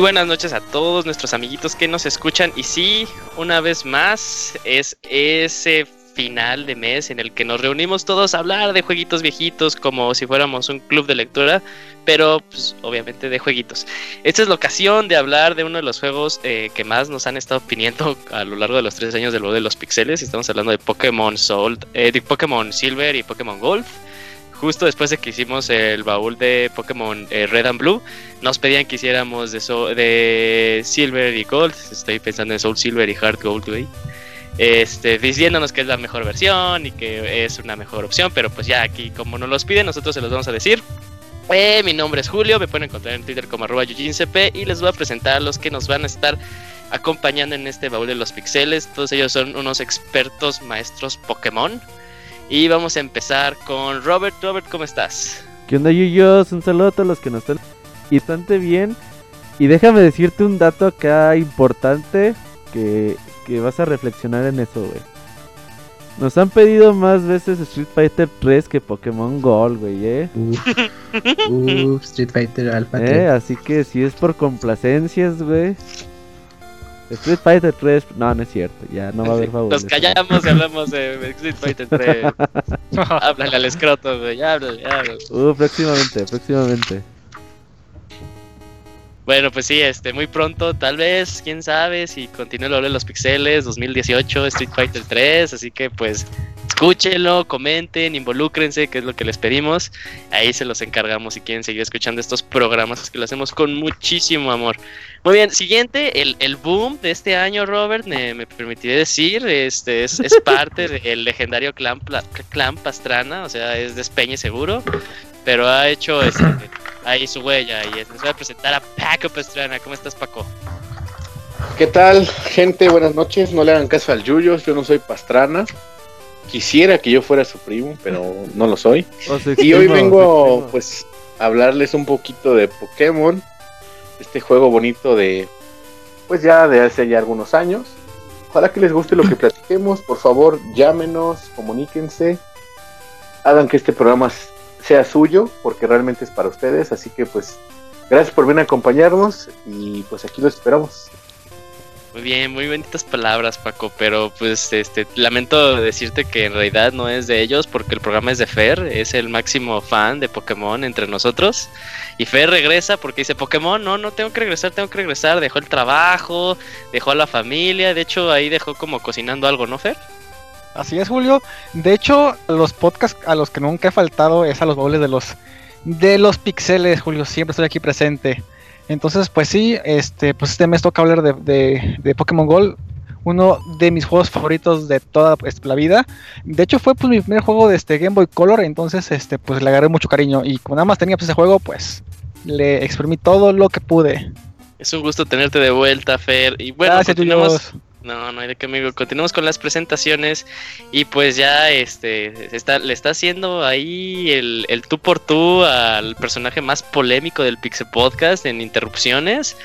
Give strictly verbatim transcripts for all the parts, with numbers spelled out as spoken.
buenas noches a todos nuestros amiguitos que nos escuchan. Y sí, una vez más, es ese final de mes en el que nos reunimos todos a hablar de jueguitos viejitos como si fuéramos un club de lectura, pero pues obviamente de jueguitos. Esta es la ocasión de hablar de uno de los juegos eh, que más nos han estado pidiendo a lo largo de los tres años del juego de los pixeles. Estamos hablando de Pokémon Soul, eh, de Pokémon Silver y Pokémon Gold. Justo después de que hicimos el baúl de Pokémon eh, Red and Blue, nos pedían que hiciéramos de, so de Silver y Gold. Estoy pensando en Soul Silver y Heart Gold, güey. Este, diciéndonos que es la mejor versión y que es una mejor opción, pero pues ya aquí como nos los piden, nosotros se los vamos a decir. Eh, mi nombre es Julio, me pueden encontrar en Twitter como arroba yujinCP y les voy a presentar a los que nos van a estar acompañando en este baúl de los pixeles. Todos ellos son unos expertos maestros Pokémon. Y vamos a empezar con Robert. Robert, ¿cómo estás? ¿Qué onda, Yuyos? Un saludo a todos los que nos están bastante bien. Y déjame decirte un dato acá importante que, que vas a reflexionar en eso, güey. Nos han pedido más veces Street Fighter tres que Pokémon Gold, güey, ¿eh? Uf, uf, Street Fighter Alpha ¿Eh? tres. Así que si es por complacencias, güey. Street Fighter tres, no, no es cierto, ya no va a haber favor. Nos callamos y hablamos de Street Fighter tres. Háblale al escroto, güey, háblale, háblale. Uh, próximamente, próximamente. Bueno, pues sí, este, muy pronto, tal vez, quién sabe, si continúa el oro de los pixeles, dos mil dieciocho, Street Fighter tres, así que pues, escúchenlo, comenten, involúcrense, que es lo que les pedimos, ahí se los encargamos si quieren seguir escuchando estos programas, que lo hacemos con muchísimo amor. Muy bien, siguiente, el, el boom de este año, Robert, me, me permitiré decir, este, es, es parte del legendario clan, clan Pastrana, o sea, es despeñe seguro, pero ha hecho este, ahí su huella, y les voy a presentar a Paco Pastrana. ¿Cómo estás, Paco? ¿Qué tal, gente? Buenas noches. No le hagan caso al Yuyos, yo no soy Pastrana. Quisiera que yo fuera su primo, pero no lo soy. Oh, y hoy vengo, pues, a hablarles un poquito de Pokémon, este juego bonito de, pues ya de hace ya algunos años. Ojalá que les guste lo que platiquemos. Por favor, llámenos, comuníquense, hagan que este programa sea suyo, porque realmente es para ustedes. Así que pues gracias por venir a acompañarnos y pues aquí lo esperamos. Muy bien, muy bonitas palabras, Paco, pero pues este lamento decirte que en realidad no es de ellos, porque el programa es de Fer, es el máximo fan de Pokémon entre nosotros, y Fer regresa porque dice, Pokémon, no, no tengo que regresar, tengo que regresar, dejó el trabajo, dejó a la familia, de hecho ahí dejó como cocinando algo, ¿no, Fer? Así es, Julio. De hecho, los podcasts a los que nunca he faltado es a los baúles de los de los pixeles, Julio. Siempre estoy aquí presente. Entonces, pues sí, este, pues este mes toca hablar de, de, de Pokémon Gold, uno de mis juegos favoritos de toda pues, la vida. De hecho, fue pues mi primer juego de este Game Boy Color, entonces, este, pues le agarré mucho cariño. Y como nada más tenía pues, ese juego, pues le exprimí todo lo que pude. Es un gusto tenerte de vuelta, Fer. Y bueno, gracias, continuamos. No, no hay de qué, amigo. Continuamos con las presentaciones. Y pues ya este está, le está haciendo ahí el, el tú por tú al personaje más polémico del Pixel Podcast en interrupciones.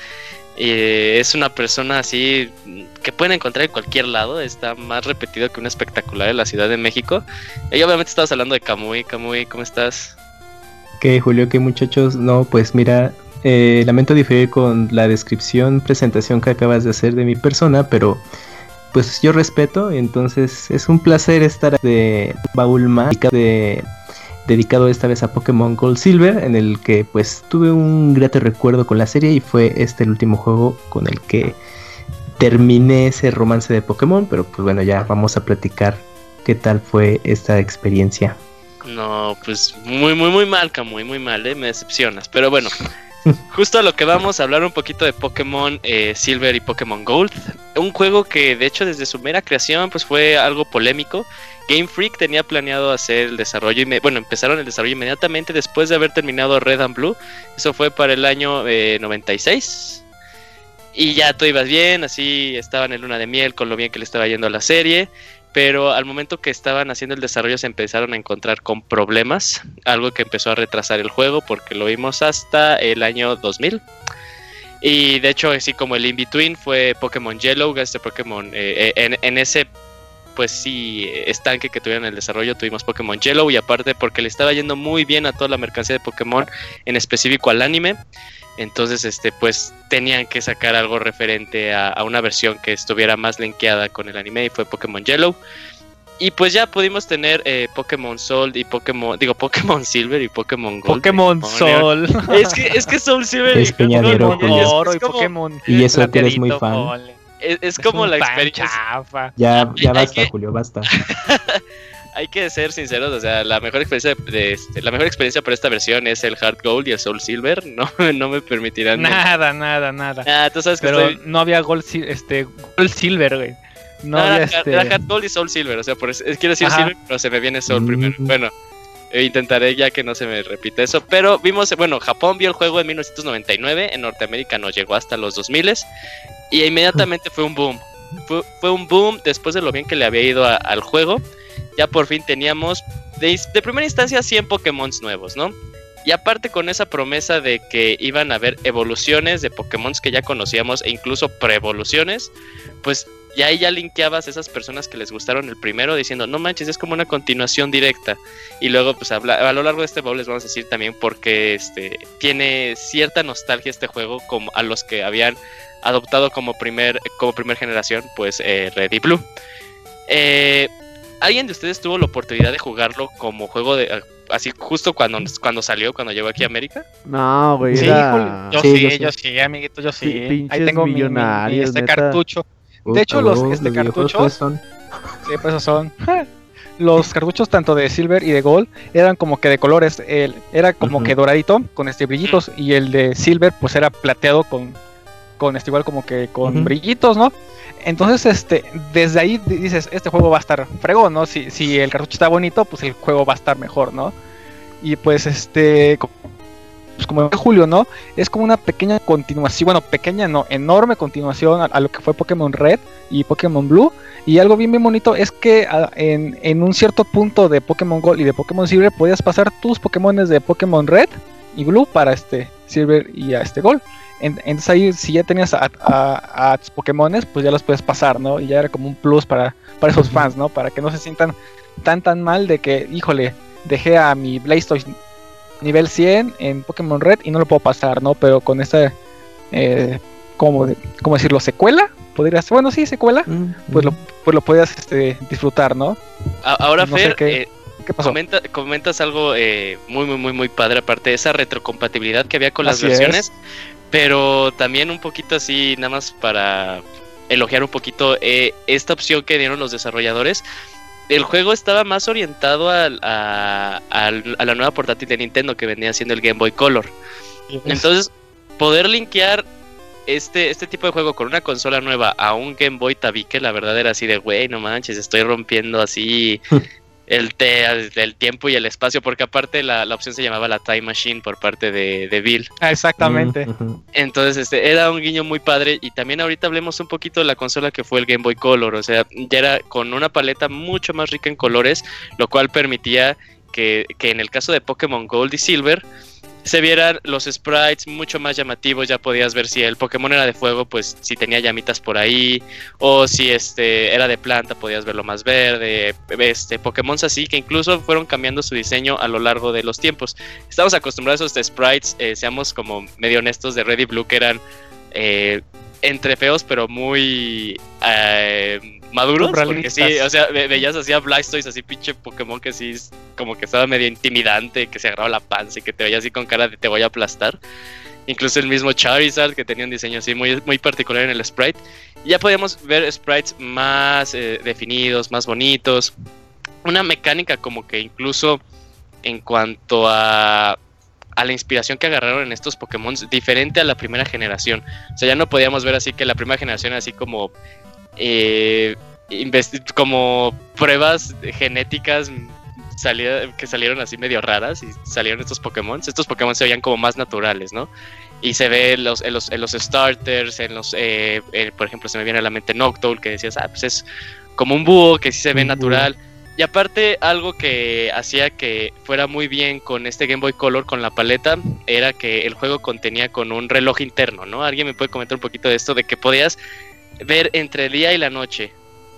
Eh, es una persona así que pueden encontrar en cualquier lado. Está más repetido que un espectacular en la Ciudad de México. Y obviamente estabas hablando de Kamui. Kamui, ¿cómo estás? ¿Qué, Julio? ¿Qué, muchachos? No, pues mira, eh, lamento diferir con la descripción, presentación que acabas de hacer de mi persona, pero pues yo respeto, entonces es un placer estar de baúl mágico de dedicado esta vez a Pokémon Gold Silver, en el que pues tuve un grato recuerdo con la serie y fue este el último juego con el que terminé ese romance de Pokémon, pero pues bueno, ya vamos a platicar qué tal fue esta experiencia. No, pues muy, muy, muy mal, Kamui, muy mal, ¿eh? Me decepcionas, pero bueno. Justo a lo que vamos a hablar un poquito de Pokémon eh, Silver y Pokémon Gold. Un juego que de hecho desde su mera creación pues fue algo polémico. Game Freak tenía planeado hacer el desarrollo, y bueno, empezaron el desarrollo inmediatamente después de haber terminado Red and Blue. Eso fue para el año eh, noventa y seis. Y ya todo iba bien, así estaban en luna de miel con lo bien que le estaba yendo a la serie. Pero al momento que estaban haciendo el desarrollo se empezaron a encontrar con problemas, algo que empezó a retrasar el juego porque lo vimos hasta el año dos mil. Y de hecho, así como el in-between fue Pokémon Yellow, este Pokémon, eh, en, en ese pues sí estanque que tuvieron en el desarrollo tuvimos Pokémon Yellow, y aparte porque le estaba yendo muy bien a toda la mercancía de Pokémon, en específico al anime. Entonces, este, pues tenían que sacar algo referente a, a una versión que estuviera más linkeada con el anime y fue Pokémon Yellow. Y pues ya pudimos tener eh, Pokémon Sol y Pokémon, digo Pokémon Silver y Pokémon Gold. Pokémon Sol. Es que es que Soul Silver es y Peñadero, Pokémon Oro es y como, Pokémon. Y eso que eres muy fan. Ole. es, es Es como un la fan experiencia. chafa. Ya, ya Hay basta, que- Julio, basta. Hay que ser sinceros, o sea, la mejor experiencia de, de este, la mejor experiencia para esta versión es el Heart Gold y el Soul Silver. No, no me permitirán. Nada, nada, nada. Ah, tú sabes que Pero estoy. no había Gold, Sil- este, Gold Silver, güey. No No, había era, este. era Heart Gold y Soul Silver, o sea, por eso, es- quiero decir Ajá. Silver, pero se me viene Soul Mm. primero. Bueno, eh, intentaré ya que no se me repita eso. Pero vimos, bueno, Japón vio el juego en mil novecientos noventa y nueve, en Norteamérica nos llegó hasta los dos mil y inmediatamente fue un boom. Fue, fue un boom después de lo bien que le había ido a- al juego. Ya por fin teníamos de, de primera instancia cien Pokémon nuevos, ¿no? Y aparte con esa promesa de que iban a haber evoluciones de Pokémon que ya conocíamos e incluso pre-evoluciones, pues ya ahí ya linkeabas a esas personas que les gustaron el primero diciendo, no manches, es como una continuación directa. Y luego pues habla, a lo largo de este bowl les vamos a decir también porque este, tiene cierta nostalgia este juego como a los que habían adoptado como primer, como primer generación, pues eh, Red y Blue. Eh... ¿Alguien de ustedes tuvo la oportunidad de jugarlo como juego de así justo cuando, cuando salió, cuando llegó aquí a América? No, güey, Sí, era... Julio, yo Sí, sí, yo sí. yo sí, amiguito, yo sí. Pi- pinches Ahí tengo mi, mi- mi, millonarios, este neta. cartucho. Uh, De hecho, a los, huevo, este, videojuegos, cartuchos- pues, son. Sí, pues esos son. Los cartuchos tanto de Silver y de Gold eran como que de colores. El, era como Ujú. que doradito con este brillitos y el de Silver pues era plateado con, con este igual como que con Ujú. brillitos, ¿no? Entonces, este, desde ahí di- dices, este juego va a estar fregón, ¿no? Si, si el cartucho está bonito, pues el juego va a estar mejor, ¿no? Y pues este, co- pues como dijo Julio, ¿no? Es como una pequeña continuación, bueno, pequeña no, enorme continuación a, a lo que fue Pokémon Red y Pokémon Blue. Y algo bien bien bonito es que a- en, en un cierto punto de Pokémon Gold y de Pokémon Silver podías pasar tus Pokémones de Pokémon Red y Blue para este Silver y a este Gold. En- Entonces ahí si ya tenías a, a, a tus Pokémones, pues ya los puedes pasar, ¿no? Y ya era como un plus para, para esos fans, ¿no? Para que no se sientan tan tan mal de que, híjole, dejé a mi Blastoise nivel cien en Pokémon Red y no lo puedo pasar, ¿no? Pero con esta, eh, ¿cómo, de- cómo decirlo? ¿Secuela? Podría ser, bueno, sí, secuela. Mm, Pues lo, mm. pues lo podías este, disfrutar, ¿no? A- ahora, No sé Fer, qué- eh, ¿Qué pasó? comenta- comentas algo eh, muy, muy, muy, muy padre, aparte de esa retrocompatibilidad que había con las Así versiones, pero también un poquito así, nada más para elogiar un poquito eh, esta opción que dieron los desarrolladores. El juego estaba más orientado al- a, al- a la nueva portátil de Nintendo que venía siendo el Game Boy Color. Entonces, poder linkear este, este tipo de juego con una consola nueva a un Game Boy tabique, la verdad era así de, güey, no manches, estoy rompiendo así el, te, el tiempo y el espacio, porque aparte la, la opción se llamaba la Time Machine por parte de, de Bill. Ah, exactamente. Mm, ujú. Entonces, este, era un guiño muy padre. Y también ahorita hablemos un poquito de la consola que fue el Game Boy Color. O sea, ya era con una paleta mucho más rica en colores, lo cual permitía que, que en el caso de Pokémon Gold y Silver se vieran los sprites mucho más llamativos. Ya podías ver si el Pokémon era de fuego, pues si tenía llamitas por ahí, o si este era de planta, podías verlo más verde. Este Pokémon así que incluso fueron cambiando su diseño a lo largo de los tiempos. Estamos acostumbrados a estos sprites, eh, seamos como medio honestos, de Red y Blue, que eran eh, entre feos pero muy eh, maduros, porque sí, Surrealistas. o sea, ve- veías así a Blastoise, así pinche Pokémon que sí es como que estaba medio intimidante, que se agarraba la panza y que te veía así con cara de te voy a aplastar. Incluso el mismo Charizard, que tenía un diseño así muy, muy particular en el sprite. Y ya podíamos ver sprites más eh, definidos, más bonitos. Una mecánica como que incluso en cuanto a, a la inspiración que agarraron en estos Pokémon, diferente a la primera generación. O sea, ya no podíamos ver así que la primera generación así como... Eh, investi- como pruebas genéticas salida, que salieron así medio raras y salieron estos Pokémon. Estos Pokémon se veían como más naturales, ¿no? Y se ve en los, en los, en los starters, en los, eh, eh, por ejemplo, se me viene a la mente Noctowl, que decías, ah, pues es como un búho, que sí se ve Un natural. Y aparte, algo que hacía que fuera muy bien con este Game Boy Color, con la paleta, era que el juego contenía con un reloj interno, ¿no? ¿Alguien me puede comentar un poquito de esto? De que podías ver entre el día y la noche.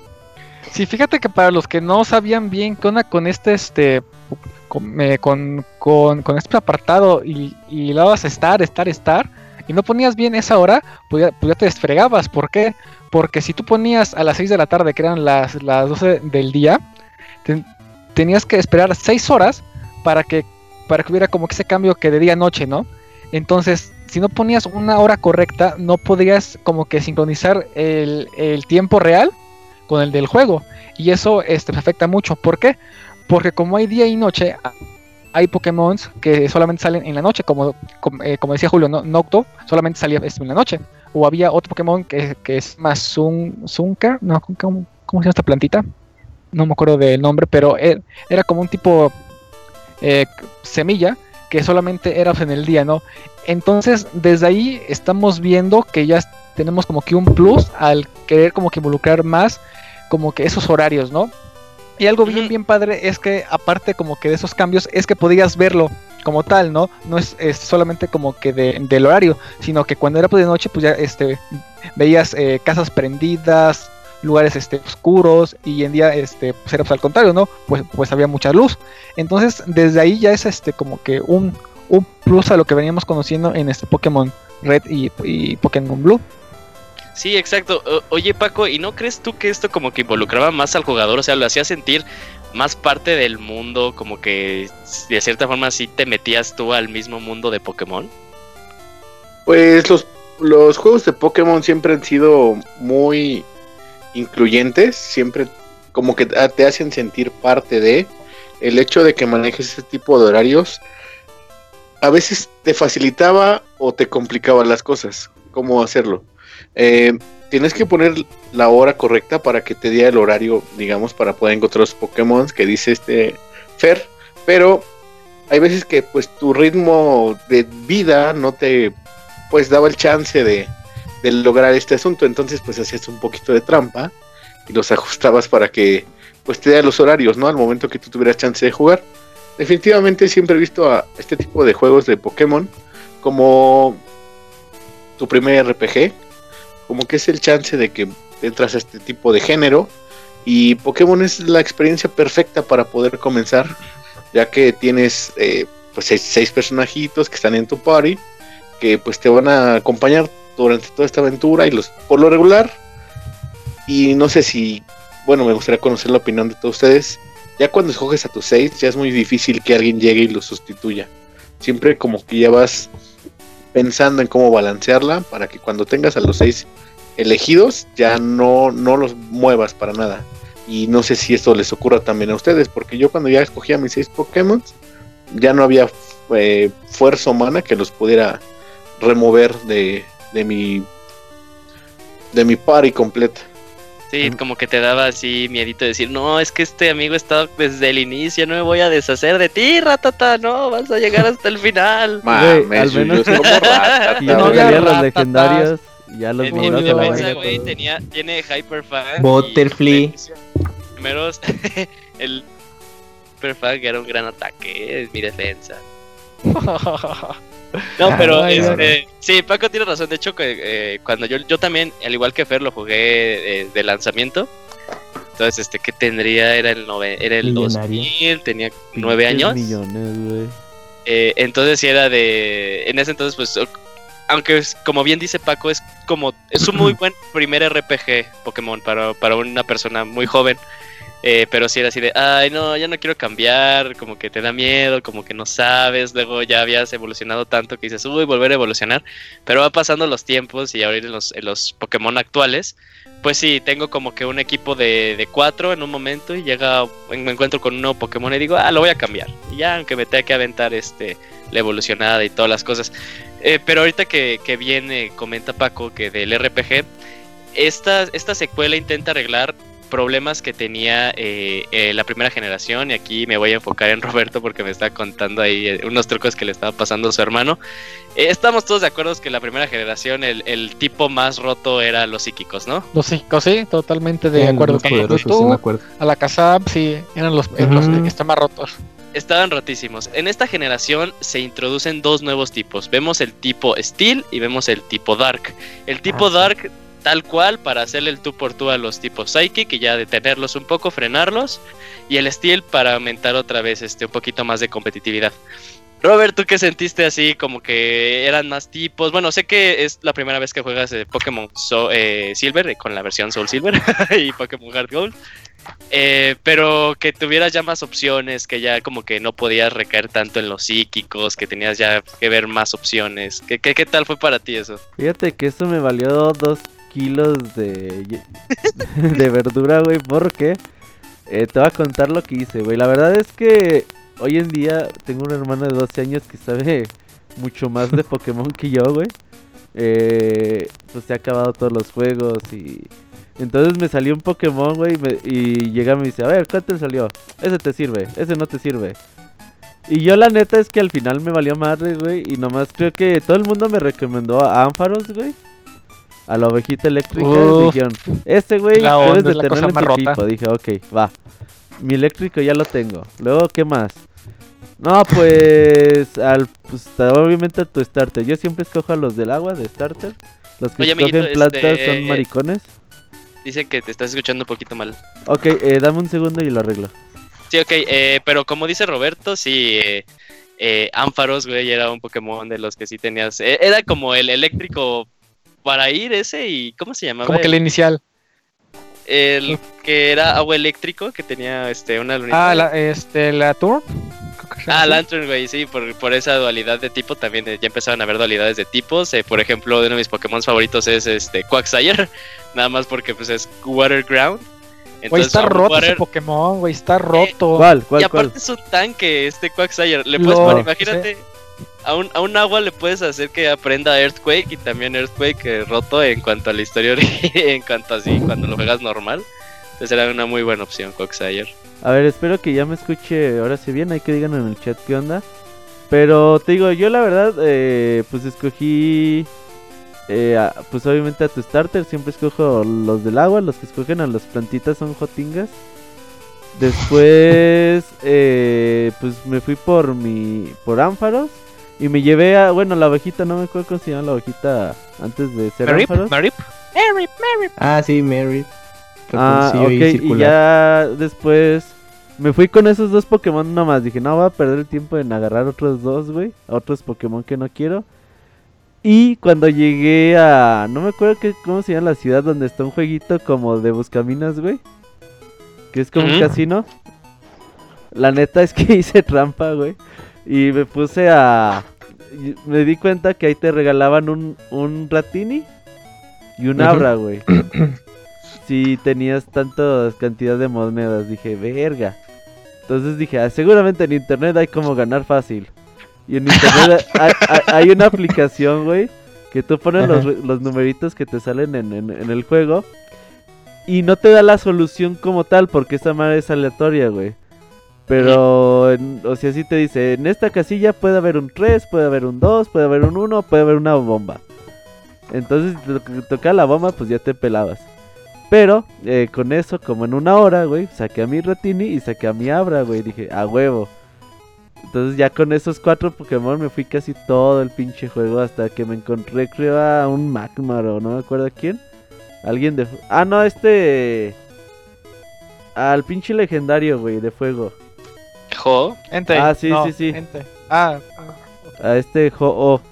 Sí, fíjate que para los que no sabían bien qué onda con este, este, con, eh, con, con, con este apartado y, y le dabas Star, Star, Star, y no ponías bien esa hora, pues ya, pues ya te desfregabas. ¿Por qué? Porque si tú ponías a las seis de la tarde, que eran las, las doce del día, te, tenías que esperar seis horas para que, para que hubiera como que ese cambio que de día a noche, ¿no? Entonces, si no ponías una hora correcta, no podías como que sincronizar el, el tiempo real con el del juego. Y eso este, afecta mucho. ¿Por qué? Porque como hay día y noche, hay Pokémon que solamente salen en la noche. Como, como, eh, como decía Julio, ¿no? Nocto solamente salía en la noche. O había otro Pokémon que, que es más Sun, Sunker. No, ¿cómo, ¿Cómo se llama esta plantita? No me acuerdo del nombre, pero era, era como un tipo eh, semilla que solamente era en el día, ¿no? Entonces, desde ahí estamos viendo que ya tenemos como que un plus al querer como que involucrar más como que esos horarios, ¿no? Y algo bien, bien padre es que aparte como que de esos cambios es que podías verlo como tal, ¿no? No es, es solamente como que de, del horario, sino que cuando era de noche, pues ya este veías eh, casas prendidas, lugares este oscuros, y en día este pues era pues, al contrario, ¿no? Pues pues había mucha luz. Entonces, desde ahí ya es este como que un, un plus a lo que veníamos conociendo en este Pokémon Red y, y Pokémon Blue. Sí, exacto. O, oye, Paco, ¿y no crees tú que esto como que involucraba más al jugador? O sea, lo hacía sentir más parte del mundo, como que de cierta forma sí te metías tú al mismo mundo de Pokémon. Pues los, los juegos de Pokémon siempre han sido muy incluyentes, siempre como que te hacen sentir parte de. El hecho de que manejes ese tipo de horarios a veces te facilitaba o te complicaba las cosas. ¿Cómo hacerlo? Eh, tienes que poner la hora correcta para que te diera el horario, digamos, para poder encontrar los Pokémon que dice este Fer, pero hay veces que pues tu ritmo de vida no te pues daba el chance de, de lograr este asunto, entonces pues hacías un poquito de trampa y los ajustabas para que pues te diera los horarios, ¿no? Al momento que tú tuvieras chance de jugar. Definitivamente siempre he visto a este tipo de juegos de Pokémon como tu primer R P G, como que es el chance de que entras a este tipo de género, y Pokémon es la experiencia perfecta para poder comenzar, ya que tienes eh, pues seis, seis personajitos que están en tu party, que pues te van a acompañar durante toda esta aventura, y los por lo regular, y no sé si, bueno, me gustaría conocer la opinión de todos ustedes, ya cuando escoges a tus seis, ya es muy difícil que alguien llegue y los sustituya, siempre como que ya vas pensando en cómo balancearla para que cuando tengas a los seis elegidos ya no, no los muevas para nada. Y no sé si esto les ocurra también a ustedes, porque yo cuando ya escogía mis seis Pokémon ya no había eh, fuerza humana que los pudiera remover de, de mi de mi party completa. Sí, como que te daba así miedito de decir, no, es que este amigo está desde el inicio, no me voy a deshacer de ti, Ratata, no, vas a llegar hasta el final. Mames, al menos yo, yo como Ratata, ya no había los legendarios, ya los en mi mandas a la defensa, verga güey, todos. tenía, tiene Hyperfang. Butterfly. Primeros, el Hyperfang era un gran ataque, es mi defensa. No, pero Ay, este, sí, Paco tiene razón. De hecho, que eh, cuando yo, yo también, al igual que Fer, lo jugué eh, de lanzamiento. Entonces, este, ¿qué tendría? Era el nove, era el dos mil, tenía nueve años. Millones, güey. Eh, entonces, sí era de, en ese entonces, pues, aunque es, como bien dice Paco, es como, es un muy buen primer R P G Pokémon para, para una persona muy joven. Eh, pero sí era así de, ay no, ya no quiero cambiar, como que te da miedo, como que no sabes, luego ya habías evolucionado tanto que dices, uy, volver a evolucionar, pero va pasando los tiempos y ahorita en los, en los Pokémon actuales, pues sí, tengo como que un equipo de, de cuatro en un momento y llega, me encuentro con un nuevo Pokémon y digo, ah, lo voy a cambiar, y ya, aunque me tenga que aventar este, la evolucionada y todas las cosas, eh, pero ahorita que, que viene, comenta Paco, que del R P G, esta, esta secuela intenta arreglar problemas que tenía eh, eh, la primera generación, y aquí me voy a enfocar en Roberto porque me está contando ahí eh, unos trucos que le estaba pasando a su hermano. Eh, estamos todos de acuerdo que la primera generación el, el tipo más roto era los psíquicos, ¿no? Los psíquicos, sí, totalmente de Eran acuerdo. los Tanto poderosos, tú, sí me acuerdo. a la Kazab, sí, eran los, uh-huh. los que están más rotos. Estaban rotísimos. En esta generación se introducen dos nuevos tipos. Vemos el tipo Steel y vemos el tipo Dark. El tipo ah, Dark... Sí. Tal cual para hacerle el tú por tú a los tipos Psychic y ya detenerlos un poco, frenarlos, y el Steel para aumentar otra vez este un poquito más de competitividad. Robert, ¿tú qué sentiste así? Como que eran más tipos. Bueno, sé que es la primera vez que juegas eh, Pokémon so eh, Silver, eh, con la versión Soul Silver y Pokémon Heart Gold. Eh, pero que tuvieras ya más opciones, que ya como que no podías recaer tanto en los psíquicos, que tenías ya que ver más opciones. ¿Qué, qué, qué tal fue para ti eso? Fíjate que eso me valió dos kilos de, de verdura, güey, porque eh, te voy a contar lo que hice, güey. La verdad es que hoy en día tengo un hermano de doce años que sabe mucho más de Pokémon que yo, güey. Eh, pues se ha acabado todos los juegos y... Entonces me salió un Pokémon, güey, y, me- y llega y me dice, a ver, ¿cuál te salió? Ese te sirve, ese no te sirve. Y yo la neta es que al final me valió madre, güey, y nomás creo que todo el mundo me recomendó a Ampharos, güey. A la ovejita eléctrica, Uf. dijeron, este güey La debes onda de es la tenerlo cosa en más tu rota. equipo. Dije, ok, va. Mi eléctrico ya lo tengo. Luego, ¿qué más? No, pues, al, pues obviamente a tu starter. Yo siempre escojo a los del agua, de starter. Los que Oye, escogen amiguito, plantas este, son maricones. Dicen que te estás escuchando un poquito mal. Ok, eh, dame un segundo y lo arreglo. Sí, ok, eh, pero como dice Roberto, sí, eh, eh, Ampharos, güey, era un Pokémon de los que sí tenías. eh, era como el eléctrico para ir ese y. ¿Cómo se llamaba? Como que el inicial. El que era agua eléctrico, que tenía este una lunita. Ah, la, este, la Tour. Creo que se llama Ah, así. Lantern, güey, sí, por, por esa dualidad de tipo también eh, ya empezaron a haber dualidades de tipos. Eh, por ejemplo, uno de mis Pokémon favoritos es este Quagsire, nada más porque pues es Water Ground. Güey, está Agua roto Water- ese Pokémon, güey, está roto. ¿Cuál? Y ¿Cuál? aparte ¿Cuál? es un tanque este Quagsire. Le puedes Lo- poner, imagínate, a un, a un agua le puedes hacer que aprenda Earthquake y también Earthquake eh, roto en cuanto a la historia, ori- en cuanto así, cuando lo juegas normal. Entonces era una muy buena opción Quagsire. A ver, espero que ya me escuche ahora sí bien. Hay que digan en el chat qué onda. Pero te digo, yo la verdad, eh, pues escogí. Eh, a- pues obviamente a tu starter. Siempre escojo los del agua. Los que escogen a las plantitas son jotingas. Después, eh, pues me fui por mi. Por Ampharos. Y me llevé a. Bueno, la ovejita, no me acuerdo cómo se llama la ovejita antes de ser Marip, Ampharos. Marip. Marip, Marip. Ah, sí, Mary. Ah, ok, y ya después me fui con esos dos Pokémon nomás. Dije, no, voy a perder el tiempo en agarrar otros dos, güey. Otros Pokémon que no quiero. Y cuando llegué a... No me acuerdo qué, cómo se llama la ciudad donde está un jueguito como de buscaminas, güey. Que es como un Ujú. casino. La neta es que hice trampa, güey. Y me puse a... y me di cuenta que ahí te regalaban un, un Ratini y un Ujú. Abra, güey. Si tenías tanta cantidad de monedas, dije, verga. Entonces dije, ah, seguramente en internet hay como ganar fácil. Y en internet hay, hay- hay una aplicación, güey, que tú pones los, Ajá. los numeritos que te salen en, en- en el juego. Y no te da la solución como tal, porque esta madre es aleatoria, güey. Pero, en- o sea, sí te dice, en esta casilla puede haber un tres, puede haber un dos, puede haber un uno, puede haber una bomba. Entonces, si te toca la bomba, pues ya te pelabas. Pero, eh, con eso, como en una hora, güey, saqué a mi Ratini y saqué a mi Abra, güey. Dije, a huevo. Entonces ya con esos cuatro Pokémon me fui casi todo el pinche juego hasta que me encontré, creo, a un Magmar o no me acuerdo a quién. Alguien de... Ah, no, este... Al pinche legendario, güey, de fuego. Jo. Ente. Ah, sí, no, sí, sí. Ente. Ah, A este Ho-Oh.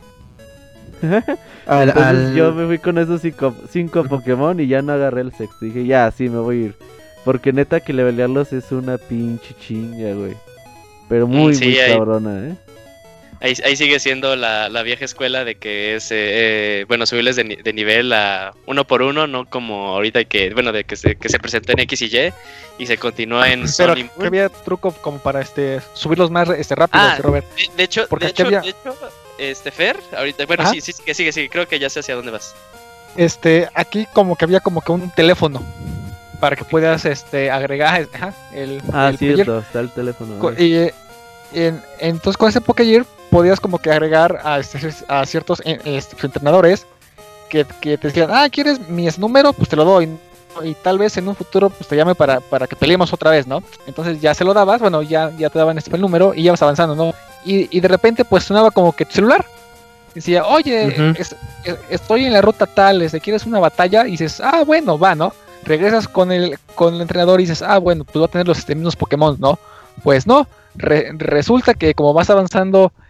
Al, Entonces al- yo me fui con esos cinco, cinco Pokémon y ya no agarré el sexto. Dije, ya, sí, me voy a ir. Porque neta que levelearlos es una pinche chinga, güey. Pero muy, Mm, sí, muy ahí- cabrona, ¿eh? Ahí, ahí sigue siendo la, la vieja escuela de que es, eh, eh, bueno, subirles de, ni- de nivel a uno por uno, no como ahorita que, bueno, de que se, que se presenta en X y Y y se continúa en pero Sun y que Moon. había truco como para este subirlos más este rápido, Ah, este, Robert. De, de hecho, Porque de aquí hecho, había- de hecho, este Fer, ahorita, bueno, Ajá. sí, sí, que sigue, sigue, creo que ya sé hacia dónde vas. Este, aquí como que había como que un teléfono para que puedas este agregar ajá, el, Ah, el player. cierto, está el teléfono. Co- ahí. Y eh, en- entonces con ese Pokégear podías como que agregar a, este- a ciertos eh, este, entrenadores que, que te decían, ah, ¿quieres mi número? Pues te lo doy. Y tal vez en un futuro pues te llame para, para que peleemos otra vez, ¿no? Entonces ya se lo dabas, bueno, ya, ya te daban este el número y ya vas avanzando, ¿no? Y, y de repente pues sonaba como que tu celular. Decía, oye, Ujú. es- es- estoy en la ruta tal, este, ¿quieres una batalla? Y dices, ah, bueno, va, ¿no? Regresas con el, con el entrenador y dices, ah, bueno, pues voy a tener los este, mismos Pokémon, ¿no? Pues no, Re- resulta que como vas avanzando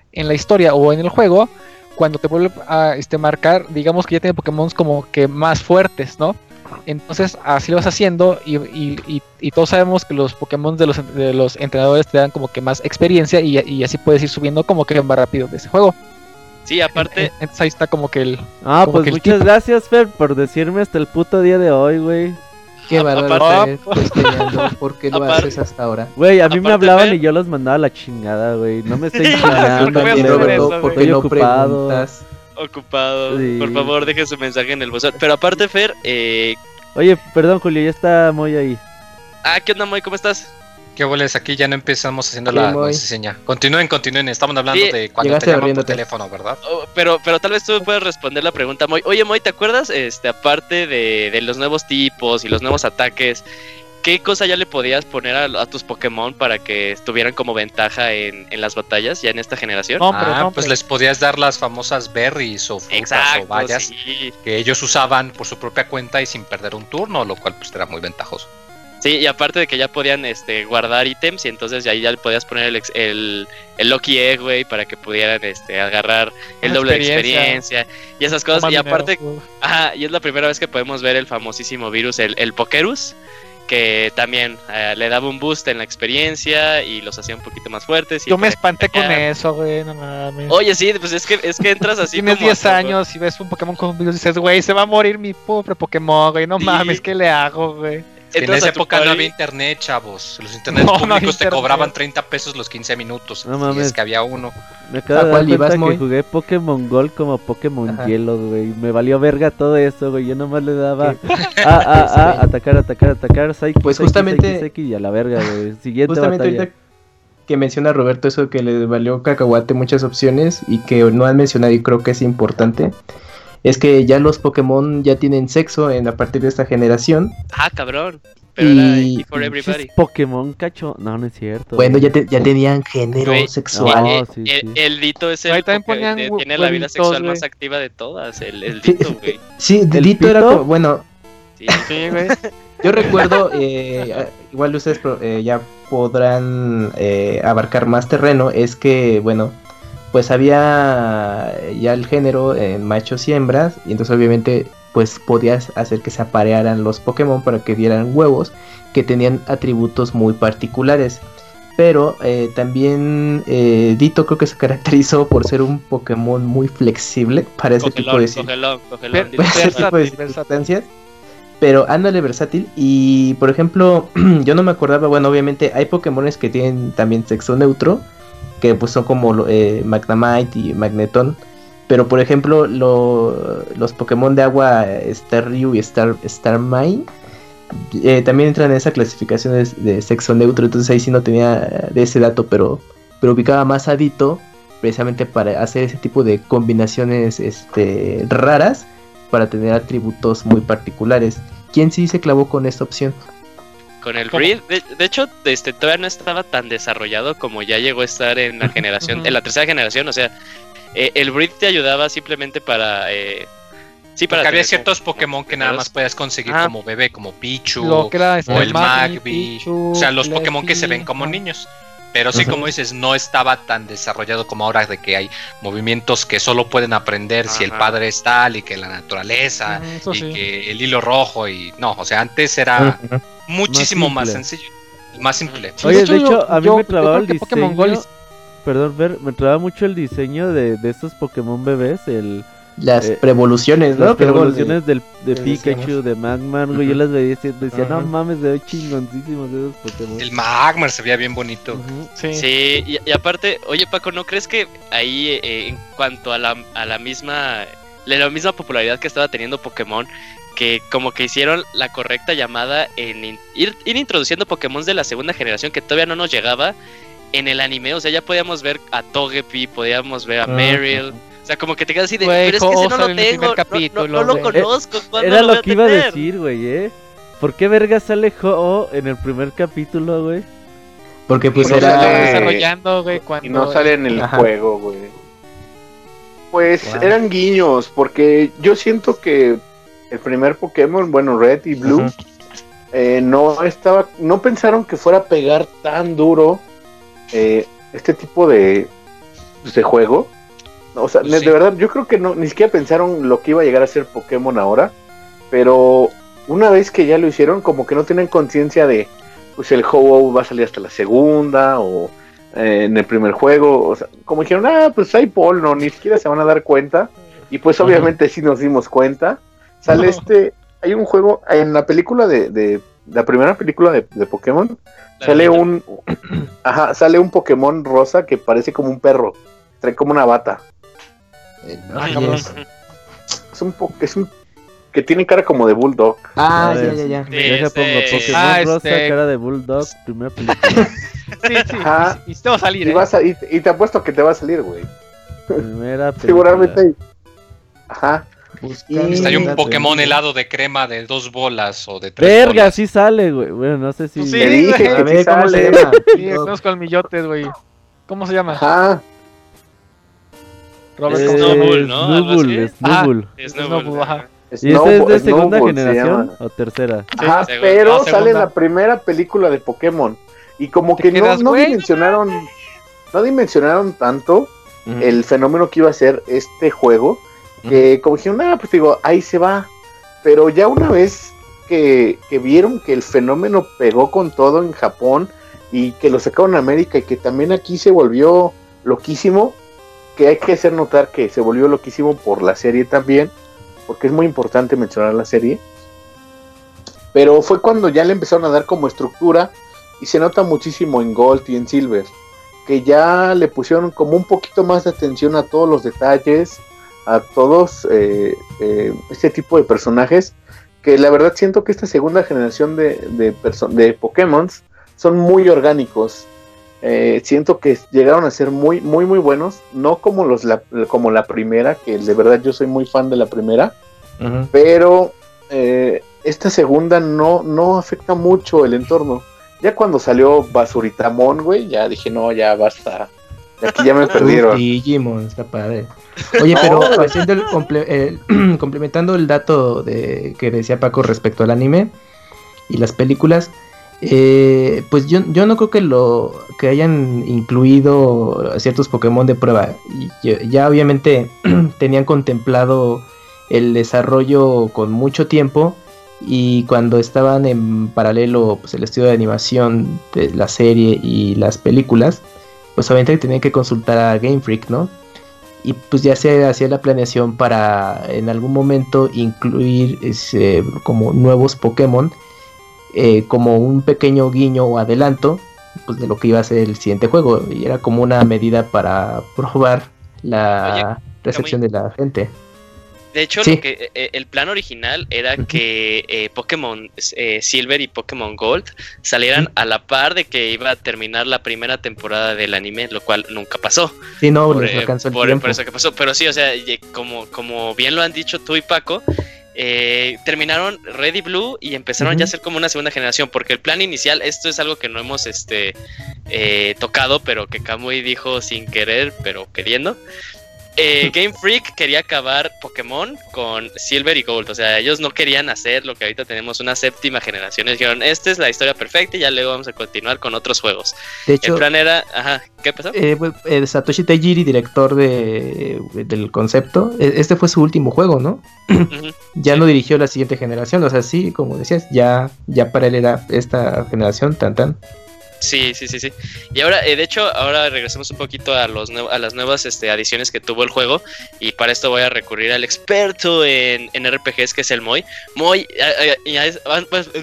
en la historia o en el juego, cuando te vuelve a este, marcar, digamos que ya tiene Pokémon como que más fuertes, ¿no? Entonces así lo vas haciendo y, y, y, y todos sabemos que los Pokémon de los, de los entrenadores te dan como que más experiencia y, y así puedes ir subiendo como que más rápido de ese juego. Sí, aparte... Entonces ahí está como que el... Ah, como pues que el muchas tipo. gracias, Fer, por decirme hasta el puto día de hoy, güey. Qué A- bárbaro, aparte- Fer, pues, peleando. ¿Por qué lo Aparte- haces hasta ahora? Güey, a mí me Aparte, hablaban Fer- y yo los mandaba a la chingada, güey. No me estoy Sí, chingando. ¿por qué voy a güey. hacer Roberto, eso, ¿por güey? qué no Estoy ocupado. preguntas? Ocupado. Sí. Por favor, deje su mensaje en el buzón. Pero aparte, Fer, eh... Oye, perdón, Julio, ya está muy ahí. Ah, ¿qué onda, Moy? ¿Cómo estás? ¿Qué boles? Aquí ya no empezamos haciendo ¿Qué, la Moy? seña. Continúen, continúen. Estamos hablando Sí, de cuando llegaste te llaman por riéndote. teléfono, ¿verdad? Oh, pero, pero tal vez tú puedas responder la pregunta, Moy. Oye, Moy, ¿te acuerdas, este, aparte de, de los nuevos tipos y los nuevos ataques, qué cosa ya le podías poner a, a tus Pokémon para que estuvieran como ventaja en, en las batallas ya en esta generación? No, pero ah, no, pues pero- les podías dar las famosas berries o frutas Exacto, o bayas sí. que ellos usaban por su propia cuenta y sin perder un turno, lo cual pues era muy ventajoso. Sí, y aparte de que ya podían este, guardar ítems y entonces ahí ya le podías poner el, ex- el, el Lucky Egg, güey, para que pudieran este, agarrar el Más doble de experiencia. experiencia y esas cosas. Más Y aparte, dinero, uf. ajá, y es la primera vez que podemos ver el famosísimo virus, el, el Pokerus, que también eh, le daba un boost en la experiencia y los hacía un poquito más fuertes. Y Yo me podían espanté con atacar. eso, güey, no mames. Oye, sí, pues es que, es que entras así Tienes como diez a- años y ves un Pokémon con un virus y dices, güey, se va a morir mi pobre Pokémon, güey, no Sí. mames, ¿qué le hago, güey? Es que en Entras esa a tu época no party- había internet, chavos. Los internet No, no había públicos te internet. cobraban treinta pesos los quince minutos. No Y mames. es que había uno. Me acabo ¿A de dar cuál ibas, cuenta que Moy? jugué Pokémon Gold como Pokémon Ajá. Hielo, güey. Me valió verga todo eso, güey. Yo nomás le daba ah, ah, ah, atacar, atacar, atacar, Psyche, Pues Psyche, justamente- Psyche, Psyche, y a la verga, güey. Siguiente Justamente batalla. ahorita que menciona Roberto eso que le valió cacahuate muchas opciones y que no han mencionado y creo que es importante, es que ya los Pokémon ya tienen sexo en a partir de esta generación. Ah, cabrón. Pero era Y- Equal for Pinches Everybody. Pokémon cacho. No, no es cierto. Bueno, güey. ya, te- ya tenían género Güey, sexual. No, Eh, sí, el, sí. el Dito es el Ahí también Poké- ponían de- hue- tiene la vida huevitos, sexual güey. más activa de todas, el, el Sí. Dito, güey. Sí, ¿El Dito era pito? co- bueno, Sí. Sí, güey. yo recuerdo, eh, a- igual ustedes pro- eh, ya podrán eh, abarcar más terreno, es que, bueno, pues había ya el género en machos y hembras, y entonces obviamente pues podías hacer que se aparearan los Pokémon para que dieran huevos que tenían atributos muy particulares. Pero eh, también eh, Dito creo que se caracterizó por ser un Pokémon muy flexible para ese tipo Cogelón, de si- cogelón, cogelón. Ver- Dito. para ese tipo de Versátil, versátil. circunstancias. Pero ándale versátil. Y por ejemplo, yo no me acordaba, bueno, obviamente hay Pokémones que tienen también sexo neutro, que pues son como lo- eh, Magnemite y Magneton. Pero por ejemplo, lo- los Pokémon de agua, eh, Staryu y Star, Starmine, eh, también entran en esa clasificación de, de sexo neutro. Entonces ahí sí no tenía eh, de ese dato, pero, pero ubicaba más a Dito precisamente para hacer ese tipo de combinaciones este, raras, para tener atributos muy particulares. ¿Quién sí se clavó con esta opción? Con el ¿Cómo? Breed, de, de hecho, este todavía no estaba tan desarrollado como ya llegó a estar en la generación, Ujú. en la tercera generación, o sea, eh, el Breed te ayudaba simplemente para eh, sí, para Porque había tener ciertos como- Pokémon que nada más podías conseguir Ah. como bebé, como Pichu Lo que era este, o el Magni, Magby. Pichu, O sea, los Pokémon que se ven Lefty, como ajá. niños. Pero sí, Ajá. como dices, no estaba tan desarrollado como ahora, de que hay movimientos que solo pueden aprender si el Ajá. padre es tal y que la naturaleza Mm, eso y sí. que el hilo rojo y no, o sea, antes era muchísimo más, simple. sencillo, más simple. Sí, Oye, de de hecho, hecho, yo- a mí yo- me yo trababa creo el que diseño. Pokémon Gold es- Perdón, Ver, me trababa mucho el diseño de, de estos Pokémon bebés. El, Las Eh, prevoluciones, ¿no? las Que luego evoluciones del, de de Pikachu, de Magmar, güey. Yo las veía y decía, no Ujú. mames, se ven chingoncísimos esos Pokémon. El Magmar se veía bien bonito. Ujú. Sí. Sí, y, y aparte, oye Paco, ¿no crees que ahí eh, en cuanto a la, a la misma la, la misma popularidad que estaba teniendo Pokémon, que como que hicieron la correcta llamada en in- ir, ir introduciendo Pokémon de la segunda generación que todavía no nos llegaba en el anime? O sea, ya podíamos ver a Togepi, podíamos ver a Ajá. Meryl. O sea, como que te quedas así de, Güey, pero es que ese no Ho-Oh lo sale en el tengo, primer no- no, capítulo, no lo güey. conozco, ¿cuándo Era lo voy lo a que iba a tener? decir, güey, ¿eh? ¿Por qué verga sale Ho-Oh en el primer capítulo, güey? Porque pues No Pero se estaba sale- era... desarrollando, güey, cuando... Y no sale en el Ajá. juego, güey. Pues Wow. eran guiños, porque yo siento que el primer Pokémon, bueno, Red y Blue, Ujú. eh, no estaba, no pensaron que fuera a pegar tan duro eh, este tipo de, de juego. O sea, Pues de, sí. de verdad, yo creo que no, ni siquiera pensaron lo que iba a llegar a ser Pokémon ahora, pero una vez que ya lo hicieron, como que no tienen conciencia de, pues el Ho-Oh va a salir hasta la segunda, o eh, en el primer juego, o sea, como dijeron, ah, pues hay polvo, ni siquiera se van a dar cuenta, y pues obviamente sí nos dimos cuenta. Sale este, hay un juego, en la película de, de la primera película de, de Pokémon, La sale leyenda. un, ajá, sale un Pokémon rosa que parece como un perro, trae como una bata. Ah, Ay, cabrón. es- Es un po es un que tiene cara como de bulldog. Ah, A ya, ver, ya, ya. Sí, Deja este- pongo Pokémon Ah, Rosa, este- cara de Bulldog, primera película. Sí, sí, Ajá. y, y te va a salir, Y, ¿eh? vas a- y, y te apuesto que te va a salir, güey. Primera película. Seguramente. Ajá. Buscando Y- Está ahí un datos. Pokémon helado de crema de dos bolas o de tres Verga, bolas. sí sale, güey. Bueno, no sé si. Pues Te sí, dije güey. que A ver, sí ¿cómo se sale. llama? Sí, unos colmillotes, güey. ¿Cómo se llama? Ajá. Robert, Eh, ¿cómo se llama? Snowball, ¿no? Algo Snowball, así. Snowball. Es Snowball, Snowball, ajá. ajá. ¿Y ese es Snowball- de segunda Snowball se generación llama. o tercera? Ajá, segunda. pero Ah, sale en segunda. la primera película de Pokémon. Y como ¿Te que no, quedas, no güey? dimensionaron. No dimensionaron tanto Ujú. el fenómeno que iba a ser este juego. Que como dijeron, ah, pues digo, ahí se va. Pero ya una vez que, que vieron que el fenómeno pegó con todo en Japón y que lo sacaron a América y que también aquí se volvió loquísimo, que hay que hacer notar que se volvió loquísimo por la serie también, porque es muy importante mencionar la serie. Pero fue cuando ya le empezaron a dar como estructura y se nota muchísimo en Gold y en Silver, que ya le pusieron como un poquito más de atención a todos los detalles, a todos eh, eh, este tipo de personajes, que la verdad siento que esta segunda generación de, de, perso- de Pokémon son muy orgánicos. Eh, siento que llegaron a ser muy, muy, muy buenos, no como los la, como la primera, que de verdad yo soy muy fan de la primera, Ujú. pero eh, esta segunda no, no afecta mucho el entorno. Ya cuando salió Basuritamon, güey, ya dije, no, ya basta. De aquí ya me perdieron. Digimon, está padre. Oye, pero haciendo el comple- el- complementando el dato de que decía Paco respecto al anime y las películas, eh, pues yo, yo no creo que lo que hayan incluido ciertos Pokémon de prueba. Y ya, ya obviamente tenían contemplado el desarrollo con mucho tiempo. Y cuando estaban en paralelo, pues el estudio de animación de la serie y las películas, pues obviamente tenían que consultar a Game Freak, ¿no? Y pues ya se hacía la planeación para en algún momento incluir ese, como nuevos Pokémon, eh, como un pequeño guiño o adelanto, pues de lo que iba a ser el siguiente juego. Y era como una medida para probar la recepción de la gente. De hecho, Sí. lo que, eh, el plan original era que eh, Pokémon eh, Silver y Pokémon Gold salieran Ujú. a la par de que iba a terminar la primera temporada del anime, lo cual nunca pasó. Sí, no, por, les eh, alcanzó el por- tiempo. por eso que pasó. Pero sí, o sea, ye- como, como bien lo han dicho tú y Paco, eh, terminaron Red y Blue y empezaron Ujú. ya a ser como una segunda generación, porque el plan inicial, esto es algo que no hemos este eh, tocado, pero que Kamui dijo sin querer, pero queriendo. Eh, Game Freak quería acabar Pokémon con Silver y Gold, o sea, ellos no querían hacer lo que ahorita tenemos una séptima generación, ellos dijeron, esta es la historia perfecta y ya luego vamos a continuar con otros juegos. De El hecho, plan era, ajá, ¿qué pasó? eh, pues, eh, Satoshi Tajiri, director de, del concepto, eh, este fue su último juego, ¿no? Ujú. Ya Sí. no dirigió la siguiente generación, o sea, sí, como decías, ya, ya para él era esta generación, tan tan. Sí, sí, sí, sí. Y ahora, eh, de hecho, ahora regresemos un poquito a los nue- a las nuevas este, adiciones que tuvo el juego. Y para esto voy a recurrir al experto en, en R P Gs, que es el Moy. Moy, ah, ah, ya es- ah, pues, A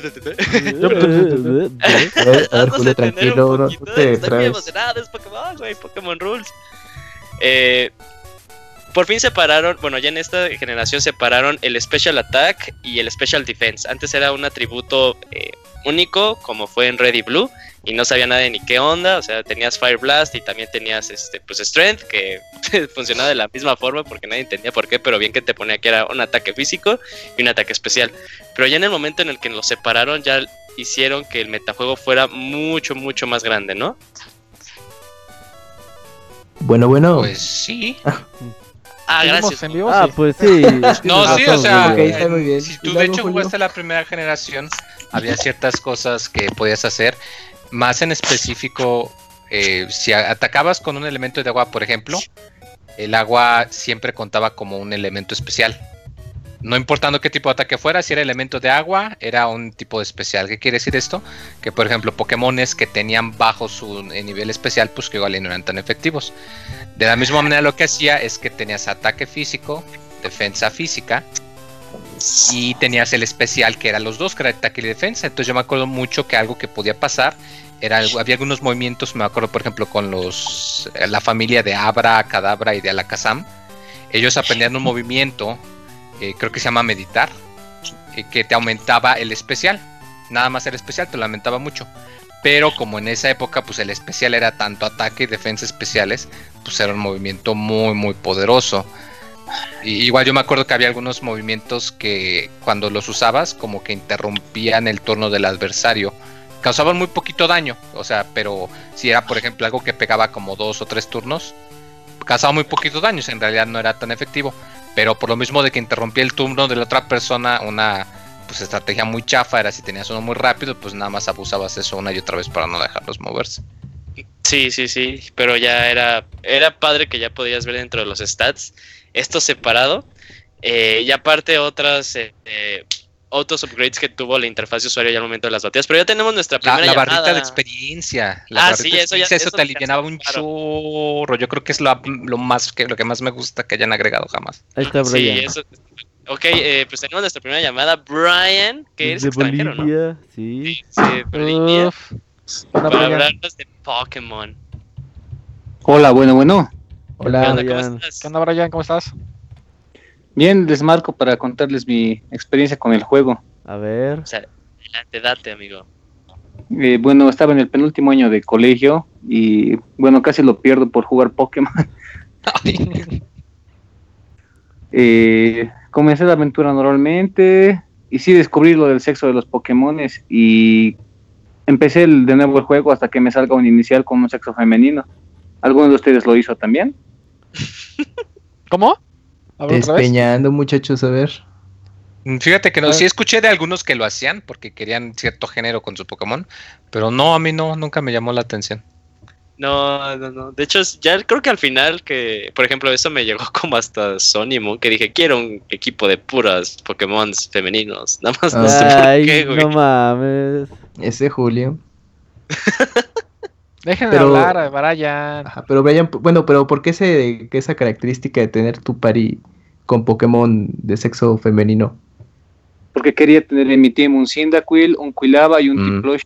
ver, a ver, vamos a Julio, entender tranquilo, un no poquito, te estoy muy traes. emocionado, es Pokémon, güey, Pokémon Rules. Eh, por fin separaron, bueno, ya en esta generación separaron el Special Attack y el Special Defense. Antes era un atributo eh, único, como fue en Red y Blue, y no sabía nada de ni qué onda. O sea, tenías Fire Blast y también tenías este, pues Strength, que funcionaba de la misma forma porque nadie entendía por qué, pero bien que te ponía que era un ataque físico y un ataque especial. Pero ya en el momento en el que los separaron, ya hicieron que el metajuego fuera mucho, mucho más grande, ¿no? Bueno, bueno. Pues sí. Ah, ¿Seguimos gracias. en vivo? Ah, Sí. pues sí. No, tienes sí, o razón, sea, Julio. Ok, está muy bien. si ¿Y tú de luego, hecho Julio? jugaste la primera generación, había ciertas cosas que podías hacer. Más en específico, eh, si atacabas con un elemento de agua, por ejemplo, el agua siempre contaba como un elemento especial. No importando qué tipo de ataque fuera, si era elemento de agua, era un tipo de especial. ¿Qué quiere decir esto? Que por ejemplo Pokémones que tenían bajo su nivel especial, pues que igual no eran tan efectivos. De la misma manera lo que hacía es que tenías ataque físico, defensa física, y tenías el especial que eran los dos, que era ataque y defensa. Entonces yo me acuerdo mucho que algo que podía pasar era algo, había algunos movimientos, me acuerdo por ejemplo con los la familia de Abra, Kadabra y de Alakazam. Ellos aprendían un movimiento, eh, creo que se llama meditar, eh, que te aumentaba el especial. Nada más el especial te lo aumentaba mucho. Pero como en esa época pues el especial era tanto ataque y defensa especiales, pues era un movimiento muy muy poderoso. Y igual yo me acuerdo que había algunos movimientos que cuando los usabas como que interrumpían el turno del adversario. Causaban muy poquito daño, o sea, pero si era por ejemplo algo que pegaba como dos o tres turnos, causaba muy poquito daño, en realidad no era tan efectivo. Pero por lo mismo de que interrumpía el turno de la otra persona, una pues estrategia muy chafa era si tenías uno muy rápido, pues nada más abusabas eso una y otra vez para no dejarlos moverse. Sí, sí, sí, pero ya era, era padre que ya podías ver dentro de los stats esto separado, eh, y aparte otras eh, eh, otros upgrades que tuvo la interfaz de usuario ya al momento de las batallas, pero ya tenemos nuestra primera la, la llamada. barrita de experiencia, la ah, barrita sí, de eso, ya, experiencia, eso eso te alivianaba un claro. chorro. Yo creo que es lo, lo más que lo que más me gusta que hayan agregado jamás. Ahí está Sí, Brian. eso. Ok, eh, pues tenemos nuestra primera llamada. Brian, que eres de extranjero, Bolivia, ¿no? sí. Sí, de Bolivia. Uf. Hola, Para Brian. hablarnos de Pokémon. Hola, bueno, bueno. ¿Qué Hola, onda? ¿Cómo Brian. estás? ¿Qué onda, Brian? ¿Cómo estás? Bien, les marco para contarles mi experiencia con el juego. A ver. O sea, adelante, date, amigo. Eh, bueno, estaba en el penúltimo año de colegio y bueno, casi lo pierdo por jugar Pokémon. eh, comencé la aventura normalmente y sí descubrí lo del sexo de los Pokémones y empecé el, de nuevo el juego hasta que me salga un inicial con un sexo femenino. ¿Alguno de ustedes lo hizo también? ¿Cómo? A ver, otra vez. Despeñando, muchachos, a ver. Fíjate que no, Ah. sí escuché de algunos que lo hacían porque querían cierto género con su Pokémon, pero no, a mí no, nunca me llamó la atención. No, no, no. De hecho, ya creo que al final que, por ejemplo, eso me llegó como hasta Sony Moon, que dije, quiero un equipo de puras Pokémon femeninos. Nada más no sé por Ay, qué, güey. no mames. Ese Julio. Dejen Pero- de hablar, Brian. Ajá, pero Brian, bueno, pero ¿por qué ese, que esa característica de tener tu pari con Pokémon de sexo femenino? Porque quería tener en mi team un Cyndaquil, un Quilava y un Mm. Tiplush.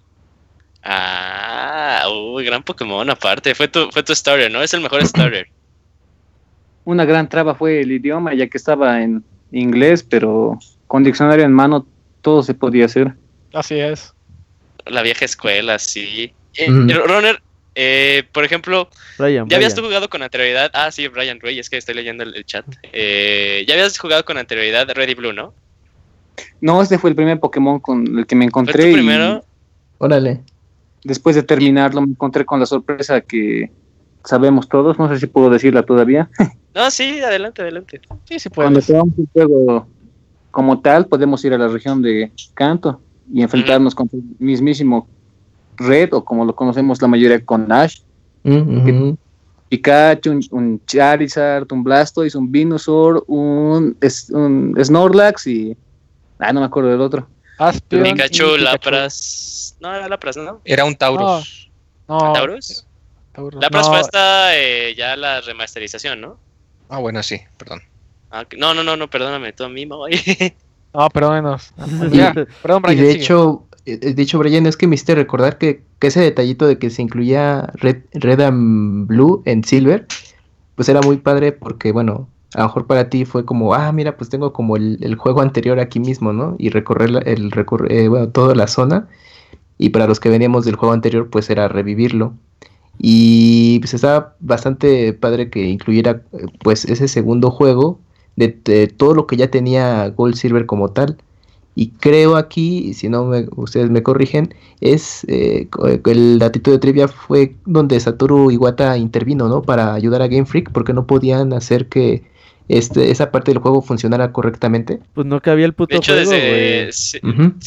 Ah, uy, gran Pokémon aparte. Fue tu, fue tu starter, ¿no? Es el mejor starter. Una gran traba fue el idioma, ya que estaba en inglés, pero con diccionario en mano todo se podía hacer. Así es. La vieja escuela, sí. Eh, Ujú. Runner, eh, por ejemplo, Brian, ¿ya habías Brian. tú jugado con anterioridad? Ah, sí, Brian Rey, es que estoy leyendo el, el chat. Eh, ¿ya habías jugado con anterioridad Red y Blue, no? No, este fue el primer Pokémon con el que me ¿Fue encontré. tu y primero? Órale. después de terminarlo me encontré con la sorpresa que sabemos todos, no sé si puedo decirla todavía. No, sí, adelante, adelante. Sí, sí Cuando puedes. jugamos el juego como tal, podemos ir a la región de Kanto y enfrentarnos contra el mismísimo Red, o como lo conocemos la mayoría con Ash, Mm, ujú. Pikachu, un, un Charizard, un Blastoise, un Venusaur, un, es- un Snorlax y... Ah, no me acuerdo del otro. Aspion y Pikachu, Lapras. No, era Lapras, ¿no? Era un Taurus. No, ¿Taurus? Taurus. Lapras No, fue hasta eh, ya la remasterización, ¿no? Ah, bueno, sí, perdón. Ah, ok. No, no, no, no, perdóname, tú a mí, güey. No, perdónenos. Ya, perdón, Y Brian. de sigue. hecho, eh, de hecho, Brian, es que me hiciste recordar que, que ese detallito de que se incluía Red, Red and Blue en Silver, pues era muy padre porque, bueno, a lo mejor para ti fue como, ah, mira, pues tengo como el, el juego anterior aquí mismo, ¿no? Y recorrer la- el recor- eh, bueno, toda la zona. Y para los que veníamos del juego anterior, pues era revivirlo. Y pues estaba bastante padre que incluyera eh, pues ese segundo juego de, de todo lo que ya tenía Gold Silver como tal. Y creo aquí, si no me- ustedes me corrigen, es eh, co- el datito de trivia fue donde Satoru Iwata intervino, ¿no? Para ayudar a Game Freak porque no podían hacer que este, esa parte del juego funcionara correctamente. Pues no cabía el puto De hecho, juego, desde. güey. Sí, Ujú. sí,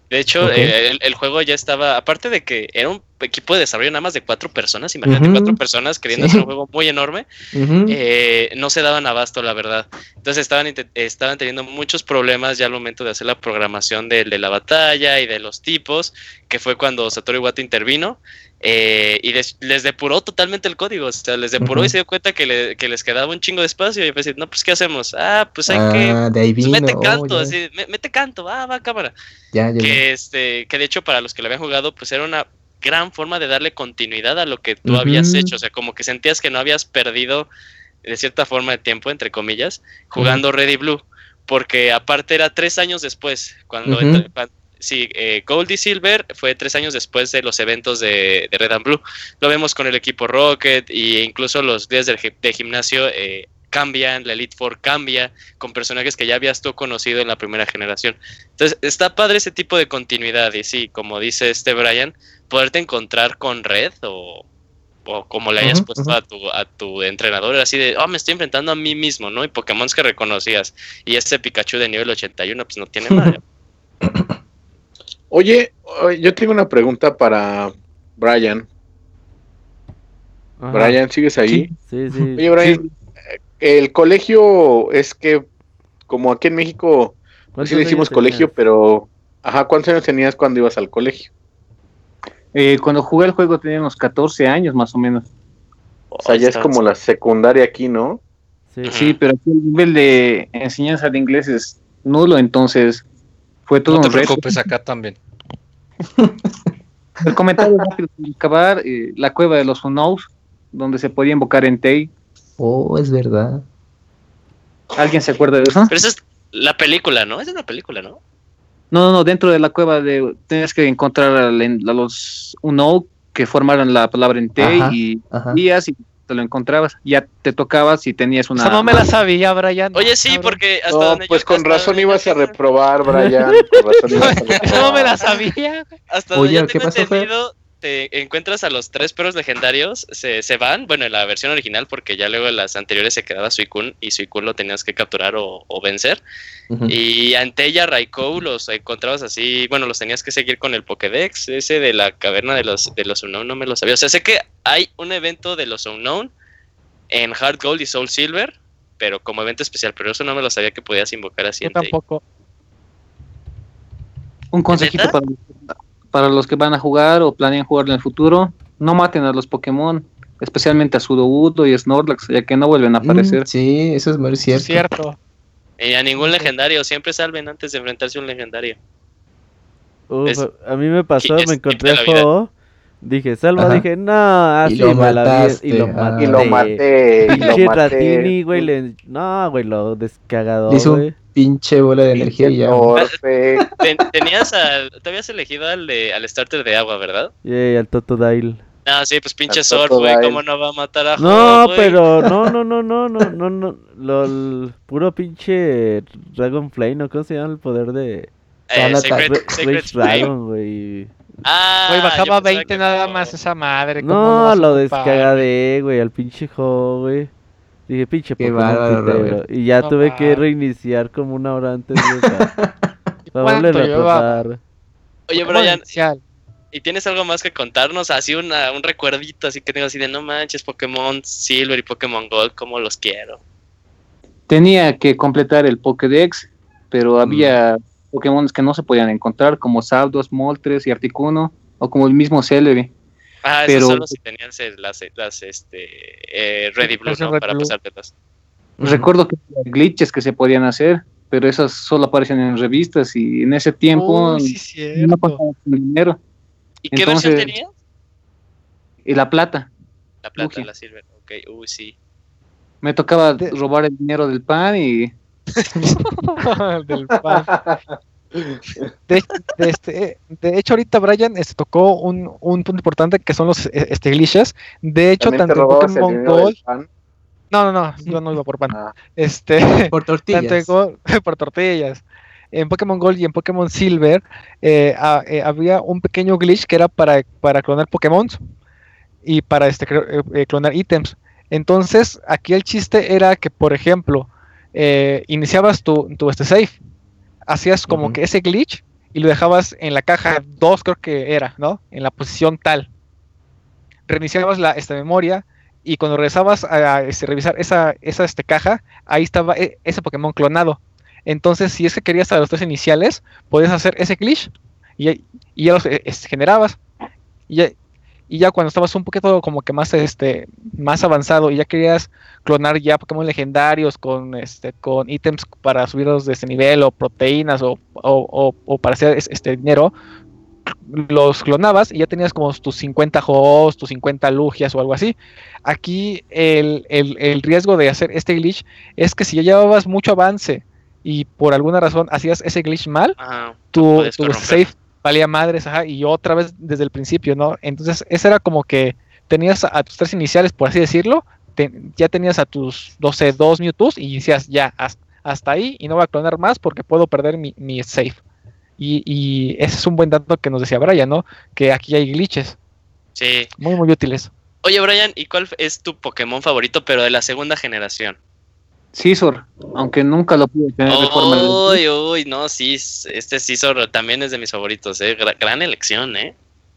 De hecho, Ok. eh, el, el juego ya estaba, aparte de que era un equipo de desarrollo nada más de cuatro personas, imagínate Ujú. cuatro personas queriendo Sí. hacer un juego muy enorme, Ujú. eh, no se daban abasto, la verdad. Entonces estaban, inte- estaban teniendo muchos problemas ya al momento de hacer la programación de, de la batalla y de los tipos, que fue cuando Satoru Iwata intervino. Eh, y les, les depuró totalmente el código, o sea, les depuró Ujú. y se dio cuenta que, le- que les quedaba un chingo de espacio y empecé a decir, no, pues ¿qué hacemos? Ah, pues hay que, Ah, de ahí pues vino. mete oh, canto, ya, así, me- mete canto, va, va, cámara. ya, ya, ya. Que este, que de hecho para los que lo habían jugado, pues era una gran forma de darle continuidad a lo que tú Ujú. habías hecho, o sea, como que sentías que no habías perdido de cierta forma de tiempo, entre comillas, jugando Red y Blue, porque aparte era tres años después, cuando Ujú. entra- cuan- sí, eh, Gold y Silver fue tres años después de los eventos de, de Red and Blue. Lo vemos con el equipo Rocket e incluso los días del gi- de gimnasio eh, cambian, la Elite Four cambia, con personajes que ya habías tú conocido en la primera generación. Entonces, está padre ese tipo de continuidad, y sí, como dice este Brian, poderte encontrar con Red o, o como le hayas Ujú, puesto ujú. a tu, a tu entrenador, así de, oh, me estoy enfrentando a mí mismo, ¿no? Y Pokémon que reconocías, y este Pikachu de nivel ochenta y uno, pues no tiene madre. Oye, oye, yo tengo una pregunta para Brian. Ajá. Brian, ¿sigues ahí? Sí, sí. Oye, Brian, el colegio es que, como aquí en México, pues sí le ¿Cuántos decimos años colegio, tenías? pero, ajá, ¿cuántos años tenías cuando ibas al colegio? Eh, cuando jugué el juego tenía unos catorce años más o menos. O sea, ya es como la secundaria aquí, ¿no? Sí. Sí, pero aquí el nivel de enseñanza de inglés es nulo, entonces fue todo No te un reto. preocupes, acá también. El comentario rápido para acabar, eh, la cueva de los Unknowns, donde se podía invocar Entei. Oh, es verdad. ¿Alguien se acuerda de eso? Pero esa es la película, ¿no? Es una película, ¿no? No, no, no, dentro de la cueva de, tenías que encontrar a, la- a los Unknown que formaran la palabra Entei Ajá, y ajá. días y te lo encontrabas. Ya te tocaba si tenías una... Esa no me la sabía, Brian. Oye, sí, Cabrón. porque hasta No, donde pues yo, con hasta razón donde ibas yo a tengo- reprobar, Brian. Con razón ibas a reprobar. Esa no me la sabía. Hasta donde Oye, yo ¿qué tengo pasó, Fer? entendido, te encuentras a los tres perros legendarios, se, se van, bueno, en la versión original, porque ya luego en las anteriores se quedaba Suicune, y Suicune lo tenías que capturar o, o vencer. Ujú. Y Anteya, Raikou los encontrabas así, bueno, los tenías que seguir con el Pokédex, ese de la caverna de los, de los Unknown, no me lo sabía. O sea, sé que hay un evento de los Unknown en Heart Gold y Soul Silver, pero como evento especial, pero eso no me lo sabía que podías invocar así. Yo Entei. tampoco. Un consejito ¿Neta? para, para los que van a jugar o planean jugar en el futuro, no maten a los Pokémon, especialmente a Sudowoodo y Snorlax, ya que no vuelven a aparecer. Mm, sí, eso es muy cierto. Cierto. Y a ningún legendario, siempre salven antes de enfrentarse a un legendario. Uf, Es- a mí me pasó, es me encontré siempre a la vida. Ho. Dije, salva, Ajá. dije, no, así Y lo me la vi. mataste, Y lo ah. maté. Y lo maté, y lo Pinche maté. Ratini, güey. Le... No, güey, lo descagado, Le hizo güey. un pinche bola de energía y ya. Torpe. Ten- tenías al, te habías elegido al, de, al starter de agua, ¿verdad? Y al Totodile. No, sí, pues pinche Al Surf, güey, Totodile. ¿cómo no va a matar a No, Ho, güey? pero no, no, no, no, no, no, no. Lo, el puro pinche Dragonflame, ¿no? ¿Cómo se llama el poder de Eh, Toda la Secret, Ra- Secret Rage Flame. Dragon, güey? Ah, Güey, yo bajaba pensaba veinte que nada no. más esa madre. ¿cómo No, vas a lo ocupar? descagadé, güey, al pinche Ho, güey. Dije, pinche Qué Pokémon bárbaro, pitero. Robert. Y ya No tuve que mames. reiniciar como una hora antes, güey, para, para ¿Cuánto volverlo a llevaba? tratar. Oye, Pokémon Brian, inicial. ¿y tienes algo más que contarnos? Así una, un recuerdito, así que tengo así de no manches, Pokémon Silver y Pokémon Gold, como los quiero. Tenía que completar el Pokédex, pero había Pokémon que no se podían encontrar, como Zapdos, Moltres y Articuno, o como el mismo Celebi. Ah, Pero- eso solo si tenías el- las, las este, eh, Red y Blue, Ese ¿no? Red Para Blue. pasártelas. Recuerdo que había glitches que se podían hacer, pero esas solo aparecen en revistas y en ese tiempo Uy, sí, no cierto. pasaba con dinero. ¿Y qué Entonces- versión tenías? Y la plata. La plata, Lugia. la Silver. Ok, uy, sí. Me tocaba De- robar el dinero del pan y Del pan. De, de este, de hecho, ahorita Brian este, tocó un, un punto importante que son los eh, este, glitches. De hecho, ¿También te tanto en robabas el Pokémon dinero del Gold. pan? No, no, no, yo no iba por pan. Ah. Este, Por tanto en tortillas. Gold, por tortillas. En Pokémon Gold y en Pokémon Silver eh, a- eh, había un pequeño glitch que era para, para clonar Pokémon y para este, cre- eh, eh, clonar ítems. Entonces, aquí el chiste era que, por ejemplo, eh, iniciabas tu, tu este save, hacías como Ujú. que ese glitch y lo dejabas en la caja dos, creo que era, ¿no? En la posición tal. Reiniciabas la esta memoria y cuando regresabas a, a este, revisar esa, esa este, caja, ahí estaba e, ese Pokémon clonado. Entonces, si es que querías a los tres iniciales, podías hacer ese glitch y, y ya los este, generabas. Y ya, y ya cuando estabas un poquito como que más este más avanzado y ya querías clonar ya Pokémon legendarios con este con ítems para subirlos de ese nivel o proteínas o, o, o, o para hacer este dinero, los clonabas y ya tenías como tus cincuenta hosts, tus cincuenta lugias o algo así. Aquí el, el, el riesgo de hacer este glitch es que si ya llevabas mucho avance y por alguna razón hacías ese glitch mal, Ajá, tu, tu save valía madres, ajá, y otra vez desde el principio, ¿no? Entonces, ese era como que tenías a, a tus tres iniciales, por así decirlo, te, ya tenías a tus, doce, dos Mewtwo's y decías, ya, hasta, hasta ahí, y no voy a clonar más porque puedo perder mi, mi save. Y, y ese es un buen dato que nos decía Brian, ¿no? Que aquí hay glitches. Sí. Muy, muy útiles. Oye, Brian, ¿y cuál es tu Pokémon favorito, pero de la segunda generación? Scizor, aunque nunca lo pude tener de forma Uy, uy, no, sí, este Scizor también es de mis favoritos, eh, Gra- gran elección, eh.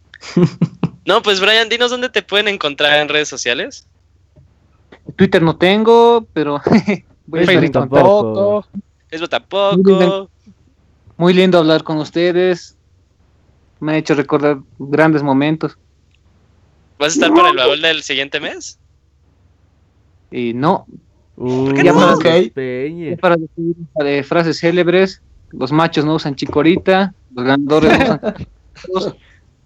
No, pues Brian, dinos dónde te pueden encontrar en redes sociales. Twitter no tengo, pero voy a estar Facebook en tampoco. contacto. Facebook tampoco. Muy lindo hablar con ustedes. Me ha hecho recordar grandes momentos. ¿Vas a estar para el baúl del siguiente mes? Y no, Uy, qué no? no Ok. Peñe. para decir eh, frases célebres, los machos no usan chicorita, los ganadores no usan...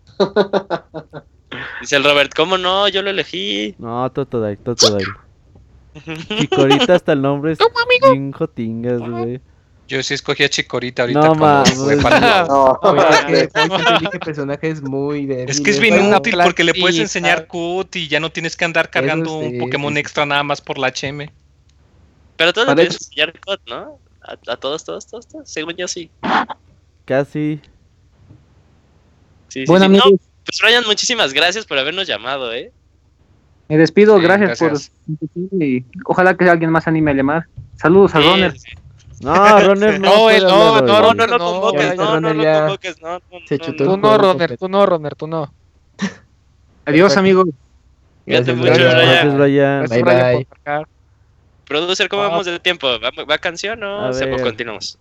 Dice el Robert, ¿cómo no? Yo lo elegí. No, Totodile, Totodile. Chicorita hasta el nombre es bien jotingas, güey. Yo sí escogí a Chikorita ahorita No, como mames. fue para el- No, Oye, elige personajes muy débiles. Es que es bien Una útil porque le puedes plantita. enseñar Q y ya no tienes que andar cargando Eso sí, un Pokémon sí. extra nada más por la H M. Pero todos le Para puedes eso- enseñar code, ¿no? A, a todos, todos, todos, todos, según yo sí. Casi. Sí, sí, Bueno, sí. No, amigos, pues Brian, muchísimas gracias por habernos llamado, ¿eh? me despido, Sí, gracias, gracias. por y ojalá que alguien más anime a llamar. Saludos a Sí, Runner. sí. No, Runner no. No, puede él no, hablar no, hoy. No, no, no No, convoques, ya, no, no, Ronald no ya convoques, no, no, se no, chutó no. Tú no, Runner, tú no, Runner, tú no. Adiós, amigos. Cuídate Gracias, mucho, Brian. Brian. Gracias, Brian. Gracias, Bye, Brian, bye. por marcar. Producer, ¿cómo Ah. vamos de tiempo? ¿Va, va canción o A se ver. continuamos?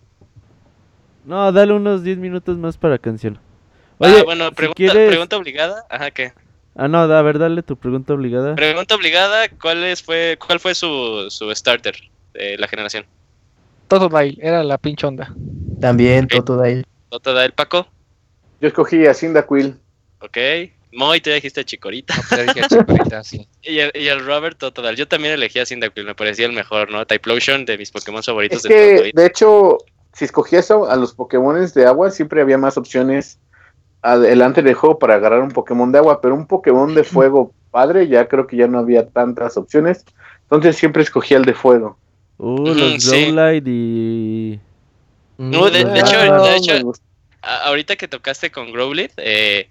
No, dale unos diez minutos más para canción. Ah, Oye, bueno, si pregunta, quieres... pregunta obligada. Ajá, ¿qué? Ah, no, a ver, dale tu pregunta obligada. Pregunta obligada, ¿cuál es, fue, cuál fue su, su starter de la generación? Totodile, era la pinche onda. También Ok. Totodile. ¿No te da el Paco? yo escogí a Cyndaquil. Ok. Moy, te dijiste Chikorita. No, pues ya dije a Chikorita, sí. Y el, y el Robert Totodile. Yo también elegí a Cyndaquil, me parecía el mejor, ¿no? Typhlosion, de mis Pokémon favoritos Es de que, todo. de hecho, si escogías a, a los Pokémones de agua, siempre había más opciones adelante del juego para agarrar un Pokémon de agua, pero un Pokémon de fuego padre, ya creo que ya no había tantas opciones. Entonces siempre escogía el de fuego. Uh, Ujú, los sí. Growlite y... No, de, de hecho, Ah, de hecho me gusta. a- ahorita que tocaste con Growlithe, eh,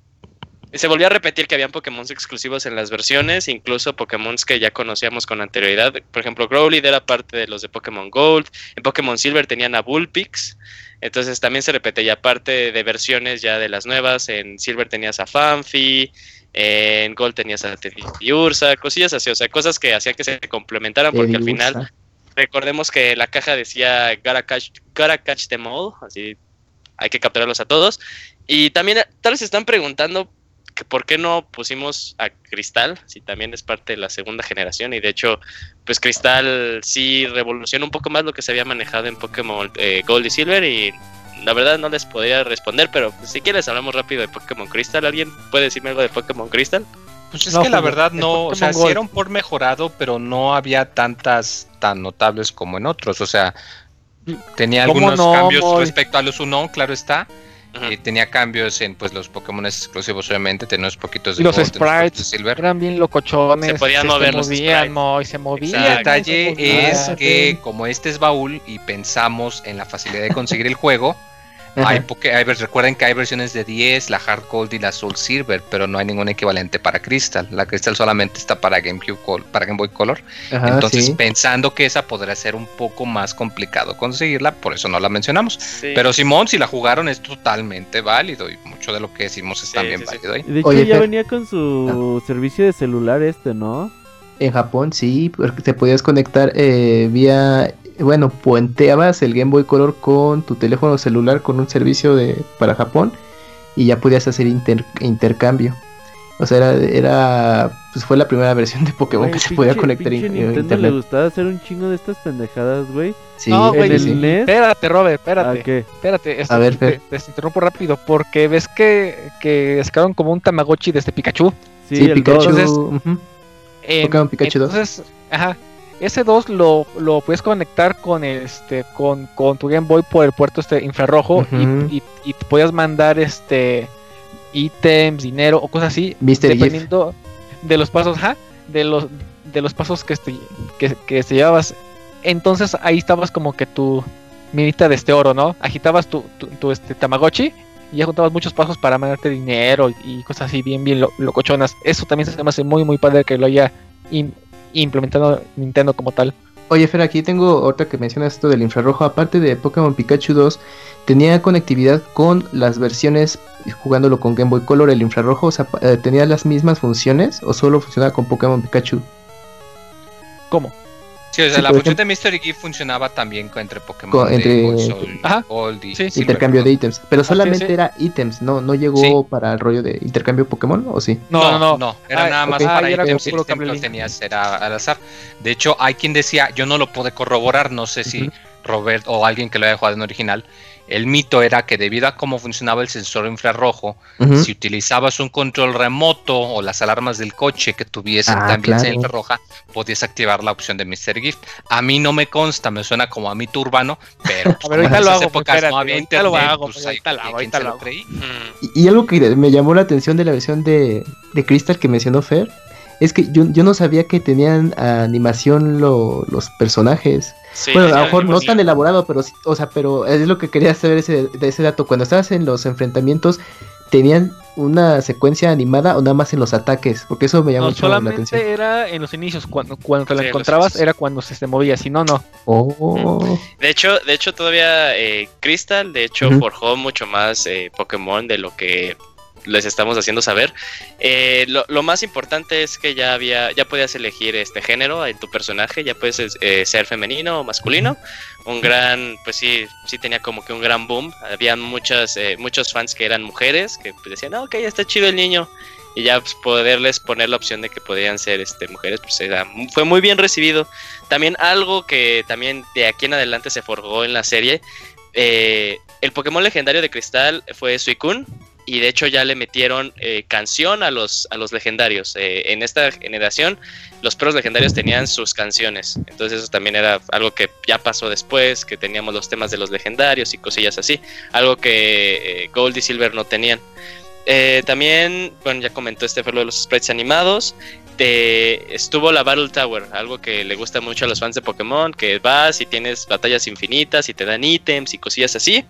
se volvió a repetir que habían Pokémon exclusivos en las versiones, incluso Pokémon que ya conocíamos con anterioridad. Por ejemplo, Growlithe era parte de los de Pokémon Gold. En Pokémon Silver tenían a Vulpix. Entonces también se repetía parte de versiones ya de las nuevas. En Silver tenías a Fanfi. En Gold tenías a Teddiursa. Cosillas así, o sea, cosas que hacían que se complementaran porque al final... Recordemos que la caja decía gotta catch, gotta catch them all, así hay que capturarlos a todos. Y también tal vez se están preguntando que por qué no pusimos a Cristal, si también es parte de la segunda generación. Y de hecho, pues Cristal sí revoluciona un poco más lo que se había manejado en Pokémon eh, Gold y Silver. Y la verdad no les podría responder, pero pues, si quieres hablamos rápido de Pokémon Crystal. ¿Alguien puede decirme algo de Pokémon Crystal? Pues es No, que la Julio, verdad es no, o sea, Pokémon sí Gold. era un por mejorado, pero no había tantas tan notables como en otros, o sea, tenía ¿Cómo algunos no, cambios Moy? respecto a los Unown, claro está, Ujú. eh, tenía cambios en pues los Pokémon exclusivos obviamente, tenía unos poquitos de Y los Gold, unos sprites poquitos de Silver. eran bien locochones. Se podían mover los movían, sprites. Moy, se Y movían. el detalle se movían. es que como este es baúl y pensamos en la facilidad de conseguir el juego, Hay poke- hay, recuerden que hay versiones de diez, la Hard Gold y la Soul Silver, pero no hay ningún equivalente para Crystal. La Crystal solamente está para GameCube, Col- para Game Boy Color. Ajá, Entonces, sí. pensando que esa podría ser un poco más complicado conseguirla, por eso no la mencionamos. Sí. Pero Simón, si la jugaron, es totalmente válido y mucho de lo que decimos es Sí, también sí, sí. válido. ¿eh? Y de hecho Oye, ya Fer- venía con su servicio de celular este, ¿no? En Japón sí, porque te podías conectar eh, vía, bueno, puenteabas el Game Boy Color con tu teléfono celular con un servicio de para Japón y ya podías hacer inter- intercambio. O sea, era, era, pues fue la primera versión de Pokémon Güey, que se pinche- podía conectar pinche in- Nintendo le internet. gustaba hacer un chingo de estas pendejadas, güey. Sí, No, güey, en sí, el sí. N E S. Espérate, Robert, ¿A espérate. qué? Espérate, esto, A ver, Fer. te, te interrumpo rápido, porque ves que, que sacaron como un Tamagotchi desde Pikachu. Sí, Sí, el Pikachu. dos. Entonces- Ujú. Eh, Pokémon Pikachu dos. Entonces, ajá, ese dos lo, lo puedes conectar con este con, con tu Game Boy por el puerto este infrarrojo y- Ujú. y, y te podías mandar este ítems, dinero o cosas así, mister GIF. dependiendo de los pasos, ajá, de los de los pasos que este, que, que te llevabas. Entonces ahí estabas como que tu minita de este oro, ¿no? Agitabas tu, tu, tu, este Tamagotchi y ya juntabas muchos pasos para mandarte dinero y cosas así bien bien lo- locochonas. Eso también se me hace muy muy padre que lo haya im- implementado Nintendo como tal. Oye, Fer, aquí tengo otra que mencionas esto del infrarrojo. Aparte de Pokémon Pikachu dos, tenía conectividad con las versiones jugándolo con Game Boy Color, el infrarrojo. O sea, pa- eh, ¿tenía las mismas funciones o solo funcionaba con Pokémon Pikachu? ¿Cómo? Sí, o sea, Sí, la por función ejemplo- de mister GIF funcionaba también con- entre Pokémon Con- de entre- Gold, Soul, Ajá. Gold y Sí. Silver, Intercambio de perdón. ítems. Pero solamente sí. era ítems, ¿no? ¿No llegó para el rollo de intercambio Pokémon o sí? No, no, no. era Ah, nada más ok. para Ah, y era ítems y puro el ítem que cable lo link. tenías era al azar. De hecho, hay quien decía, yo no lo pude corroborar, no sé si Ujú. Robert o alguien que lo haya jugado en original. El mito era que debido a cómo funcionaba el sensor infrarrojo, Ujú. si utilizabas un control remoto o las alarmas del coche que tuviesen Ah, también claro. señal infrarroja, podías activar la opción de mister GIF. A mí no me consta, me suena como a mito urbano, pero pues, A ver, ahorita como en lo esas hago, épocas espérate, no había ahorita internet, lo hago, pues, ahorita ahí lo hago, había ahorita quien se lo lo hago. creía. Mm. Y, y algo que me llamó la atención de la versión de, de Crystal que mencionó Fer, es que yo, yo no sabía que tenían animación lo- los personajes. Sí, bueno, a ya lo mejor no vimos tan ya. elaborado, pero sí, o sea, pero es lo que quería saber ese, de ese dato. Cuando estabas en los enfrentamientos, ¿tenían una secuencia animada o nada más en los ataques? Porque eso me llamó No, mucho la atención. solamente era en los inicios, cuando, cuando te Sí, la en los encontrabas inicios. era cuando se, se movía, si no, no. Oh, De hecho, de hecho todavía eh, Crystal, de hecho, Ujú. forjó mucho más eh, Pokémon de lo que les estamos haciendo saber. Eh, lo, lo más importante es que ya había, ya podías elegir este género en tu personaje, ya puedes eh, ser femenino o masculino. Un gran, pues sí, sí tenía como que un gran boom. Había muchas, eh, muchos fans que eran mujeres que pues, decían, no, ok, está chido el niño. Y ya pues, poderles poner la opción de que podían ser este, mujeres, pues era, fue muy bien recibido. También algo que también de aquí en adelante se forjó en la serie, eh, el Pokémon legendario de Cristal fue Suicune. Y de hecho ya le metieron eh, canción a los, a los legendarios. Eh, en esta generación los perros legendarios tenían sus canciones. Entonces eso también era algo que ya pasó después, que teníamos los temas de los legendarios y cosillas así. Algo que eh, Gold y Silver no tenían. Eh, también, bueno, ya comentó este fue lo de los sprites animados. De, estuvo la Battle Tower, algo que le gusta mucho a los fans de Pokémon, que vas y tienes batallas infinitas y te dan ítems y cosillas así.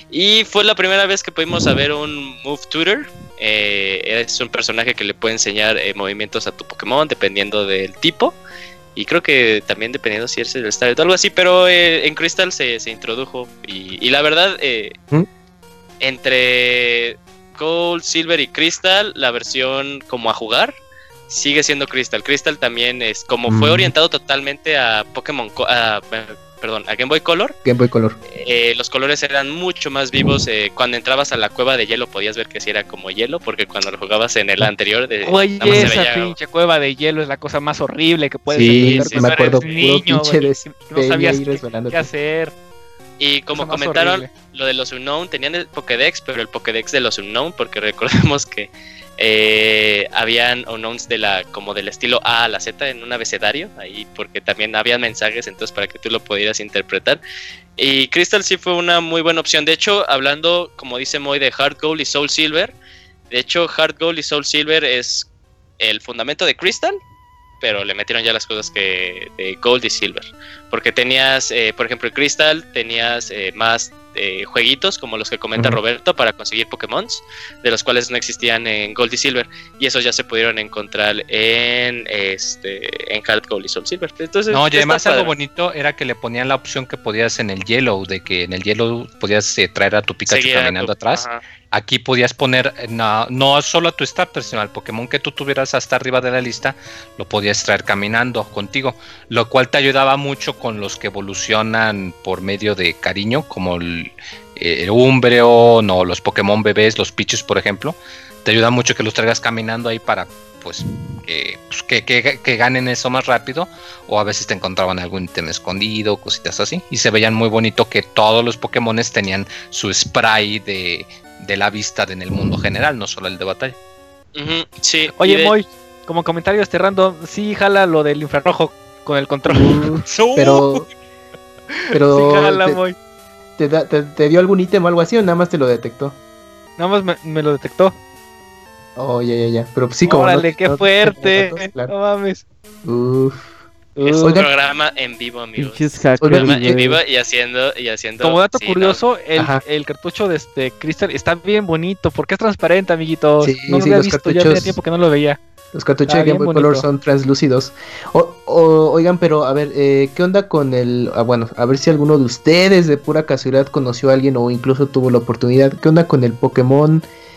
Y fue la primera vez que pudimos ver un Move Tutor. Eh, es un personaje que le puede enseñar eh, movimientos a tu Pokémon dependiendo del tipo. Y creo que también dependiendo si eres el Star o algo así, pero eh, en Crystal se, se introdujo. Y, y la verdad, eh, ¿Mm? entre Gold, Silver y Crystal, la versión como a jugar sigue siendo Crystal. Crystal también es como fue Mm. orientado totalmente a Pokémon, Co- a, perdón, a Game Boy Color. Game Boy Color. Eh, los colores eran mucho más vivos. Eh, cuando entrabas a la cueva de hielo podías ver que sí era como hielo, porque cuando lo jugabas en el anterior, de, Oye, nada más se esa veía- pinche cueva de hielo es la cosa más horrible que puedes Sí, encontrar sí, cuando me acuerdo, eres puro niño, pinche güey, des- y no peña sabías ahí qué, resbalándote. qué hacer. Y como Cosa más comentaron, horrible. lo de los Unknown, tenían el Pokédex, pero el Pokédex de los Unknown, porque recordemos que eh, habían Unknowns de la, como del estilo A a la Z en un abecedario, ahí porque también habían mensajes, entonces para que tú lo pudieras interpretar. Y Crystal sí fue una muy buena opción. De hecho, hablando, como dice Moy, de Heart Gold y Soul Silver, de hecho, Heart Gold y Soul Silver es el fundamento de Crystal, pero le metieron ya las cosas que de Gold y Silver. Porque tenías, eh, por ejemplo, en Crystal tenías eh, más eh, jueguitos como los que comenta Ujú. Roberto para conseguir Pokémon, de los cuales no existían en Gold y Silver, y esos ya se pudieron encontrar en este en Heart Gold y Soul Silver. Entonces, No, y está además algo padre. bonito era que le ponían la opción que podías en el Yellow, de que en el Yellow podías eh, traer a tu Pikachu Seguir a caminando tu- atrás. ajá. Aquí podías poner eh, no, no solo a tu starter, sino al Pokémon que tú tuvieras hasta arriba de la lista, lo podías traer caminando contigo, lo cual te ayudaba mucho con los que evolucionan por medio de cariño, como el, el Umbreon o los Pokémon bebés, los Pichus, por ejemplo. Te ayuda mucho que los traigas caminando ahí para pues, que, pues, que, que, que ganen eso más rápido, o a veces te encontraban algún ítem escondido, cositas así, y se veían muy bonito que todos los Pokémones tenían su spray de, de la vista de en el mundo general, no solo el de batalla. Ujú, sí. y Oye, de- Moy, como comentario este random, sí jala lo del infrarrojo con el control. Uh, pero. Pero. sí jala, te, Moy. te da- te- te dio algún ítem o algo así o nada más te lo detectó? Nada más me, me lo detectó. Oh, ya, ya, ya. Pero sí, como. Órale, no- qué no- fuerte. datos, claro. No mames. Uf. es un Oigan. programa en vivo, amigos. Pinches hackers, Programa en güey. vivo y haciendo y haciendo. Como dato sí, curioso, el, Ajá. el cartucho de este Crystal está bien bonito porque es transparente, amiguitos. Sí, no lo sí, había los visto, ya cartuchos- tenía tiempo que no lo veía. Los cartuchos Está de Game bien Boy Color bonito. son translúcidos. O, o- oigan, pero a ver, eh, ¿qué onda con el... ah, bueno, a ver si alguno de ustedes de pura casualidad conoció a alguien o incluso tuvo la oportunidad. ¿Qué onda con el Pokémon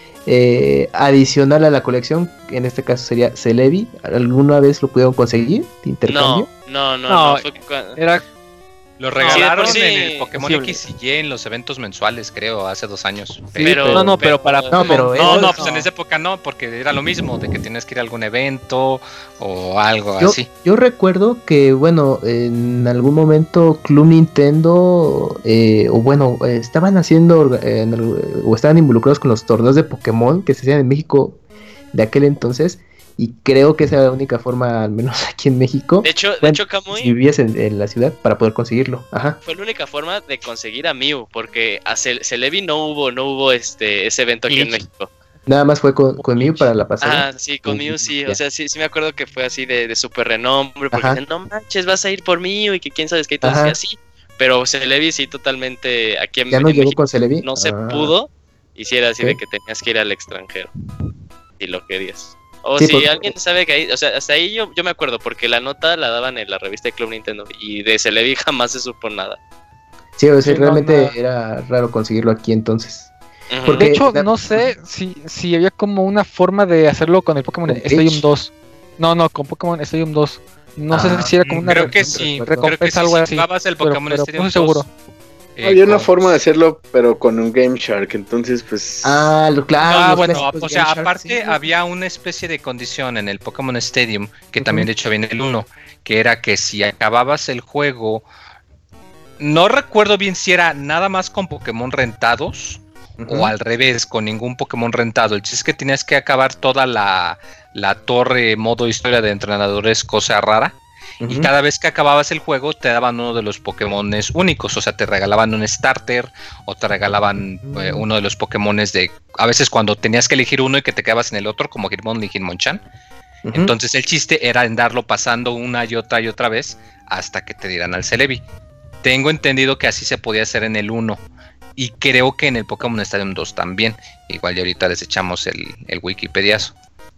eh, adicional a la colección? En este caso sería Celebi. ¿Alguna vez lo pudieron conseguir de intercambio? No, no, no, No, no, fue cu- Era Lo Sí, de regalaron por sí, en el Pokémon posible. X y Y en los eventos mensuales, creo, hace dos años. pero, no, no, pero para- No, pero No, eso no, es- pues en esa época no, porque era lo mismo, de que tienes que ir a algún evento o algo Yo, así. yo recuerdo que, bueno, en algún momento Club Nintendo, eh, o bueno, eh, estaban haciendo, orga- eh, en el- o estaban involucrados con los torneos de Pokémon que se hacían en México de aquel entonces, y creo que esa era la única forma, al menos aquí en México, de hecho, de Bueno, hecho, Kamui, si vivías en, en la ciudad, para poder conseguirlo. Ajá. fue la única forma de conseguir a Mew, porque a Ce- Celebi no hubo, no hubo este ese evento aquí en Glitch. México. Nada más fue con, conmigo para la pasada. Ah, sí, con Mew sí, Ya. o sea, sí, sí me acuerdo que fue así de, de súper renombre, porque Ajá. dicen, no manches, vas a ir por Mew y que quién sabe qué, y todo Ajá. así, pero Celebi sí totalmente, aquí en, ¿Ya no en llegó México con Celebi? no se Ah. pudo, y si era así Ok. de que tenías que ir al extranjero, y lo querías. O Sí, si porque- alguien sabe que ahí, o sea, hasta ahí yo, yo me acuerdo, porque la nota la daban en la revista de Club Nintendo, y de Celebi jamás se supo nada. Sí, o sea, Sí, no, realmente nada. era raro conseguirlo aquí entonces. Ujú. Porque- De hecho, la- no sé si, si había como una forma de hacerlo con el Pokémon ¿Con Stadium Glitch? dos. No, no, con Pokémon Stadium dos. No Ah, sé si era como una Creo re- que sí, recompensa, creo que sí, algo si así. jugabas el pero- Pokémon pero Stadium no estoy seguro. dos, eh, Había una con- forma de hacerlo, pero con un Game Shark, entonces pues... Ah, lo claro. Ah, los bueno, clásicos o sea, Game Shark, aparte sí. había una especie de condición en el Pokémon Stadium, que Ujú. también de hecho viene el uno, que era que si acababas el juego, no recuerdo bien si era nada más con Pokémon rentados, Ujú. o al revés, con ningún Pokémon rentado. El chiste es que tenías que acabar toda la, la torre modo historia de entrenadores, cosa rara. Y Ujú. cada vez que acababas el juego te daban uno de los Pokémones únicos, o sea, te regalaban un starter o te regalaban eh, uno de los Pokémones de... A veces cuando tenías que elegir uno y que te quedabas en el otro, como Hitmonlee y Hitmonchan. Ujú. Entonces el chiste era en darlo pasando una y otra y otra vez hasta que te dieran al Celebi. Tengo entendido que así se podía hacer en el uno. Y creo que en el Pokémon Stadium dos también. Igual ya ahorita les echamos el, el Wikipediazo.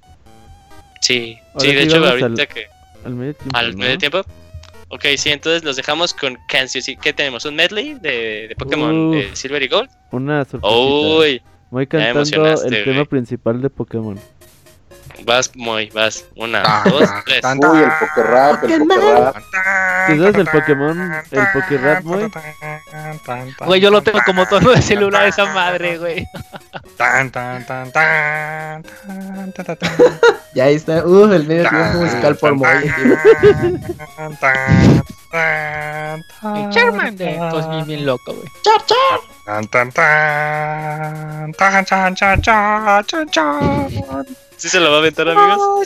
Sí, Ahora sí, de sí hecho, vamos ahorita al- que... Al medio tiempo. ¿Al ¿no? medio tiempo? Ok, sí, entonces los dejamos con Kansas. ¿Qué tenemos? ¿Un medley de, de Pokémon Uh. eh, Silver y Gold? Una sorpresita. Uy, Voy ya cantando emocionaste, el güey. tema principal de Pokémon. vas muy, vas. Una, Ah, dos, tres. tan, Uy, el Pokerrap, el Pokerrap. ¿Tú sabes el Pokémon, el Pokérap, güey? Güey, yo lo tengo como tono de celular esa madre, güey. Tan, tan, tan, tan, tan, tan, tan, tan. Ya ahí está. Uh, el medio tiempo musical por Moy. El Charmander. Entonces bien, bien loco, güey. Tan, tan, tan, tan, tan, tan, tan, tan, tan. ¿Sí se lo va a aventar, amigos?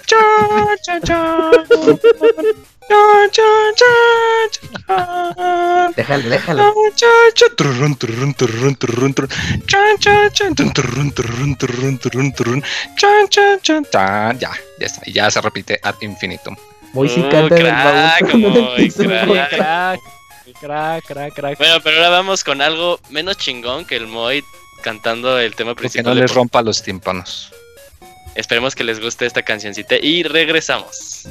Déjalo, déjalo. Turrun, turrun, turrun, turrun, turrun. Chan, chan, chan, tun, turrun, turrun, turrun, turrun, turrun. Chan, chan, chan, tan. Ya, ya está. Y ya se repite ad infinitum. Moy sí Uh, canta en el crack, baúl. Moy, Sí, crack. Bien, crack. Crack, crack, crack. Bueno, pero ahora vamos con algo menos chingón que el Moy cantando el tema Porque principal. no de les Pokémon. rompa los tímpanos. Esperemos que les guste esta cancioncita y regresamos.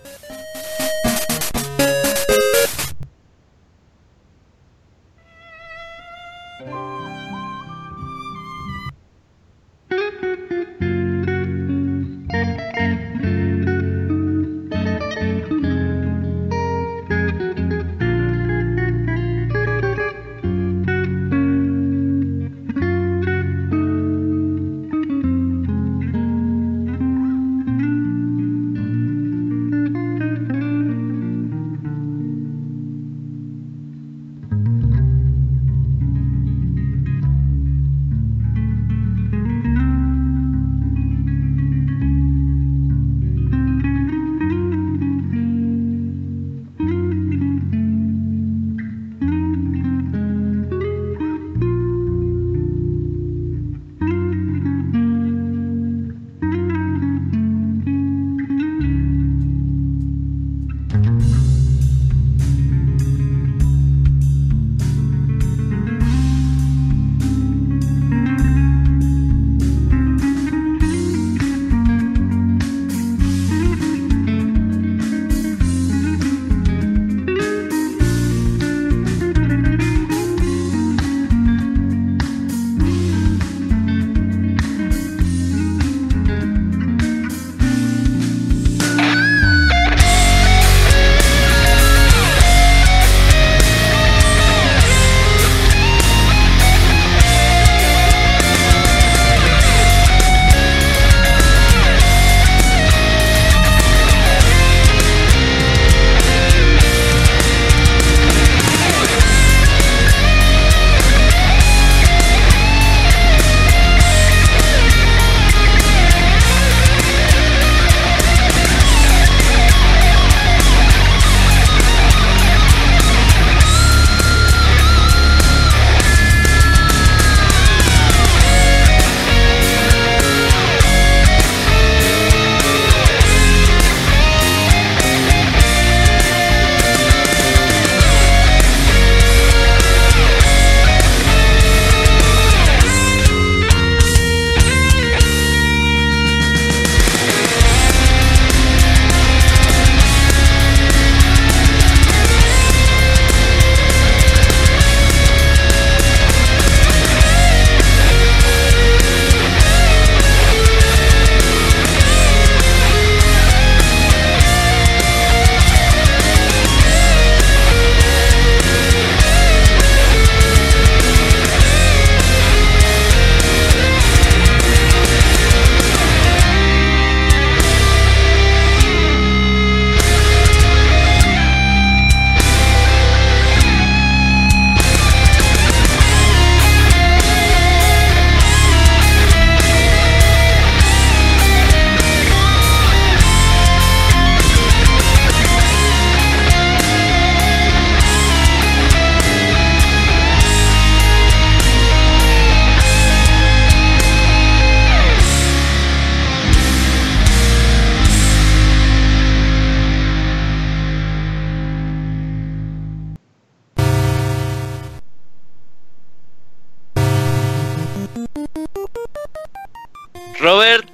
Robert,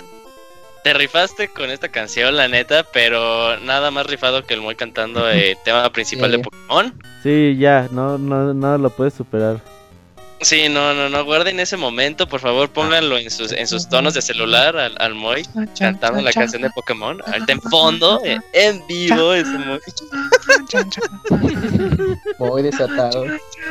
te rifaste con esta canción, la neta, pero nada más rifado que el Moy cantando el tema principal Sí. de Pokémon. Sí, ya, no, no, no lo puedes superar. Sí, no, no, no, guarden ese momento, por favor, pónganlo en sus, en sus tonos de celular al, al Moy cantando la canción de Pokémon. Ahorita en fondo, eh, en vivo, ese Moy. Muy desatado.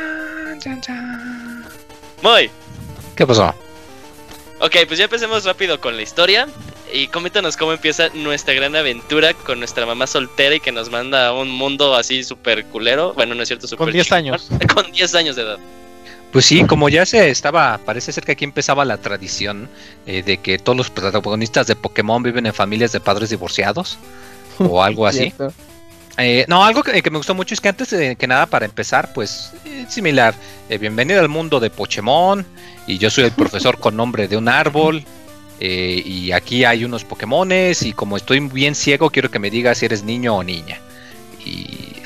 Moy, ¿Qué pasó? ok, pues ya empecemos rápido con la historia. Y coméntanos cómo empieza nuestra gran aventura con nuestra mamá soltera y que nos manda a un mundo así súper culero. Bueno, no es cierto, súper Con diez chingón. años. Con diez años de edad. Pues sí, como ya se estaba, parece ser que aquí empezaba la tradición eh, de que todos los protagonistas de Pokémon viven en familias de padres divorciados o algo así. Cierto. Eh, no, algo que, que me gustó mucho es que antes de que nada, para empezar, pues eh, similar. Eh, bienvenido al mundo de Pokémon y yo soy el profesor con nombre de un árbol. Eh, y aquí hay unos Pokémones y como estoy bien ciego quiero que me digas si eres niño o niña. Y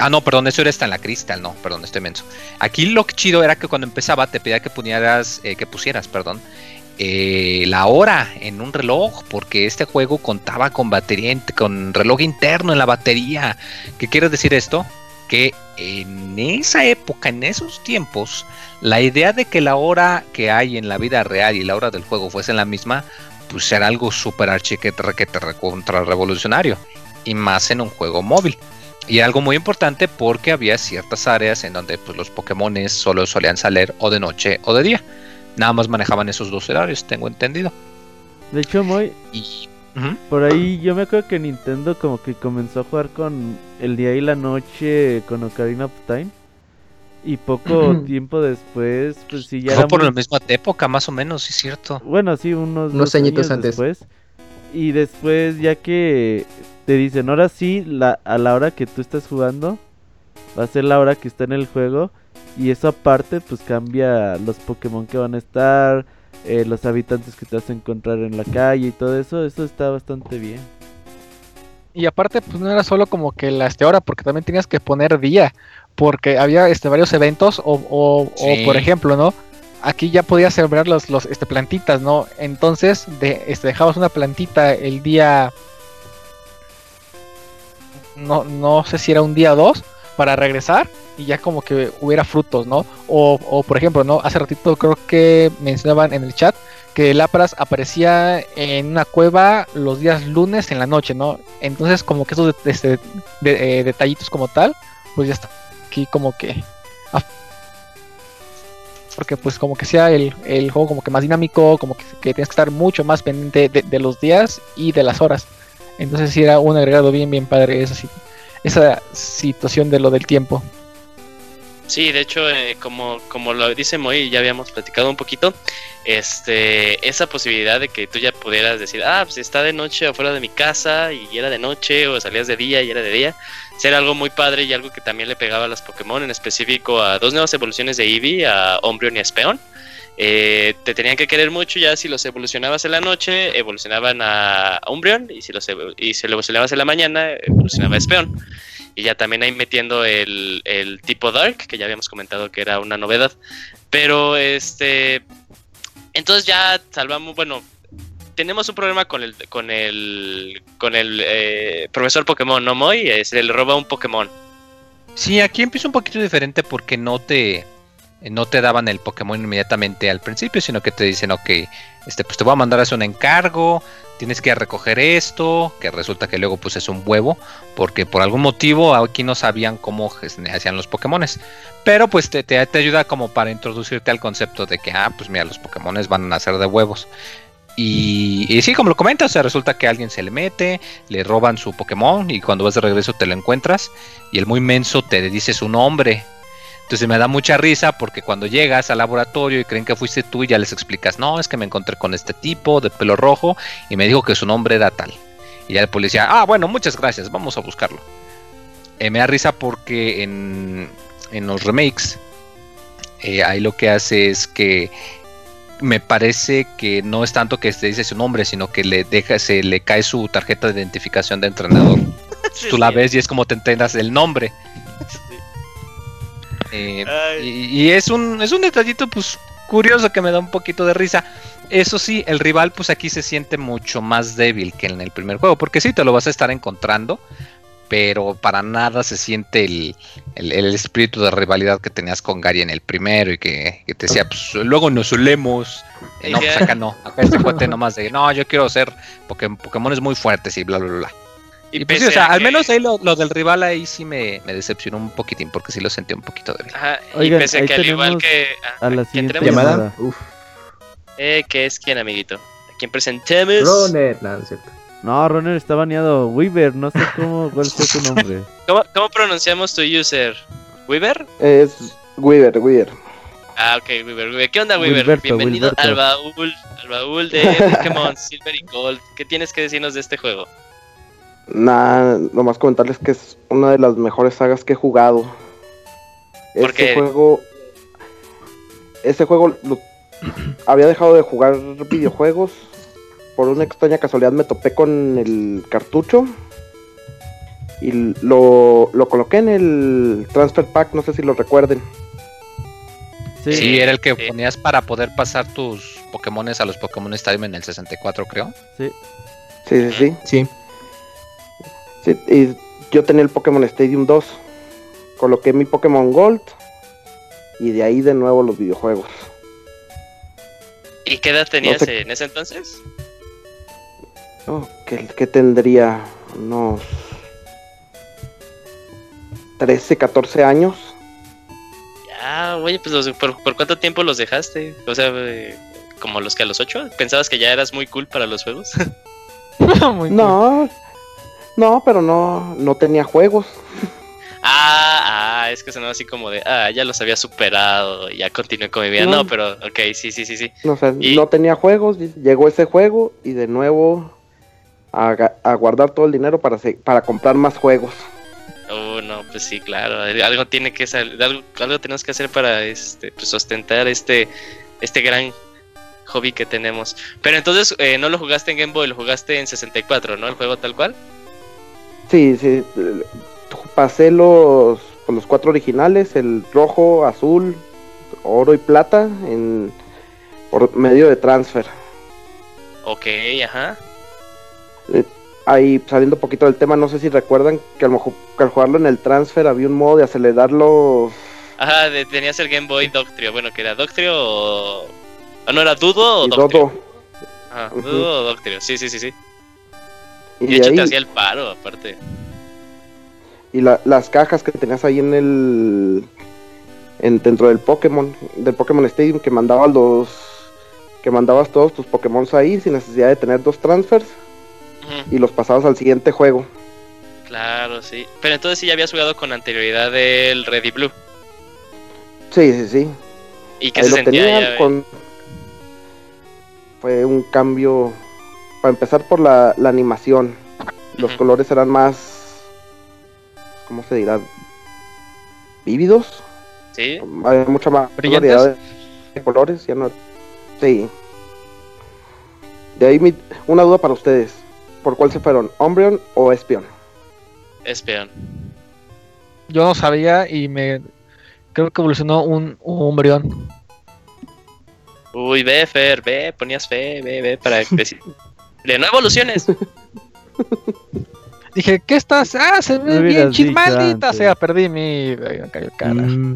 Ah, no, perdón, eso era hasta en la Crystal, no, perdón, estoy menso. Aquí lo chido era que cuando empezaba te pedía que pusieras, eh, que pusieras, perdón, eh, la hora en un reloj, porque este juego contaba con batería, con reloj interno en la batería. ¿Qué quiere decir esto? Que en esa época, en esos tiempos, la idea de que la hora que hay en la vida real y la hora del juego fuesen la misma, pues era algo súper archiquete, requete, contra revolucionario, y más en un juego móvil. Y era algo muy importante porque había ciertas áreas en donde pues, los Pokémones solo solían salir o de noche o de día. Nada más manejaban esos dos horarios, tengo entendido. De hecho, muy... Y... Uh-huh. Por ahí yo me acuerdo que Nintendo como que comenzó a jugar con el día y la noche con Ocarina of Time. Y poco tiempo después, pues sí, ya Fue era por muy... la misma época, más o menos, sí es cierto. Bueno, sí, unos, unos dos añitos años antes. Después. Y después, ya que te dicen, ahora sí, la, a la hora que tú estás jugando, va a ser la hora que está en el juego. Y eso aparte, pues cambia los Pokémon que van a estar, eh, los habitantes que te vas a encontrar en la calle y todo eso. Eso está bastante bien. Y aparte, pues no era solo como que la este hora, porque también tenías que poner día, porque había este varios eventos, o, o, Sí. o por ejemplo, ¿no? Aquí ya podías sembrar los, los este, plantitas, ¿no? Entonces, de, este, dejabas una plantita el día, no, no sé si era un día o dos, para regresar, y ya como que hubiera frutos, ¿no? O, o por ejemplo, ¿no? Hace ratito creo que mencionaban en el chat que Lapras aparecía en una cueva los días lunes en la noche, ¿no? Entonces como que esos de, de, de, eh, detallitos como tal, pues ya está aquí como que... Porque pues como que sea el, el juego como que más dinámico, como que, que tienes que estar mucho más pendiente de, de los días y de las horas. Entonces sí era un agregado bien bien padre esa, esa situación de lo del tiempo. Sí, de hecho, eh, como, como lo dice Moy, ya habíamos platicado un poquito, este, esa posibilidad de que tú ya pudieras decir, ah, pues está de noche afuera de mi casa y era de noche, o salías de día y era de día, era algo muy padre y algo que también le pegaba a los Pokémon, en específico a dos nuevas evoluciones de Eevee, a Umbreon y a Espeon. Eh, te tenían que querer mucho, ya si los evolucionabas en la noche, evolucionaban a Umbreon, y si los evo- y si lo evolucionabas en la mañana, evolucionaba a Espeon. Y ya también ahí metiendo el, el tipo Dark, que ya habíamos comentado que era una novedad. Pero este... Entonces ya salvamos, bueno, tenemos un problema con el con el con el eh, profesor Pokémon, ¿no, Moy? Eh, se le roba un Pokémon. Sí, aquí empieza un poquito diferente porque no te no te daban el Pokémon inmediatamente al principio, sino que te dicen, ok, este, pues te voy a mandar a hacer un encargo, tienes que ir a recoger esto, que resulta que luego pues es un huevo, porque por algún motivo aquí no sabían cómo hacían los Pokémones, pero pues te, te, te ayuda como para introducirte al concepto de que, ah, pues mira, los Pokémones van a nacer de huevos. Y, y sí, como lo comentas, o sea, resulta que alguien se le mete, le roban su Pokémon y cuando vas de regreso te lo encuentras y el muy menso te dice su nombre. Entonces me da mucha risa porque cuando llegas al laboratorio y creen que fuiste tú y ya les explicas, no, es que me encontré con este tipo de pelo rojo y me dijo que su nombre era tal. Y ya el policía, ah, bueno, muchas gracias, vamos a buscarlo. Eh, me da risa porque en, en los remakes, eh, ahí lo que hace es que me parece que no es tanto que te dice su nombre, sino que le deja, se le cae su tarjeta de identificación de entrenador. Sí, Tú la sí. ves y es como te enteras el nombre. Eh, y, y es un es un detallito pues curioso que me da un poquito de risa. Eso sí, el rival pues aquí se siente mucho más débil que en el primer juego, porque sí te lo vas a estar encontrando, pero para nada se siente el, el, el espíritu de rivalidad que tenías con Gary en el primero y que, que te decía, pues luego nos solemos. Eh, no, pues acá no, acá este cuate nomás de, no, yo quiero ser Pokémon, Pokémones muy fuertes y bla, bla, bla. Y, y pues sí, o sea, al que... menos ahí lo, lo del rival ahí sí me, me decepcionó un poquitín porque sí lo sentí un poquito débil. Ajá, Oigan, y pese a que al igual que... Ah, a la siguiente llamada. Uf. Eh, ¿qué es quién, amiguito? ¿A quién presentemos? Roner, no, no es cierto. No, Roner está baneado. Weaver, no sé cómo, cuál fue su nombre. ¿Cómo, ¿Cómo pronunciamos tu user? ¿Weaver? Es Weaver, Weaver. Ah, ok, Weaver, Weaver. ¿Qué onda, Weaver? Wilberto, Bienvenido Wilberto. al baúl, al baúl de Pokémon Silver y Gold. ¿Qué tienes que decirnos de este juego? Nada, nomás comentarles que es una de las mejores sagas que he jugado. ¿Por Este qué? juego, este juego lo, había dejado de jugar videojuegos. Por una extraña casualidad me topé con el cartucho Y lo, lo coloqué en el Transfer Pack, no sé si lo recuerden. Sí, Sí, era el que Sí. ponías para poder pasar tus Pokémones a los Pokémon Stadium en el sesenta y cuatro, creo. sí. Sí, sí, sí. Sí. Sí, y yo tenía el Pokémon Stadium dos. Coloqué mi Pokémon Gold. Y de ahí de nuevo los videojuegos. ¿Y qué edad tenías No sé. en ese entonces? Oh, ¿qué, qué tendría? Unos trece, catorce años. Ya, oye, pues los- ¿por, por cuánto tiempo los dejaste? O sea, eh, como los que a los ocho. ¿Pensabas que ya eras muy cool para los juegos? Muy cool. No, no, pero no, no tenía juegos. ah, ah, es que sonaba así como de, ah, ya los había superado, y ya continué con mi vida. No, No. pero, ok, sí, sí, sí, sí. No, o sea, ¿Y? no tenía juegos. Llegó ese juego y de nuevo a, ga- a guardar todo el dinero para, se- para comprar más juegos. Oh, no, pues sí, claro. Algo tiene que sal- algo, algo tenemos que hacer para este, pues, sustentar este, este gran hobby que tenemos. Pero entonces eh, no lo jugaste en Game Boy, lo jugaste en sesenta y cuatro, ¿no? El juego tal cual. Sí, sí. eh, Pasé los, pues, los cuatro originales, el rojo, azul, oro y plata, en, por medio de transfer. Ok, ajá. Ahí saliendo un poquito del tema, no sé si recuerdan que al, mo- que al jugarlo en el transfer había un modo de acelerar los... Ajá, de- tenías el Game Boy Doctrio. Bueno, que era Doctrio o... ¿O no era Dudo o y Doctrio? Dodo. Ajá, Ujú. Dudo o Doctrio, sí, sí, sí, sí. Y, Y de de hecho ahí, te hacía el paro, aparte. y la- las cajas que tenías ahí en el... En, dentro del Pokémon, del Pokémon Stadium, que mandabas los... Que mandabas todos tus Pokémon ahí sin necesidad de tener dos transfers Ujú, y los pasabas al siguiente juego. claro, sí. Pero entonces sí ya habías jugado con anterioridad el Red y Blue. Sí, sí, sí. ¿Y qué Ahí se lo sentía tenían ya? con... Fue un cambio... Para empezar por la, la animación. Los Ujú. colores eran más... ¿Cómo se dirá? Vívidos. Sí. Hay mucha más ¿Brillantes? variedad de colores. Ya no... Sí. De ahí mi- una duda para ustedes. ¿Por cuál se fueron? ¿Umbreon o Espion? Espeón. Yo no sabía y me creo que evolucionó un, un Umbreon. Uy, ve, Fer, ve, ponías fe, ve, ve, para decir. De no evoluciones. Dije, ¿qué estás? Ah, se No ve bien, hubieras chis, dicho maldita antes. sea, perdí mi... Ay, me cayó cara. Mm,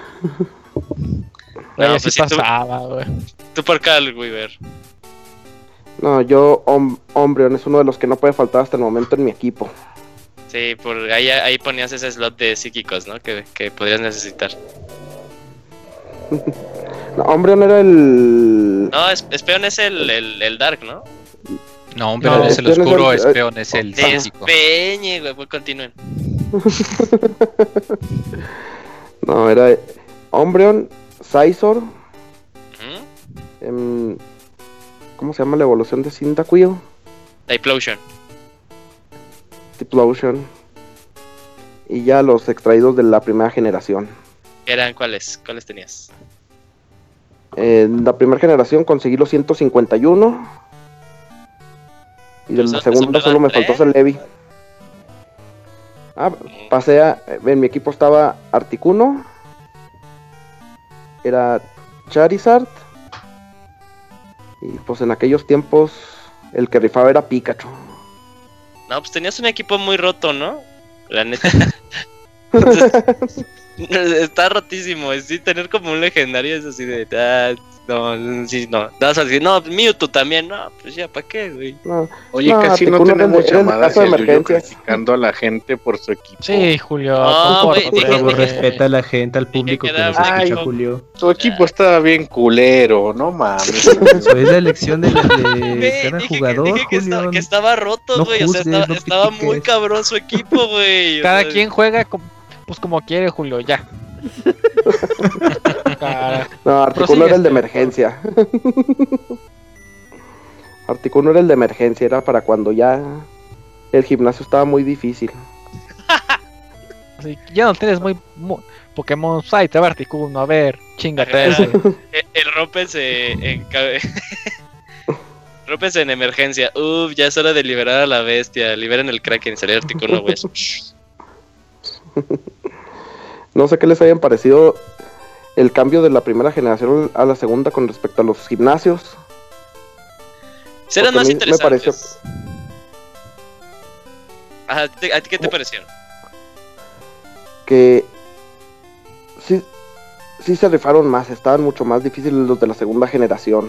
Güey, No, así pues sí, tú- pasaba, güey. Tú por Carl, Weaver. No, yo... Om- Umbreon es uno de los que no puede faltar hasta el momento en mi equipo. Sí, por ahí, ahí ponías ese slot de psíquicos, ¿no? Que, que podrías necesitar. No, Umbreon era el... No, es- Espeón es el, el, el Dark, ¿no? No, hombre, No, es el Espeón es oscuro, el- Espeón es el físico. Despeñe, güey, pues continúen. No, era Umbreon, Scizor, Ujú. em, ¿cómo se llama la evolución de Cyndaquil? Typlosion. Typhlosion. Y ya los extraídos de la primera generación. ¿Eran cuáles? ¿Cuáles tenías? En la primera generación conseguí los ciento cincuenta y uno. Y de Pues la son- segunda son solo me faltó verdad, hacer Levi. Ah, pasé a... En mi equipo estaba Articuno. Era Charizard. Y pues en aquellos tiempos el que rifaba era Pikachu. No, pues tenías un equipo muy roto, ¿no? La neta. Está rotísimo. Sí, tener como un legendario es así de. Ah, no, sí, no. Vas a decir, no, Mewtwo también. No, pues ya, ¿para qué, güey? No, Oye, No, casi no Articuno era el tenemos de- era el de llamadas caso de y el Yuyo emergencias. criticando a la gente por su equipo. Sí, Julio. No, compórtate. güey, por dije- favor, dije- respeta a la gente, al público que que nos era- escucha, Ay. Julio. Su equipo estaba bien culero, no mames. Eso es la elección de, la- de Güey, cada dije que- jugador, dije que, Julio. estaba, que estaba roto, No güey. O sea, juzgues, estaba, no estaba muy critiques. cabrón su equipo, güey. o Cada sea, quien juega com- pues como quiere, Julio, ya. Cara. No, Articuno Prosigue, era el de este, emergencia. Articuno era el de emergencia, era para cuando ya el gimnasio estaba muy difícil. Así que ya no tienes muy, muy Pokémon Site, a ver, Articuno, a ver, chingate. Ajá. ese. El, el rompes en. ca- rompes en emergencia. Uf, ya es hora de liberar a la bestia. Liberen el Kraken, salió Articuno, güey. No sé qué les hayan parecido el cambio de la primera generación a la segunda con respecto a los gimnasios. Serán Porque a más mí me pareció- interesantes. Ajá, ¿a ti- ¿a ti qué te parecieron? Que sí, sí se rifaron más, estaban mucho más difíciles los de la segunda generación.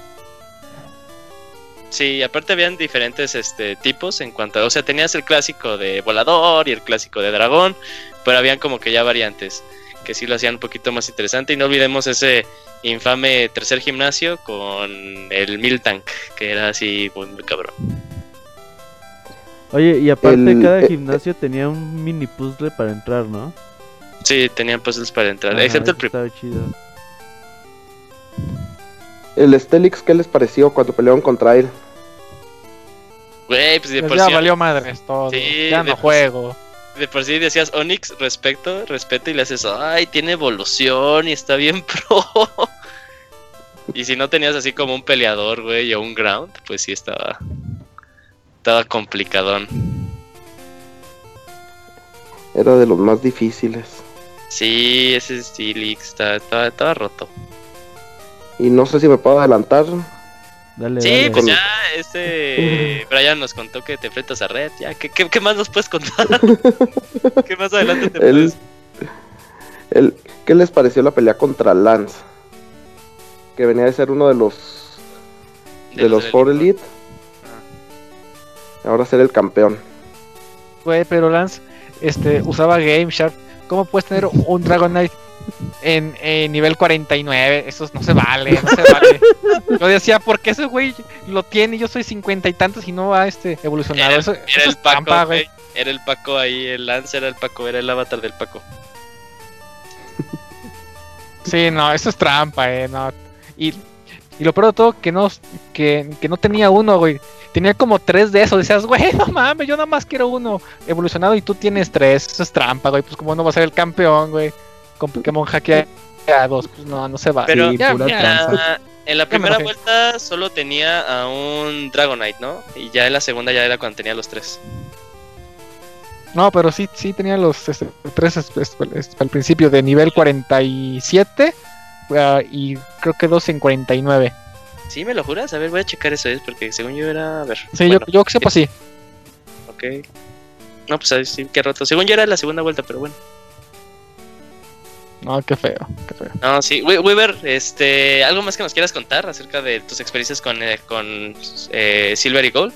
Sí, aparte habían diferentes este tipos en cuanto a, o sea, tenías el clásico de volador y el clásico de dragón, pero habían como que ya variantes que sí lo hacían un poquito más interesante. Y no olvidemos ese infame tercer gimnasio con el Miltank, que era así muy, muy cabrón. Oye, y aparte El- cada eh, gimnasio tenía un mini puzzle para entrar, ¿no? Sí, tenían puzzles para entrar, Ajá, excepto el eso primero. estaba chido. El Stelix, ¿qué les pareció cuando pelearon contra él? Güey, pues de Pues por ya sí, valió madres todo. Sí, ya de no por- juego. de por sí decías Onix, respecto, respeto, y le haces, ay, tiene evolución y está bien pro. Y si no tenías así como un peleador, güey, o un ground, pues sí estaba, estaba complicadón. Era de los más difíciles. Sí, ese Stilix estaba, estaba, estaba roto. Y no sé si me puedo adelantar. Dale, Sí, dale. pues Con- ya, este Brian nos contó que te enfrentas a Red, ya, ¿qué, qué, qué más nos puedes contar? ¿Qué más adelante te El, puedes? el, ¿Qué les pareció la pelea contra Lance? Que venía de ser uno de los de, los del- Four Elite. Ahora ser el campeón. Güey, pero Lance este, usaba Game Shark. ¿Cómo puedes tener un Dragonite en, en nivel cuarenta y nueve? Eso no se vale, no se vale. Yo decía, ¿por qué ese güey lo tiene? Yo soy cincuenta y tantos y no va este evolucionado. Era, eso era eso el es Paco, trampa, güey. Era el Paco ahí, el Lance era el Paco, era el avatar del Paco. Sí, no, eso es trampa, eh, no. Y, y lo peor de todo, que no, que, que no tenía uno, güey. Tenía como tres de esos. Decías, güey, no mames, yo nada más quiero uno evolucionado y tú tienes tres. Eso es trampa, güey. Pues como no va a ser el campeón, güey. Con Pokémon hackeados. Pues no, no se va. Pero Sí, ya, pura ya. tranza. En la Ya me primera enojé. vuelta solo tenía a un Dragonite, ¿no? Y ya en la segunda ya era cuando tenía los tres. No, pero sí, sí tenía los este, tres es- es- es- al principio de nivel cuarenta y siete. ah, y creo que dos en cuarenta y nueve. ¿Sí me lo juras? A ver, voy a checar eso, ¿eh? Porque según yo era... A ver. Sí, bueno, yo, yo que sepa sí. Ok. No, pues ahí sí, qué roto. Según yo era la segunda vuelta, pero bueno. No, qué feo, qué feo. No, sí. We- Weaver, este, ¿algo más que nos quieras contar acerca de tus experiencias con, eh, con eh, Silver y Gold?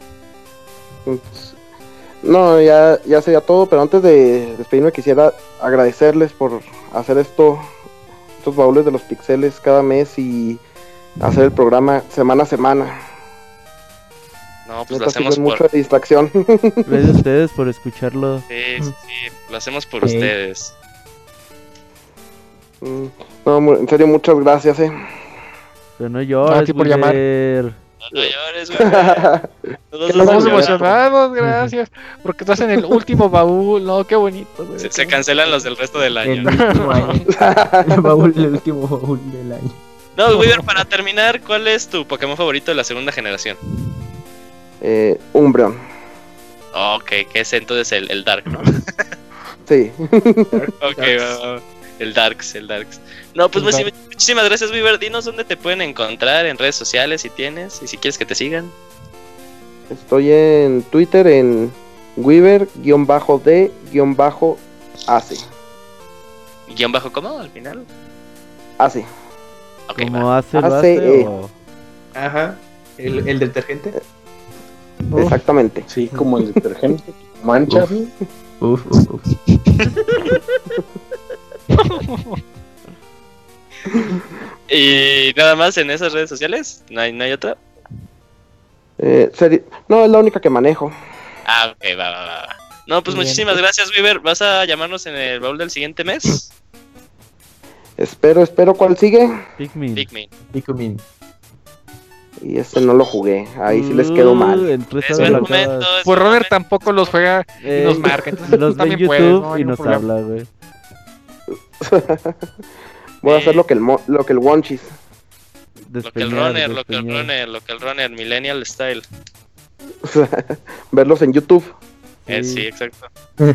No, ya, ya sería todo, pero antes de despedirme quisiera agradecerles por hacer esto, estos baúles de los pixeles cada mes y hacer el programa semana a semana. No, pues lo Neta, sí hacemos fue por... mucha distracción. Gracias a ustedes por escucharlo. Sí, sí, sí, lo hacemos por Sí. ustedes. Mm, no, mu- en serio, muchas gracias, eh. Pero no llores, a ti por llamar. Wilber. No, no llores, Weaver. Todos Que nos no Estamos se emocionamos. emocionados, gracias. Porque estás en el último baúl, no, qué bonito, güey. Se, se cancelan los del resto del El año. último año. El baúl, el último baúl del año. No, Weaver, para terminar, ¿cuál es tu Pokémon favorito de la segunda generación? eh, Umbreon, Ok, que es entonces el, el Dark, ¿no? sí. Ok, va, va. El Darks, el Darks. No, pues El muchi- muchísimas gracias, Weaver. Dinos dónde te pueden encontrar en redes sociales si tienes y si quieres que te sigan. Estoy en Twitter en Weaver-D-A-C. Guión bajo cómo al final. Hace. Ok, Como va. hace el Hace, base eh. o... Ajá. ¿El, el detergente? Exactamente. Sí, como el detergente. Mancha. Uf, uf, uf. Y nada más en esas redes sociales. ¿No hay, no hay otra? Eh, seri- no, es la única que manejo. Ah, ok, va, va, va. No, pues Bien. muchísimas gracias, Weaver. ¿Vas a llamarnos en el baúl del siguiente mes? Espero, espero cuál sigue. Pikmin. Pikmin. Pikmin. Y este no lo jugué. Ahí sí les quedó Uh, mal. en tres Es horas buen lo momento. acabas. es Pues buen Runner momento. tampoco los juega y Eh, nos marca, entonces los tú ve en también YouTube puedes, no hay y ningún nos problema. habla, güey. Voy a hacer lo que el mo- lo que el Wonchis. Lo que el Despeñar, runner, lo que el despeñar. runner, lo que el runner, Millennial Style. Verlos en YouTube. Eh, sí, Sí. exacto.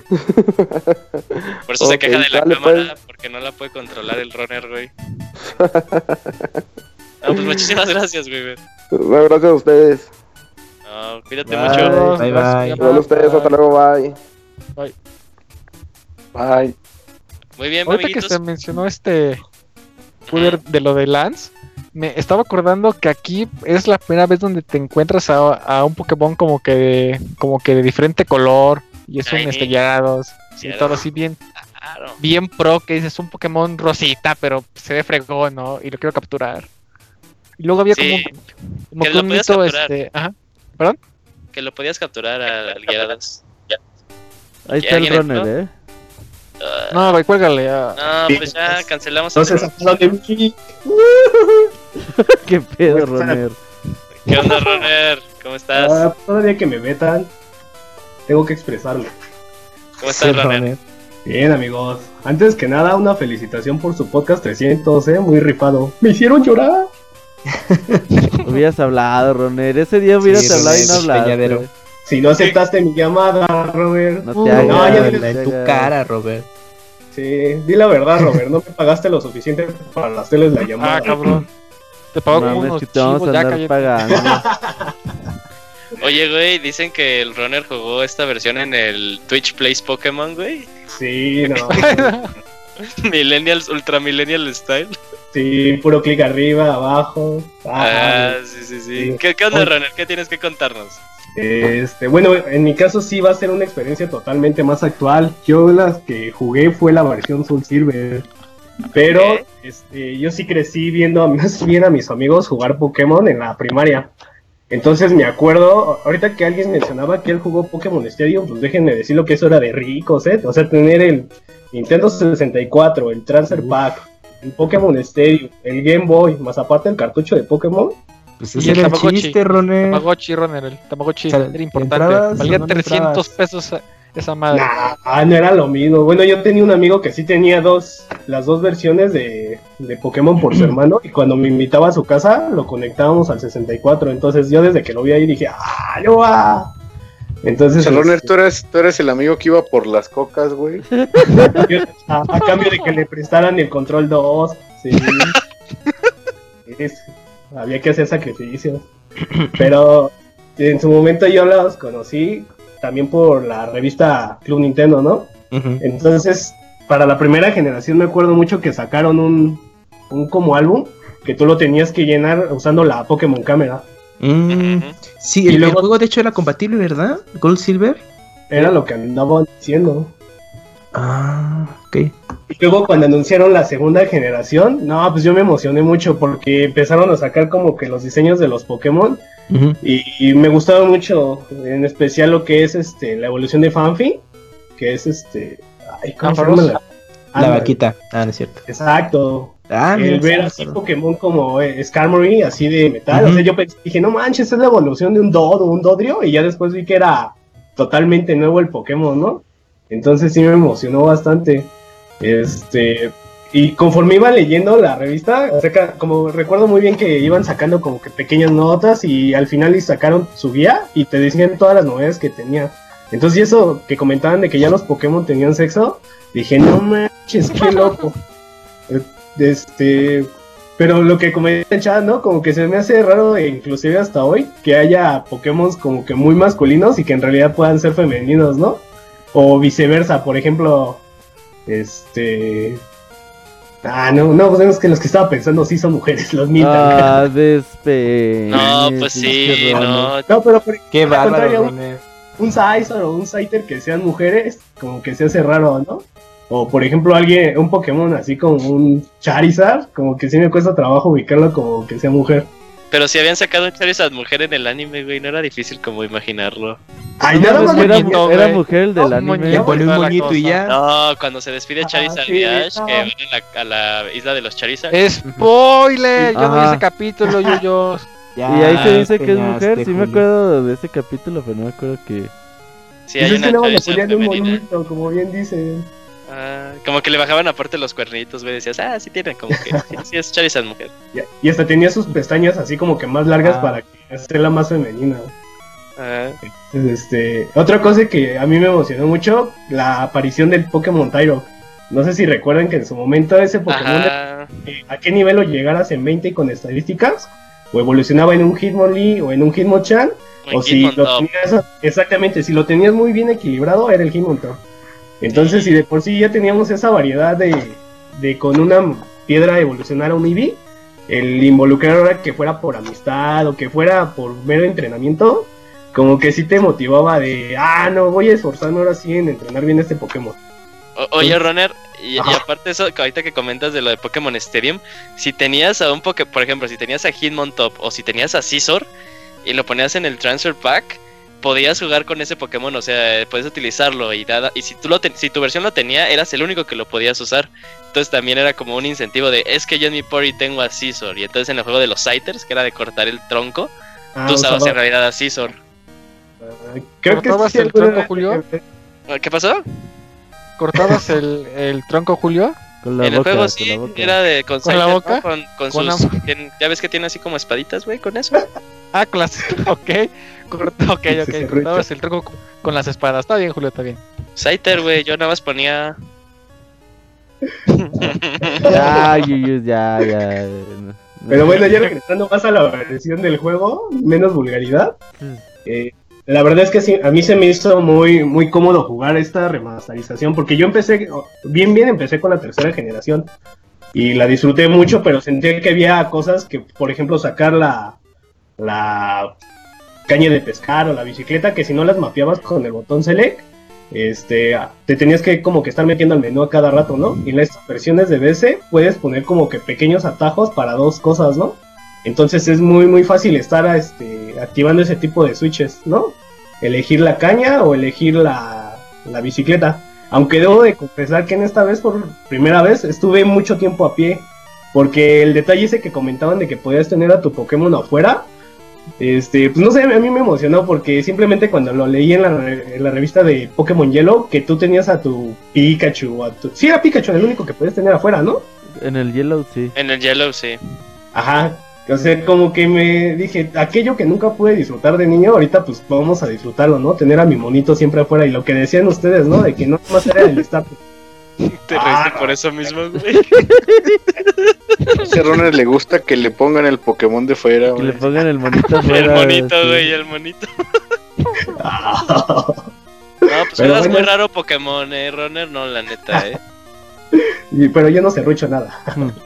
Por eso se Ok, queja de la dale, cámara, porque no la puede controlar el runner, güey. No, pues muchísimas gracias, güey. No, gracias a ustedes. No, cuídate Bye. mucho. Bye, Gracias, bye. Igual a ustedes, hasta luego, bye. Bye. Muy bien, Ahorita que amiguitos. se mencionó este poder de lo de Lance, me estaba acordando que aquí es la primera vez donde te encuentras a, a un Pokémon como que de, como que de diferente color y es un Shiny. estrellados y Claro. todo así bien Claro. bien pro, que dices un Pokémon rosita, pero se ve fregón, ¿no? Y lo quiero capturar. Y luego había Sí, como, como que que lo un podías mito, capturar. este, ajá. Que lo podías capturar al, al Gyarados. Ahí está el ¿Alguien runner, entró? eh. Ah, No, güey, cuélgale. ah. no, pues ya cancelamos el Entonces, programa. hablan de mí. Qué pedo, Pues, runner. ¿Qué onda, runner? ¿Cómo estás? Ah, todavía que me metan, tengo que expresarme. ¿Cómo estás, Sí, runner? runner. Bien, amigos. Antes que nada, una felicitación por su podcast trescientos, ¿eh? Muy rifado. Me hicieron llorar. Hubieras hablado, runner. Ese día hubieras Sí, hablado y runner, no hablaste. despeñadero. Si no aceptaste mi llamada, Robert. No Uh, te hagas. no, ya no diles te En tu hagas. cara, Robert. Sí, di la verdad, Robert. No me pagaste lo suficiente para hacerles la llamada. Ah, cabrón. Te pago como Mames, unos que te vamos chivos, a ya andar cállate. pagando. Oye, güey, dicen que el runner jugó esta versión en el Twitch Plays Pokémon, güey. Sí, no. Millennials, Ultra Millennial Style. Sí, puro clic arriba, abajo. Ah, Ah, sí, sí, sí. sí. ¿Qué, qué onda, Oye. runner? ¿Qué tienes que contarnos? Este, bueno, en mi caso sí va a ser una experiencia totalmente más actual. Yo las que jugué fue la versión Soul Silver. Pero Ok. este, yo sí crecí viendo a- más bien a mis amigos jugar Pokémon en la primaria. Entonces me acuerdo, ahorita que alguien mencionaba que él jugó Pokémon Stadium, pues déjenme decir lo que eso era de ricos, ¿eh? O sea, tener el Nintendo sesenta y cuatro, el Transfer Pack, el Pokémon Stadium, el Game Boy, más aparte el cartucho de Pokémon. Pues Y ese el era el Tamagotchi. chiste, runner. Tamagotchi, runner, el Tamagotchi O sea, era importante. ¿entrabas o Valía no trescientos entrabas? pesos esa- esa madre. Nah, no era lo mismo. Bueno, yo tenía un amigo que sí tenía dos, las dos versiones de, de Pokémon por su hermano, y cuando me invitaba a su casa lo conectábamos al sesenta y cuatro. Entonces yo desde que lo vi ahí dije, ¡ah, yo va! Entonces, O sea, Runner, este, tú eres, tú eres el amigo que iba por las cocas, güey. yo- a, a cambio de que le prestaran el control dos, sí. Es- había que hacer sacrificios. Pero en su momento yo los conocí también por la revista Club Nintendo, ¿no? Ujú. Entonces, para la primera generación me acuerdo mucho que sacaron un, un como álbum que tú lo tenías que llenar usando la Pokémon Cámara. Mm, Ujú. sí, Y el, el luego- juego de hecho era compatible, ¿verdad? Gold Silver. Era lo que andaban diciendo. Ah, ok. Y luego cuando anunciaron la segunda generación, no, pues yo me emocioné mucho porque empezaron a sacar como que los diseños de los Pokémon Ujú. y, y me gustaba mucho, en especial lo que es este la evolución de Fanfi, que es este, ay, ¿cómo se Ampharos. llama? La, La Ándale, vaquita. Ah, no es cierto. Exacto. Ah, El mira, ver sí, así me acuerdo. Pokémon como eh, Skarmory, así de metal. Ujú. O sea, yo pensé, dije, no manches, es la evolución de un Dodo, un Dodrio. Y ya después vi que era totalmente nuevo el Pokémon, ¿no? Entonces sí me emocionó bastante. Este. Y conforme iba leyendo la revista, o sea, ca- como recuerdo muy bien que iban sacando como que pequeñas notas y al final y sacaron su guía y te decían todas las novedades que tenía. Entonces, y eso que comentaban de que ya los Pokémon tenían sexo, dije, no manches, qué loco. Este, pero lo que comenté en chat, ¿no? Como que se me hace raro, e inclusive hasta hoy, que haya Pokémon como que muy masculinos y que en realidad puedan ser femeninos, ¿no? O viceversa, por ejemplo, este... Ah, no, no, pues es que los que estaba pensando sí son mujeres, los mitan. Ah, despe. No, pues sí, no. No, pero por, Qué al bárbaro, contrario, un- runner. un Scyther o un Scyther que sean mujeres, como que se hace raro, ¿no? O por ejemplo alguien, un Pokémon así como un Charizard, como que sí me cuesta trabajo ubicarlo como que sea mujer. Pero si habían sacado un Charizard mujer en el anime, güey, no era difícil como imaginarlo. Ay, No, nada pues más era, me- moñito, era güey. mujer el del No, anime. Le moñito. pone un Toda la moñito y cosa. ya. No, cuando se despide Ah, Charizard sí, y Ash, no. que van a la, a la isla de los Charizard. ¡Spoiler! Yo no vi Ajá. ese capítulo, Yuyos. Y ahí se dice que es peñaste, mujer. Sí me Julio. acuerdo de ese capítulo, pero no me acuerdo que. Sí, Pues hay es que una luego le Charizard ponían un femenina. monito, como bien dice. Ah, como que le bajaban aparte los cuernitos, güey. Decías, ah, sí tiene, como que. Sí, sí es Charizard mujer. Y- Y hasta tenía sus pestañas así como que más largas Ah. para que hacerla más femenina. Ah. Este, otra cosa que a mí me emocionó mucho, la aparición del Pokémon Tyro. No sé si recuerdan que en su momento ese Pokémon, de, a qué nivel lo llegaras en veinte y con estadísticas, o evolucionaba en un Hitmonlee o en un Hitmonchan, o, o si lo tenías, exactamente, si lo tenías muy bien equilibrado, era el Hitmontop. Entonces, sí. Si de por sí ya teníamos esa variedad de, de con una piedra evolucionar a un Eevee, el involucrar ahora que fuera por amistad o que fuera por mero entrenamiento, como que sí te motivaba de, ah, no, voy a esforzarme ahora sí en entrenar bien este Pokémon. O, oye, Runner, y, y aparte de eso, ahorita que comentas de lo de Pokémon Stadium, si tenías a un Pokémon, por ejemplo, si tenías a Hitmontop o si tenías a Scizor y lo ponías en el Transfer Pack, podías jugar con ese Pokémon, o sea, puedes utilizarlo y dada, y si tú lo ten, si tu versión lo tenía, eras el único que lo podías usar. Entonces también era como un incentivo de, es que yo en mi party tengo a Scizor, y entonces en el juego de los Scythers, que era de cortar el tronco, ah, tú usabas en realidad a Scizor. Uh, creo que sí, el tronco, Julio. ¿Qué pasó? ¿Cortabas el, el tronco, Julio? Con la en boca, el juego sí, era de con, ¿Con la boca? ¿no? Con, con, ¿Con sus... la... Ten, ya ves que tiene así como espaditas, güey, con eso. Ah, con las... ok. Corta, ok, ok. Cortabas el tronco con las espadas. Está bien, Julio, está bien. Scyther, güey, yo nada más ponía... ya, Yuyus, ya, ya. Pero bueno, ya regresando más a la versión del juego, menos vulgaridad. Eh... La verdad es que sí, a mí se me hizo muy muy cómodo jugar esta remasterización, porque yo empecé, bien bien empecé con la tercera generación y la disfruté mucho, pero sentí que había cosas que, por ejemplo, sacar la, la caña de pescar o la bicicleta, que si no las mapeabas con el botón Select, este, te tenías que como que estar metiendo al menú a cada rato, ¿no? Y en las versiones de D S puedes poner como que pequeños atajos para dos cosas, ¿no? Entonces es muy muy fácil estar este, activando ese tipo de switches, ¿no? Elegir la caña o elegir la, la bicicleta. Aunque debo de confesar que en esta vez, por primera vez, estuve mucho tiempo a pie. Porque el detalle ese que comentaban de que podías tener a tu Pokémon afuera, este, pues no sé, a mí me emocionó porque simplemente cuando lo leí en la, en la revista de Pokémon Yellow, que tú tenías a tu Pikachu, a tu... Sí, era Pikachu el único que podías tener afuera, ¿no? En el Yellow, sí. En el Yellow, sí. Ajá. O sea, como que me dije, aquello que nunca pude disfrutar de niño, ahorita pues vamos a disfrutarlo, ¿no? Tener a mi monito siempre afuera, y lo que decían ustedes, ¿no? De que no más era el estar. Te ah, reíste por eso mismo, güey. A ese runner le gusta que le pongan el Pokémon de fuera, güey. Que le pongan el monito afuera. El monito, güey, el monito. No, pues eras bueno, muy raro Pokémon, eh, Runner, no, la neta, eh. Pero yo no serrucho nada.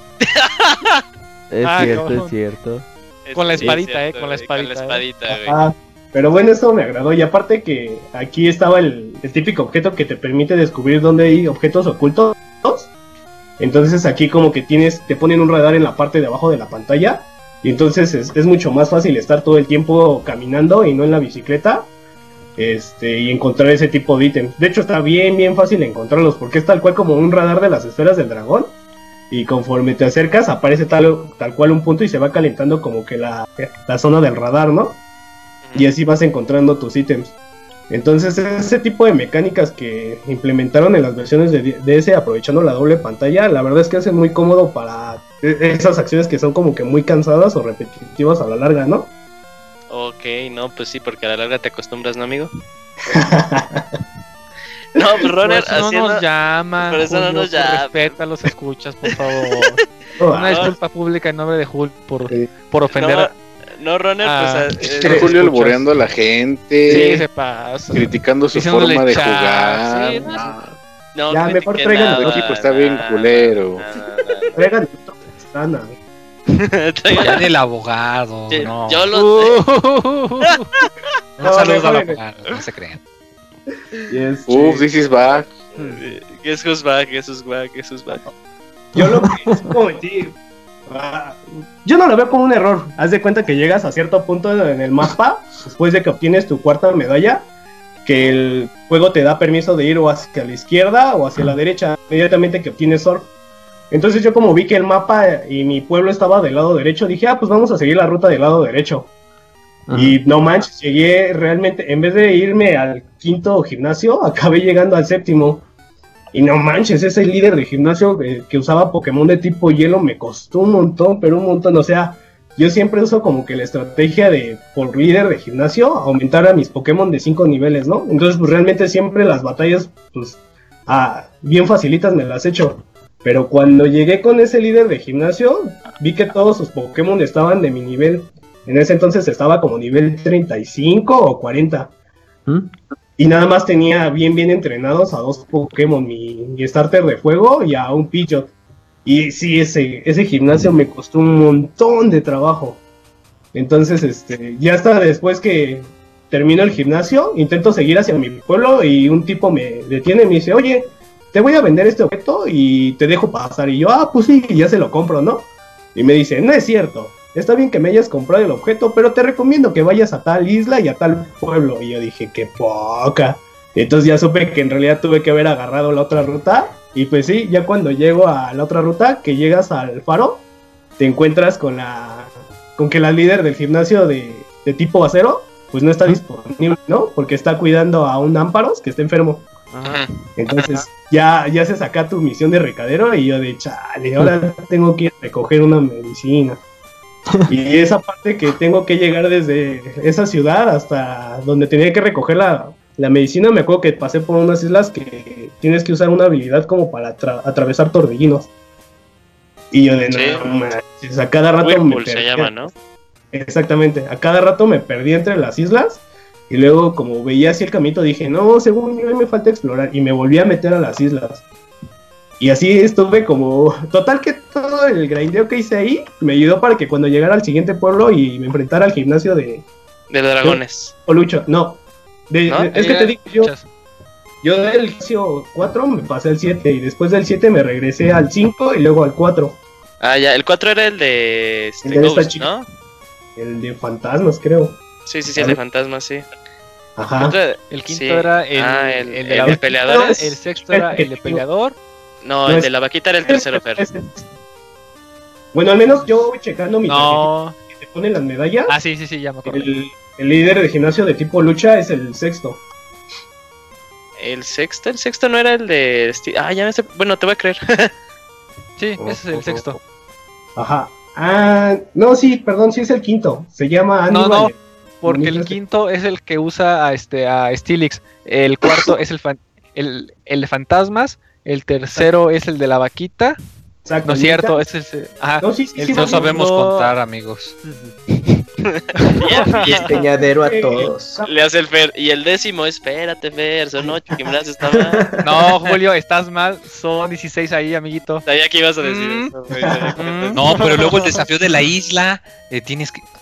Es ah, cierto, no. es cierto. Con la espadita, cierto, eh, con la espadita. Con la espadita, eh. güey. Ah, pero bueno, eso me agradó. Y aparte que aquí estaba el, el típico objeto que te permite descubrir dónde hay objetos ocultos. Entonces aquí como que tienes, te ponen un radar en la parte de abajo de la pantalla. Y entonces es, es mucho más fácil estar todo el tiempo caminando y no en la bicicleta. Este, y encontrar ese tipo de ítems. De hecho está bien, bien fácil encontrarlos, porque es tal cual como un radar de las esferas del dragón. Y conforme te acercas aparece tal, tal cual un punto y se va calentando como que la, la zona del radar, ¿no? Y así vas encontrando tus ítems. Entonces ese tipo de mecánicas que implementaron en las versiones de D S aprovechando la doble pantalla, la verdad es que hacen muy cómodo para esas acciones que son como que muy cansadas o repetitivas a la larga, ¿no? Ok, no, pues sí, porque a la larga te acostumbras, ¿no, amigo? No, pues Runner, por eso haciendo... no nos llaman, por eso Julio, no nos llaman. Respeta a los escuchas, por favor. Una disculpa pública en nombre de Julio por, sí. por ofender no, a... No, Runner, ah, pues... Eh, Julio alboreando a la gente. Sí, se pasa. Criticando su Diciéndole forma de chat, jugar. Sí, no. No, ya, mejor traigan el equipo, está bien culero. Traigan Tristana. Ya el abogado, sí, no. Yo lo uh, Un saludo al abogado, no se crean. Yes, Uf, this is back. Guess who's back, guess who's back, guess who's back. Yo lo que cometí, yo no lo veo como un error. Haz de cuenta que llegas a cierto punto en el mapa, después de que obtienes tu cuarta medalla, que el juego te da permiso de ir o hacia la izquierda o hacia la derecha, inmediatamente que obtienes Surf. Entonces yo como vi que el mapa y mi pueblo estaba del lado derecho, dije, ah, pues vamos a seguir la ruta del lado derecho. Ajá. Y no manches, llegué realmente, en vez de irme al quinto gimnasio, acabé llegando al séptimo. Y no manches, ese líder de gimnasio que, que usaba Pokémon de tipo hielo me costó un montón, pero un montón. O sea, yo siempre uso como que la estrategia de, por líder de gimnasio, aumentar a mis Pokémon de cinco niveles, ¿no? Entonces, pues realmente siempre las batallas, pues, ah, bien facilitas me las echo. Pero cuando llegué con ese líder de gimnasio, vi que todos sus Pokémon estaban de mi nivel. En ese entonces estaba como nivel treinta y cinco o cuarenta. ¿Mm? Y nada más tenía bien, bien entrenados a dos Pokémon, mi, mi starter de fuego y a un Pidgeot. Y sí, ese, ese gimnasio me costó un montón de trabajo. Entonces, este, ya hasta después que termino el gimnasio, intento seguir hacia mi pueblo y un tipo me detiene y me dice, oye, te voy a vender este objeto y te dejo pasar. Y yo, ah, pues sí, ya se lo compro, ¿no? Y me dice, no es cierto, está bien que me hayas comprado el objeto, pero te recomiendo que vayas a tal isla y a tal pueblo. Y yo dije, qué poca. Y entonces ya supe que en realidad tuve que haber agarrado la otra ruta. Y pues sí, ya cuando llego a la otra ruta, que llegas al faro, te encuentras con la con que la líder del gimnasio de, de tipo acero, pues no está disponible, ¿no? Porque está cuidando a un Amparos que está enfermo. Ajá. Entonces ya, ya se saca tu misión de recadero y yo de chale, ahora tengo que ir a recoger una medicina. Y esa parte que tengo que llegar desde esa ciudad hasta donde tenía que recoger la, la medicina, me acuerdo que pasé por unas islas que tienes que usar una habilidad como para tra- atravesar torbellinos. Y yo de sí. no, manches, a cada rato Whirlpool me perdía. Se llama, ¿no? Exactamente, a cada rato me perdí entre las islas. Y luego, como veía así el caminito, dije, no, según yo me falta explorar. Y me volví a meter a las islas. Y así estuve como... Total que todo el grindeo que hice ahí me ayudó para que cuando llegara al siguiente pueblo y me enfrentara al gimnasio de... De dragones. O Lucho, no. De, ¿No? de, es que te digo, yo... Yo del inicio cuatro me pasé al siete. Y después del siete me regresé al cinco y luego al cuatro. Ah, ya, el cuatro era el de... Este, el de Ghost, esta ¿no? El de fantasmas, creo. Sí, sí, sí, el de fantasmas, sí. Ajá. Otra, el quinto sí. era el, ah, el, el, el, de, el de peleadores. El sexto era el de peleador. No, el de la vaquita era el tercero, Fer. Bueno, al menos yo voy checando mi no. tarjetita que te ponen las medallas. Ah, sí, sí, sí, ya me acuerdo. El, el líder de gimnasio de tipo lucha es el sexto. ¿El sexto? ¿El sexto no era el de... Ah, ya me sé... Bueno, te voy a creer. Sí, ese es el sexto. Ajá. Ah, no, sí, perdón, sí es el quinto. Se llama Aníbal. No, no, porque el quinto es el que usa a, este, a Steelix. El cuarto es el, fan, el, el de fantasmas. El tercero es el de la vaquita. Exacto. No es cierto, ese es el... Ajá. No, sí, sí, el sí, no sabemos contar, amigos. Peñadero a todos. Le hace el Fer. Y el décimo, espérate, Fer, son ocho, gimnasio está mal. No, Julio, estás mal. Son dieciséis ahí, amiguito. Sabía que ibas a decir mm. eso. Mm. No, pero luego el desafío de la isla. Eh, tienes que.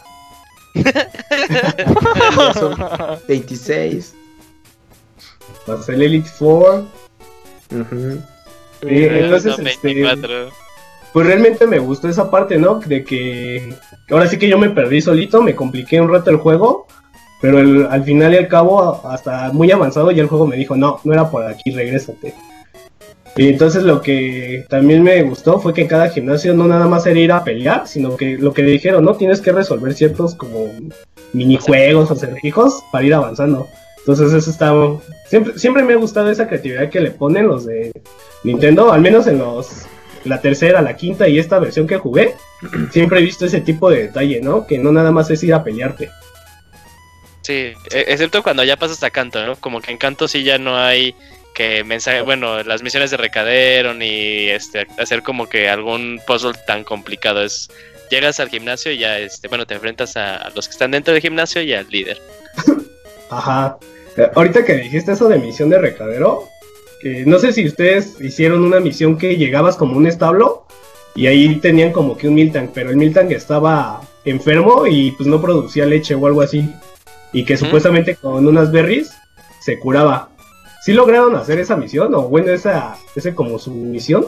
Son veintiséis. Va a ser el Elite Four. Uh-huh. Sí, entonces, este, pues realmente me gustó esa parte, ¿no? De que ahora sí que yo me perdí solito, me compliqué un rato el juego, pero el, al final y al cabo, hasta muy avanzado, ya el juego me dijo, no, no era por aquí, regrésate. Y entonces lo que también me gustó fue que en cada gimnasio no nada más era ir a pelear, sino que lo que le dijeron, ¿no? Tienes que resolver ciertos como minijuegos o acertijos para ir avanzando. Entonces eso está... Siempre, siempre me ha gustado esa creatividad que le ponen los de Nintendo, al menos en los la tercera, la quinta y esta versión que jugué. Siempre he visto ese tipo de detalle, ¿no? Que no nada más es ir a pelearte. Sí, excepto cuando ya pasas a Kanto, ¿no? Como que en Kanto sí ya no hay que mensaje, bueno, las misiones de recadero ni este hacer como que algún puzzle tan complicado. Es llegas al gimnasio y ya este, bueno, te enfrentas a, a los que están dentro del gimnasio y al líder. Ajá. Ahorita que dijiste eso de misión de recadero, que no sé si ustedes hicieron una misión que llegabas como un establo y ahí tenían como que un Miltank, pero el Miltank estaba enfermo y pues no producía leche o algo así, y que ¿Mm? supuestamente con unas berries se curaba. ¿Sí lograron hacer esa misión? O bueno, esa ese como su misión.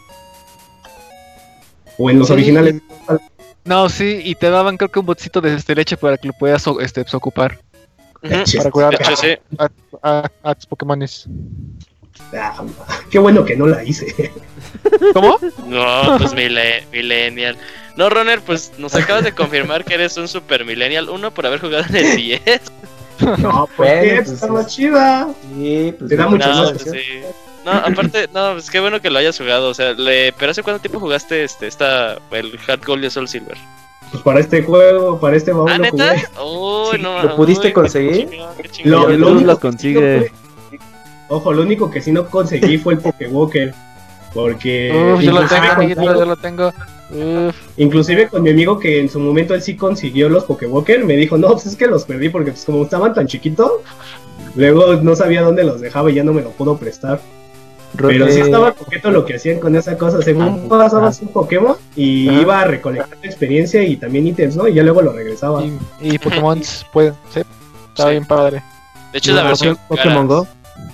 O en los sí. originales. No, sí, y te daban creo que un botecito de este leche para que lo puedas este, pues, ocupar. Uh-huh. Para curar hecho, sí. a, a, a tus Pokémones. Ah, qué bueno que no la hice. ¿Cómo? No, pues mile, millennial. No, Roner, pues nos acabas de confirmar que eres un super millennial. Uno por haber jugado en el diez. No, ¿por bueno, qué? Pues está más chida. Sí, pues te da mucho no, más. Sí. No, aparte, no, pues qué bueno que lo hayas jugado. O sea, le... pero ¿hace cuánto tiempo jugaste este, esta, el Heart Gold y Soul Silver? pues para este juego, para este baúl ¿Ah, lo neta? jugué. Oh, Sí, no, ¿lo pudiste uy, conseguir? qué chingón, qué chingón. Lo, Y lo otros único lo que sí no consigue. fue- Ojo, lo único que sí no conseguí fue el Pokewalker. Porque Uf, yo lo inclusive tengo, con- amiguito, yo lo tengo. Uf. Inclusive con mi amigo que en su momento él sí consiguió los Pokewalker, me dijo, no, pues es que los perdí porque pues como estaban tan chiquitos, luego no sabía dónde los dejaba y ya no me lo pudo prestar. Ro- Pero sí eh, estaba coqueto lo que hacían con esa cosa, según Ah, pasabas un Pokémon y Ajá. iba a recolectar experiencia y también ítems, ¿no? Y ya luego lo regresaba. Y, y Pokémon pueden, sí. Está Sí. bien padre. De hecho, es la ¿No? versión Pokémon cara. Go.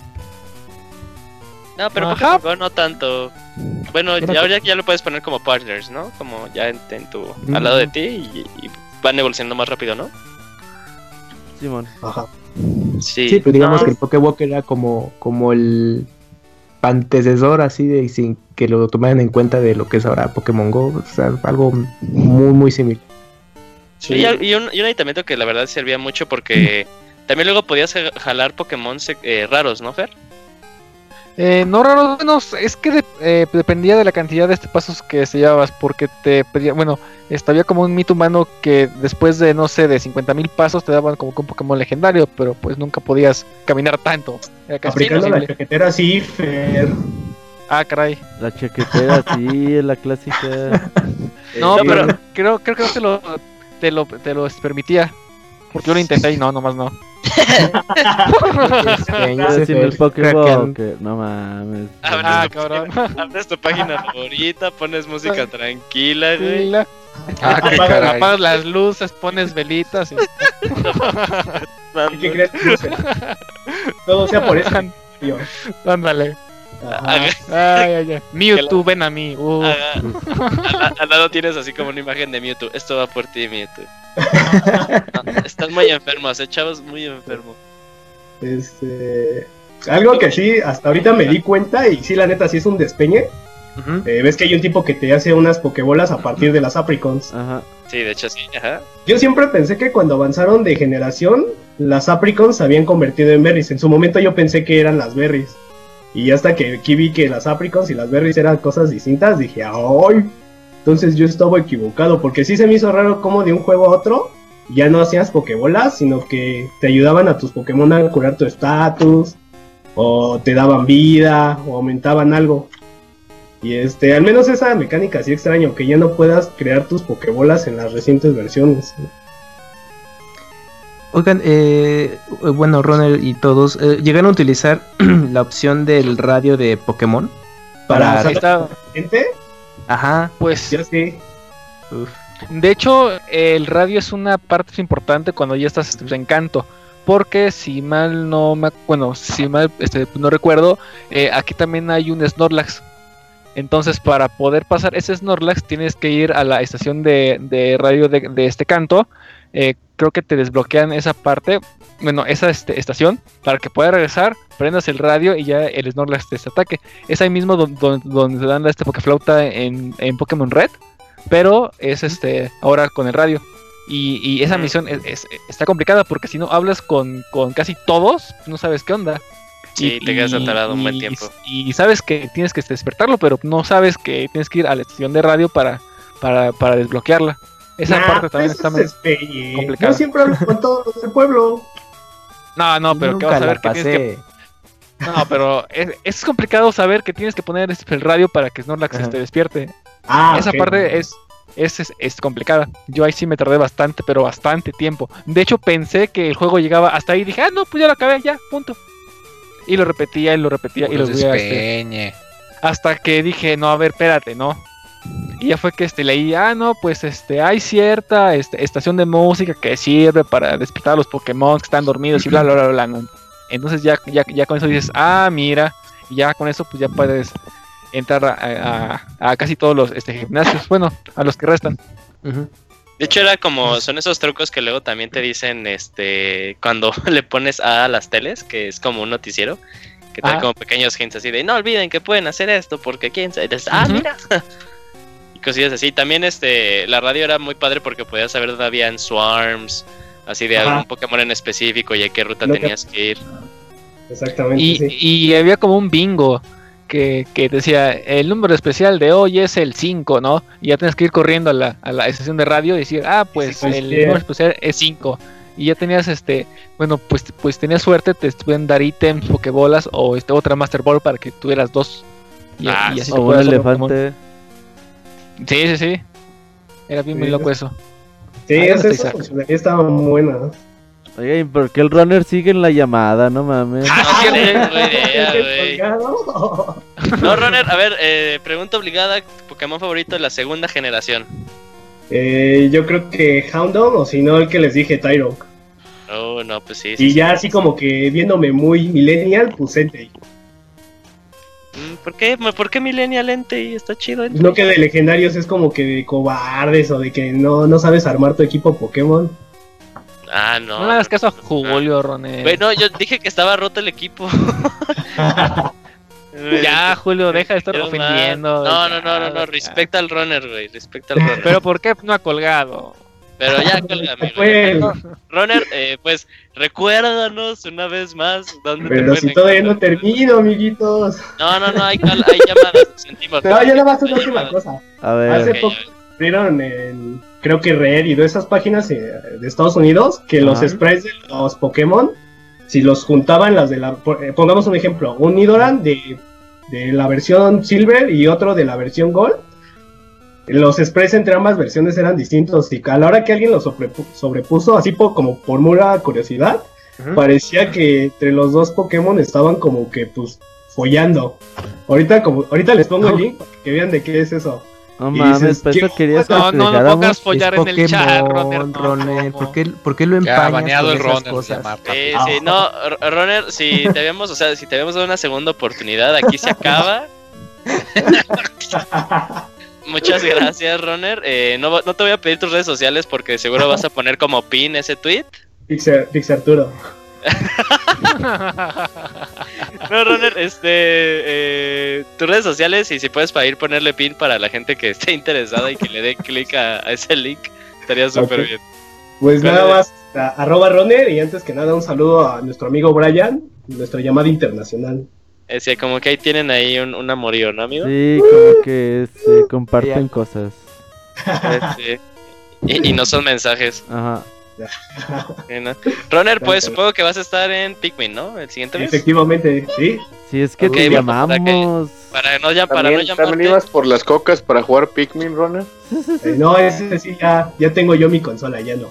No, pero Ajá. Pokémon Go no tanto. Bueno, Mira, ya, ahora ya lo puedes poner como partners, ¿no? Como ya en, en tu, al lado de ti y, y van evolucionando más rápido, ¿no? Simón. Ajá. Sí, Sí, pero digamos no, que el Pokewalker era como, como el antecesor así de sin que lo tomaran en cuenta de lo que es ahora Pokémon Go. O sea, algo muy, muy similar. sí, y, al- y un, y un aditamento que la verdad servía mucho porque también luego podías ja- jalar Pokémon eh, raros, ¿no, Fer? Eh, no, raro, bueno, es que de- eh, dependía de la cantidad de este pasos que se llevabas, porque te pedía, bueno, este, había como un mito humano que después de, no sé, de cincuenta mil pasos te daban como que un Pokémon legendario, pero pues nunca podías caminar tanto. Era casi Aplicando la imposible. chaquetera, sí, Fer. Ah, caray. La chaquetera, sí, es la clásica. No, Sí. pero creo, creo que no te lo, te lo, te lo permitía. Porque yo lo intenté y no, nomás no. Ya sin el Pokéball, que no mames. Abres, Ah, tu cabrón. página, abres tu página favorita, pones música tranquila, güey. Tranquila. Ah, qué Apagas, caray. apagas las luces, pones velitas y... ¿Y qué crees que hice? Todo sea por eso. Yo. Ándale. Ajá. Ay, ay, ay. Mewtwo, ven a mí. Uh. Haga- al, al lado tienes así como una imagen de Mewtwo. Esto va por ti, Mewtwo. No, estás muy enfermo, ¿eh, chavos? Muy enfermo. Este. Algo que sí, hasta ahorita me di cuenta, y sí, la neta, sí es un despeñe. Ujú. Eh, ves que hay un tipo que te hace unas pokebolas a partir de las apricons. Ajá. Sí, de hecho sí, ajá. Yo siempre pensé que cuando avanzaron de generación, las apricons se habían convertido en berries. En su momento yo pensé que eran las berries. Y hasta que aquí vi que las apricons y las berries eran cosas distintas, dije, ¡ay! Entonces yo estaba equivocado, porque sí se me hizo raro como de un juego a otro ya no hacías pokebolas, sino que te ayudaban a tus Pokémon a curar tu estatus, o te daban vida, o aumentaban algo. Y este, al menos esa mecánica sí extraño, que ya no puedas crear tus pokebolas en las recientes versiones. Oigan, eh, bueno, Ronald y todos, eh, ¿llegaron a utilizar la opción del radio de Pokémon? Para Para... Ahí está. gente, Ajá. Pues, ya sí. Uf. de hecho, el radio es una parte importante cuando ya estás este, en Kanto. Porque si mal no me, bueno, si mal este, no recuerdo, eh, aquí también hay un Snorlax. Entonces, para poder pasar ese Snorlax, tienes que ir a la estación de, de radio de, de este Kanto. Eh, creo que te desbloquean esa parte, bueno, esa este, estación, para que puedas regresar, prendas el radio y ya el Snorlax te ataque. Es ahí mismo donde, donde, donde te dan la este Pokeflauta en, en Pokémon Red, pero es este ahora con el radio. Y, y esa misión es, es- está complicada porque si no hablas con, con casi todos, no sabes qué onda. Sí, te quedas atorado un buen y- tiempo. Y sabes que tienes que despertarlo, pero no sabes que tienes que ir a la estación de radio para, para, para desbloquearla. Esa Nah, parte también eso está es muy despeñe. complicada. Yo siempre hablo con todos los del pueblo. No, no, pero que Nunca vas a la ver que tienes que... pasé. No, pero es, es complicado saber que tienes que poner este, el radio para que Snorlax Ajá. te despierte. Ah, Esa ok. parte es, es, es, es complicada. Yo ahí sí me tardé bastante, pero bastante tiempo. De hecho, pensé que el juego llegaba hasta ahí y dije, ah, no, pues ya lo acabé, ya, punto. Y lo repetía y lo repetía y Puro lo veía este, despeñe. hasta que dije, no, a ver, espérate, no. Y ya fue que este, leí, ah, no, pues este, hay cierta este, estación de música que sirve para despertar a los Pokémon que están dormidos y bla, bla, bla, bla, ¿no? Entonces ya, ya, ya con eso dices, ah, mira, y ya con eso pues ya puedes entrar a, a- a casi todos los este, gimnasios, bueno, a los que restan. Ujú. De hecho era como, son esos trucos que luego también te dicen, este, cuando le pones A a las teles, que es como un noticiero, que trae Ah. como pequeños hints así de, no olviden que pueden hacer esto, porque quién sabe, y dices, ah, Ujú. mira. Y cosillas así. También este, la radio era muy padre porque podías saber dónde habían swarms, así de Ajá. algún Pokémon en específico y a qué ruta Lo que- tenías que ir. Exactamente, Y, sí. y había como un bingo, que, que decía, el número especial de hoy es el cinco, ¿no? Y ya tienes que ir corriendo a la, a la estación de radio y decir, ah, pues Sí, pues, el sí. número especial es cinco. Y ya tenías, este, bueno, pues pues tenías suerte, te pueden dar ítems, pokebolas o este, otra Master Ball para que tuvieras dos. Y, Ah, y así O te un puedas otro Pokémon. elefante. Sí, sí, sí. Era bien muy Sí, loco es- eso. Sí, Ah, es, está esas Isaac. funcionalidades estaban buenas. Oiga, ¿y por qué el runner sigue en la llamada? No mames. No tiene idea, ¿Qué güey. colgado? No, Runner, a ver, eh, pregunta obligada, Pokémon favorito de la segunda generación. Eh, yo creo que Houndoom, o si no, el que les dije, Tyrogue. Oh, no, pues sí. sí, Y sí. ya así como que viéndome muy millennial, pues Entei. Mm, ¿Por qué? ¿Por qué Millennial Entei? Está chido. Entei. No que de legendarios es como que de cobardes o de que no, no sabes armar tu equipo Pokémon. Ah, no. No le hagas caso a Julio, Roné. Bueno, yo dije que estaba roto el equipo. Ya, Julio, deja de estar Yo ofendiendo. No, no, no, no, no, Ya. respecta al runner, güey, respecta al runner. Pero ¿por qué no ha colgado? Pero ya, cólgame, Pues, güey. Runner, eh, pues, recuérdanos una vez más dónde te pero pueden si todavía no encontrar. termino, amiguitos. No, no, no, hay, cal- hay llamadas, lo sentimos. No, ya nada más Hay una última llamadas. cosa. A ver. Hace Ok, poco ya. vieron en, creo que Red y de esas páginas eh, de Estados Unidos, que los Ajá. sprites de los Pokémon, si los juntaban las de la, por- eh, pongamos un ejemplo, un Nidoran de, de la versión Silver y otro de la versión Gold, los sprites entre ambas versiones eran distintos y a la hora que alguien los sobrepu- sobrepuso, así po- como por pura curiosidad, Ujú. parecía que entre los dos Pokémon estaban como que pues follando. Ahorita como ahorita les pongo el link para que vean de qué es eso. No Y mames, dices, pues ¿qué- eso querías que No, no, no dejáramos. pongas follar en el chat, Roner. Pokémon, no, Roner, no. ¿por qué, por qué lo Ya, empañas baneado con el esas runner. cosas? llamar. Sí, Ah. sí, no, R- Runner, si te habíamos, o sea, si te habíamos dado una segunda oportunidad, aquí se acaba. Muchas gracias, Runner. Eh, no, va- no te voy a pedir tus redes sociales porque seguro vas a poner como pin ese tweet. Pixar, Pixarturo. No, Runner, este, eh, tus redes sociales y si puedes para ir ponerle pin para la gente que esté interesada y que le dé clic a, a ese link, estaría súper Ok. bien. Pues ¿Cuál nada es? más, a- arroba Roner y antes que nada un saludo a nuestro amigo Brian, nuestra llamada internacional. Eh, sí, como que ahí tienen ahí un, un amorío, ¿no, amigo? Sí, como que se comparten cosas. Este, y, y no son mensajes. Ajá. Sí, ¿no? Runner, pues supongo que vas a estar en Pikmin, ¿no? El siguiente mes. Efectivamente, sí. Si es que Ok, te bueno, para llamamos. Para no, ya, para no ¿También, llamarte. ¿También ibas por las cocas para jugar Pikmin, Runner? Eh, no, ese sí, ya, ya tengo yo mi consola, ya no.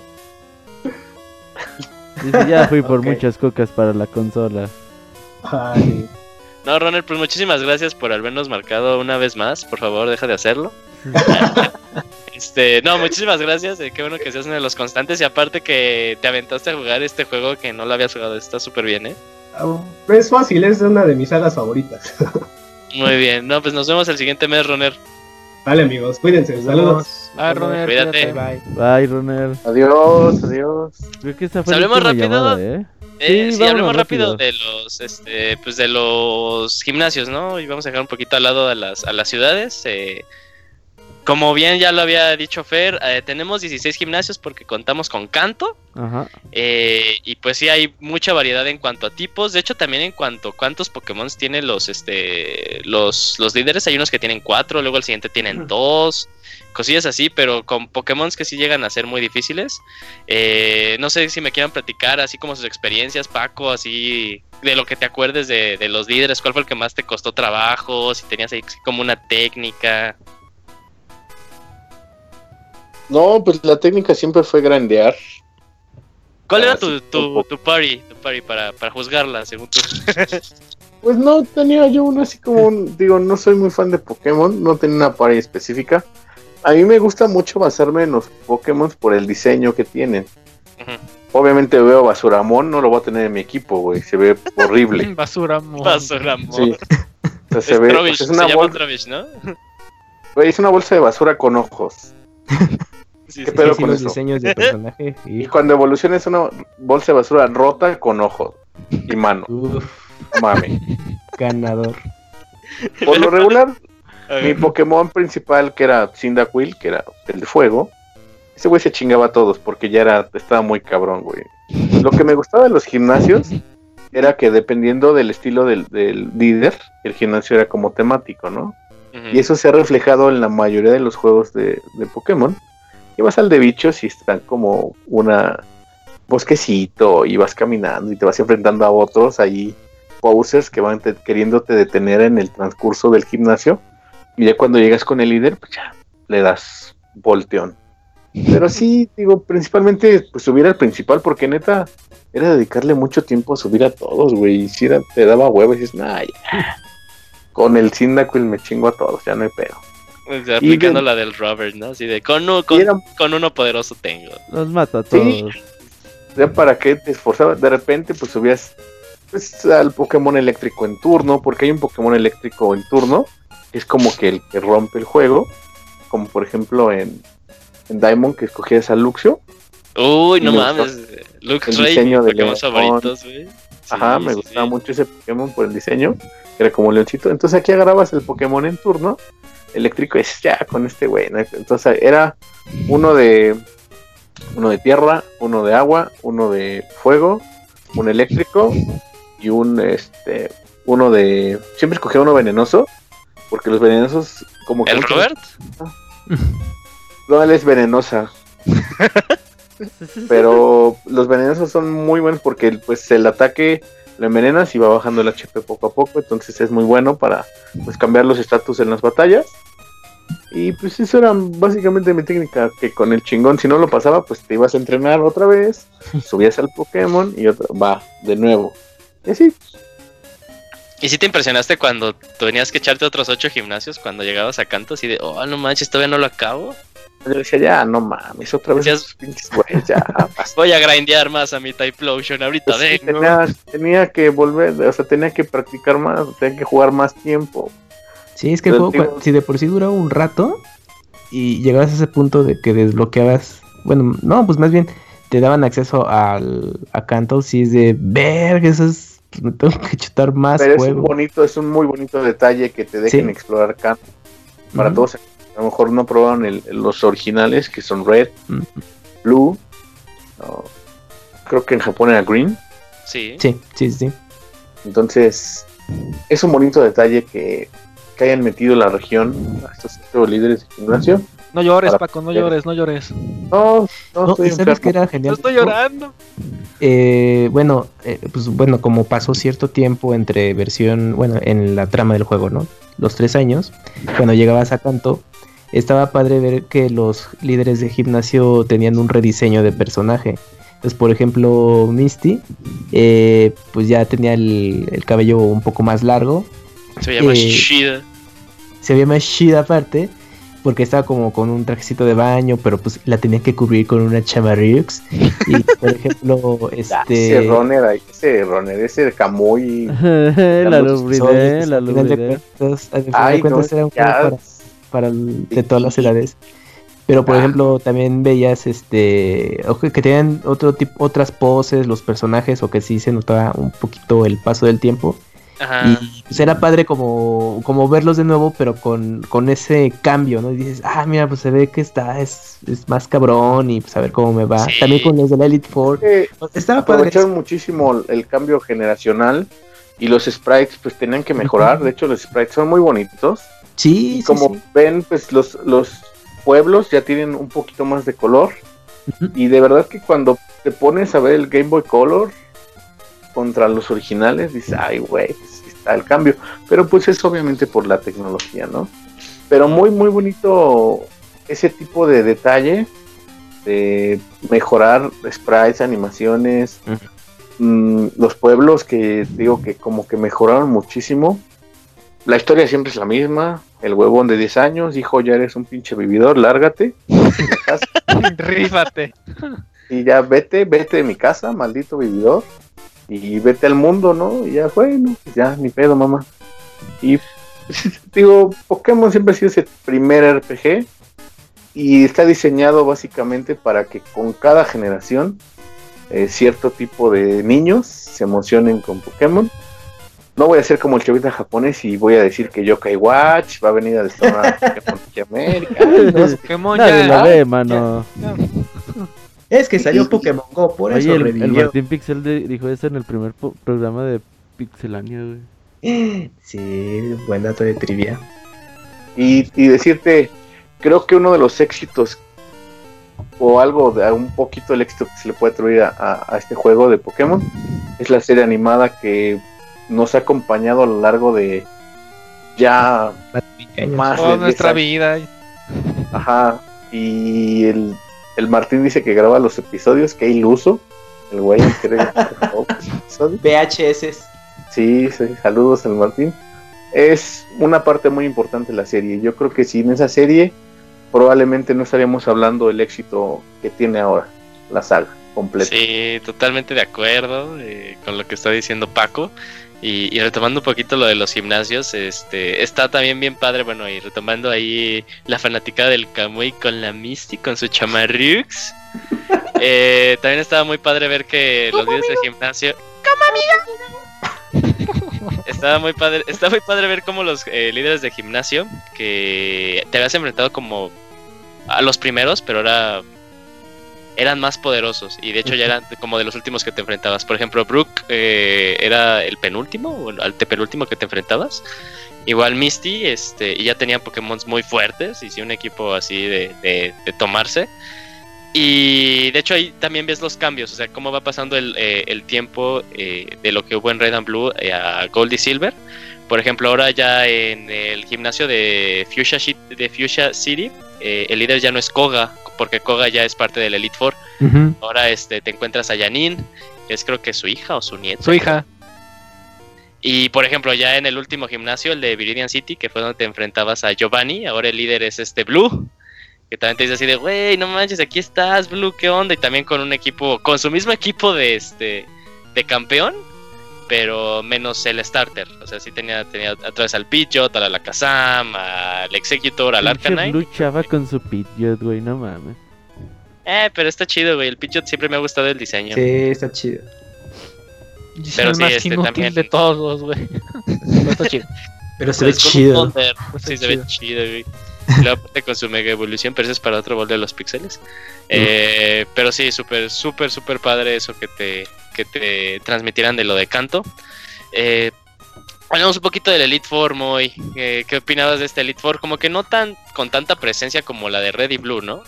Dice, ya fui por Ok. muchas cocas para la consola. Ay, No, Runner, pues muchísimas gracias por habernos marcado una vez más. Por favor, deja de hacerlo. Este, no, muchísimas gracias. eh, qué bueno que seas uno de los constantes. Y aparte que te aventaste a jugar este juego que no lo habías jugado. Está súper bien, ¿eh? es fácil, es una de mis sagas favoritas. Muy bien. No, pues nos vemos el siguiente mes, Runner. Vale, amigos, cuídense, saludos. Ah, Roner, Cuídate. cuídate. Bye. Bye, Runner. Adiós, adiós. Creo que esa fue la Hablemos última rápido. llamada, ¿eh? Eh, Sí, sí, hablemos vámonos rápido, rápido. de los, este, pues de los gimnasios, ¿no? Y vamos a dejar un poquito al lado a las, a las ciudades. Eh, como bien ya lo había dicho Fer, eh, tenemos dieciséis gimnasios porque contamos con Kanto. Ajá. Eh, y pues sí hay mucha variedad en cuanto a tipos. De hecho, también en cuanto a cuántos Pokémon tienen los, este, los, los líderes. Hay unos que tienen cuatro, luego el siguiente tienen dos. Cosillas así, pero con Pokémon que sí llegan a ser muy difíciles. Eh, no sé si me quieran platicar así como sus experiencias, Paco, así de lo que te acuerdes de, de los líderes. ¿Cuál fue el que más te costó trabajo? Si tenías ahí como una técnica. No, pues la técnica siempre fue grandear. ¿Cuál Ah, era sí, tu, un tu, poco. tu party, tu party para, para juzgarla, según tú? Pues no tenía yo uno así como un, digo, no soy muy fan de Pokémon, no tenía una party específica. A mí me gusta mucho basarme en los Pokémon por el diseño que tienen. Ujú. Obviamente veo Basuramon, no lo voy a tener en mi equipo, güey, se ve horrible. Basura, amor. Basura, amor. Sí. O sea, se Es ve, Trubbish, pues es se una llama bolsa, Trubbish, ¿no? güey, es una bolsa de basura con ojos. Sí, ¿Qué sí, pedo Sí, con los eso? diseños de personaje. Y Y... cuando evoluciona es una bolsa de basura rota con ojos y mano. Uf, Mame. ganador. Por lo regular, A mi ver. Pokémon principal, que era Cyndaquil, que era el de fuego, ese güey se chingaba a todos porque ya era, estaba muy cabrón, güey. Lo que me gustaba de los gimnasios era que dependiendo del estilo del, del líder, el gimnasio era como temático, ¿no? Uh-huh. Y eso se ha reflejado en la mayoría de los juegos de, de Pokémon. Y vas al de bichos y están como una bosquecito y vas caminando y te vas enfrentando a otros ahí, posers que van te, queriéndote detener en el transcurso del gimnasio. Y ya cuando llegas con el líder, pues ya le das volteón. Pero sí, digo, principalmente pues subir al principal, porque neta era dedicarle mucho tiempo a subir a todos, güey. Y si era, te daba huevo y dices, nah, ya. Con el Cyndaquil me chingo a todos, ya no hay pedo. O sea, aplicando de... la del Robert, ¿no? Así de, con, un, con, era... con uno poderoso tengo. Los mato a todos. Sí. Ya para qué te esforzabas, de repente pues subías pues, al Pokémon eléctrico en turno, porque hay un Pokémon eléctrico en turno, que es como que el que rompe el juego, como por ejemplo en, en Diamond, que escogías a Luxio. Uy, no mames, Luxray, mi Pokémon favoritos, güey. Sí, Ajá, me sí, gustaba sí. mucho ese Pokémon por el diseño, que era como leoncito. Entonces aquí agarrabas el Pokémon en turno eléctrico y es ya con este güey, ¿no? Entonces era uno de uno de tierra, uno de agua, uno de fuego, un eléctrico y un este uno de siempre escogía uno venenoso, porque los venenosos como que ¿El Robert? No, él es venenosa. Pero los venenosos son muy buenos porque pues el ataque lo envenenas y va bajando el H P poco a poco, entonces es muy bueno para pues cambiar los estatus en las batallas. Y pues eso era básicamente mi técnica, que con el chingón si no lo pasaba pues te ibas a entrenar otra vez, subías al Pokémon y otra, va, de nuevo. Y así. ¿Y si te impresionaste cuando tenías que echarte otros ocho gimnasios cuando llegabas a Kanto? Así de, oh, no manches, todavía no lo acabo. Yo decía, ya, no mames, otra vez esos pinches güeyes, ya. Voy a grindear más a mi Typhlosion, ahorita pues sí, vengo. Tenía, tenía que volver, o sea, tenía que practicar más, tenía que jugar más tiempo. Sí, es que el juego, digo, si de por sí duraba un rato y llegabas a ese punto de que desbloqueabas, bueno, no, pues más bien te daban acceso al, a Kanto, si es de, verga, eso es, me tengo que chutar más Pero juego. es un bonito, es un muy bonito detalle que te dejen sí. explorar Kanto. Para uh-huh. todos, a lo mejor no probaron el, los originales, que son Red, uh-huh. Blue, no, creo que en Japón era Green. Sí. Sí, sí, sí. Entonces, es un bonito detalle que, que hayan metido la región a estos líderes de gimnasio. No llores, Paco, no llores, no llores. No, no, no estoy ¿sabes qué era genial? No estoy llorando. Eh, bueno, eh, pues bueno, como pasó cierto tiempo entre versión, bueno, en la trama del juego, ¿no? Los tres años, cuando llegabas a Kanto, estaba padre ver que los líderes de gimnasio tenían un rediseño de personaje. Entonces, por ejemplo, Misty, eh, pues ya tenía el, el cabello un poco más largo. Se veía eh, más chida. Se veía más chida aparte, porque estaba como con un trajecito de baño, pero pues la tenía que cubrir con una chamarrix. Y por ejemplo, este... Ese runner, ese runner, ese Kamui. la lubridé, la lubridé. Ay, no, era un juego para, para el, de todas las edades. Pero por ah. ejemplo, también veías este que tenían otro tipo, otras poses, los personajes, o que sí se notaba un poquito el paso del tiempo. Ajá. Y pues era padre como, como verlos de nuevo, pero con, con ese cambio, ¿no? Y dices, ah, mira, pues se ve que está, es, es más cabrón, y pues a ver cómo me va. Sí. También con los de la Elite Four. Eh, Estaba aprovecharon muchísimo el cambio generacional, y los sprites pues tenían que mejorar. Uh-huh. De hecho, los sprites son muy bonitos. Sí, y como sí, sí. ven, pues los, los pueblos ya tienen un poquito más de color. Uh-huh. Y de verdad que cuando te pones a ver el Game Boy Color contra los originales, dices, ay, güey, pues está el cambio. Pero pues es obviamente por la tecnología, ¿no? Pero muy, muy bonito ese tipo de detalle de mejorar sprites, animaciones, uh-huh. mmm, los pueblos que digo que como que mejoraron muchísimo. La historia siempre es la misma. El huevón de diez años, hijo, ya eres un pinche vividor, lárgate. Rífate. Y ya vete, vete de mi casa, maldito vividor. Y vete al mundo, ¿no? Y ya, bueno, pues ya, ni pedo, mamá. Y, digo, Pokémon siempre ha sido ese primer R P G. Y está diseñado básicamente para que con cada generación eh, cierto tipo de niños se emocionen con Pokémon. No voy a ser como el chavita japonés y voy a decir que Yokai Watch va a venir a destronar a Pokémon de América. No, Pokémon nadie ya, lo ve, mano. Ya, ya. Es que salió Pokémon Go, por eso Oye, el, el revivió. Martín Pixel de- dijo eso en el primer po- programa de Pixelania, güey. Sí, buen dato de trivia. Y, y decirte, creo que uno de los éxitos, o algo de un poquito del éxito que se le puede atribuir a, a, a este juego de Pokémon, es la serie animada que nos ha acompañado a lo largo de ya más Toda de diez nuestra años. vida. Ajá, y el, el Martín dice que graba los episodios, que iluso, el güey que graba los episodios. V H S. Sí, sí, saludos al Martín. Es una parte muy importante de la serie. Yo creo que sin esa serie probablemente no estaríamos hablando del éxito que tiene ahora la saga completa. Sí, totalmente de acuerdo eh, con lo que está diciendo Paco. Y, y retomando un poquito lo de los gimnasios, este está también bien padre, bueno, y retomando ahí la fanaticada del Kamui con la Misty, con su chamarrux. Eh, también estaba muy padre ver que los líderes del gimnasio... Estaba muy padre, estaba muy padre ver cómo los eh, líderes de gimnasio que te habías enfrentado como a los primeros, pero ahora eran más poderosos y de hecho ya eran como de los últimos que te enfrentabas. Por ejemplo, Brook eh, era el penúltimo o el antepenúltimo que te enfrentabas. Igual Misty, este, y ya tenían Pokémon muy fuertes y sí un equipo así de, de, de tomarse. Y de hecho ahí también ves los cambios, o sea, cómo va pasando el, eh, el tiempo eh, de lo que hubo en Red and Blue eh, a Gold y Silver. Por ejemplo, ahora ya en el gimnasio de Fuchsia, Shi- de Fuchsia City, eh, el líder ya no es Koga, porque Koga ya es parte del Elite Four. Uh-huh. Ahora este, te encuentras a Janine, que es creo que su hija o su nieta. Su hija. Y por ejemplo, ya en el último gimnasio, el de Viridian City, que fue donde te enfrentabas a Giovanni, ahora el líder es este Blue. Que también te dice así de, güey, no manches, aquí estás, Blue, ¿qué onda? Y también con un equipo, con su mismo equipo de este de campeón, pero menos el starter. O sea, sí tenía, tenía atrás al Pidgeot, al Alakazam, al Executor, al Pinche Arcanine. luchaba con su Pidgeot, güey, no mames. Eh, pero está chido, güey. El Pidgeot siempre me ha gustado el diseño. Sí, está chido. Y es Pero el sí, más este, inútil también- de todos, güey. Pero está chido. Pero se ve Pues con un chido. Thunder, Pues sí, está se ve chido. chido, güey. Y luego aparte con su mega evolución, pero eso es para otro bol de los píxeles. Eh, pero sí, súper, súper, súper padre eso que te, que te transmitieran de lo de Kanto. Eh, hablamos un poquito del Elite Four, Moy. Eh, ¿Qué opinabas de este Elite Four? Como que no tan con tanta presencia como la de Red y Blue, ¿no?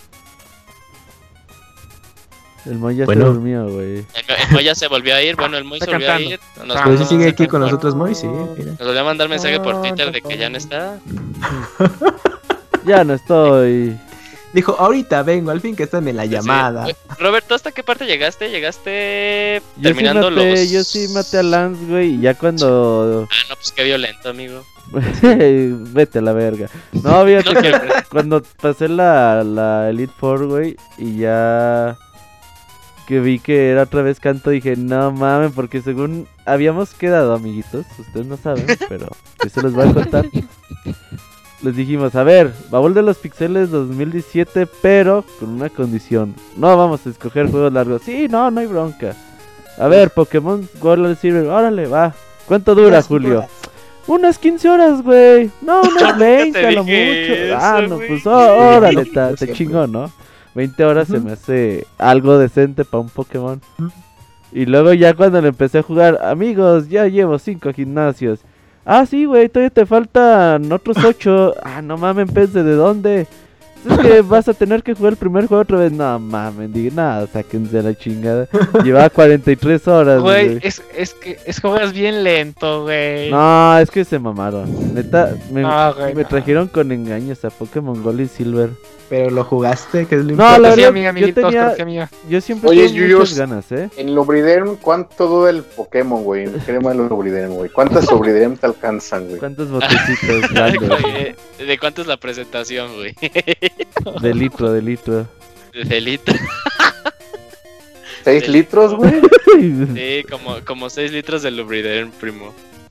El Moy ya Bueno. se durmió, güey. El, el Moy ya se volvió a ir, bueno, el Moy Está se volvió a cantando. ir. Nos, Ah, Pero sí nos- sigue aquí con nosotros, Moy, sí, mira. nos volvió a mandar mensaje por Twitter de que ya no está. Ya no estoy. Dijo, ahorita vengo, al fin que están en la llamada. Sí. Robert, ¿tú hasta qué parte llegaste? ¿Llegaste Yo sí terminando maté, los...? yo sí maté a Lance, güey, y ya cuando... Ah, no, pues qué violento, amigo. Vete a la verga. No, fíjate No, que siempre. cuando pasé la, la Elite Four, güey, y ya que vi que era otra vez Kanto, dije, no mames, porque según habíamos quedado, amiguitos, ustedes no saben, pero yo se los voy a contar. Les dijimos, a ver, Baúl de los Pixeles dos mil diecisiete, pero con una condición. No vamos a escoger juegos largos. Sí, no, no hay bronca. A ver, Pokémon Gold and Silver, órale, va. ¿Cuánto dura, Unas Julio? horas. Unas quince horas, güey. No, unas veinte te a lo mucho. dije eso, Ah, no, güey. pues ó- órale, Sí, ta- te siempre. chingó, ¿no? veinte horas se Ujú. me hace algo decente para un Pokémon. Y luego ya cuando le empecé a jugar, amigos, ya llevo cinco gimnasios. Ah, sí, güey, todavía te faltan otros ocho. Ah, no mames, pez, ¿de dónde? Es que vas a tener que jugar el primer juego otra vez. No mames, dije, nada, sáquense a la chingada. Llevaba cuarenta y tres horas, Güey, güey. es, es que es que juegas bien lento, güey. No, es que se mamaron. Neta, me, No, güey, me no. trajeron con engaños a Pokémon Gold y Silver. Pero lo jugaste, que es lo No, importante. la Cortesía verdad, mía, yo amiguitos, tenía- cortesía mía. Yo siempre Oye, tuve Yuyos, muchas ganas, ¿eh? En Lubriderm, ¿cuánto dura el Pokémon, güey? En crema de Lubriderm, güey. ¿Cuántas Lubriderm te alcanzan, güey? ¿Cuántos botecitos grandes? Oye, ¿de cuánto es la presentación, güey? De litro, de litro. ¿De litro? ¿Seis litros, güey? Sí, como, como seis litros de Lubriderm, primo.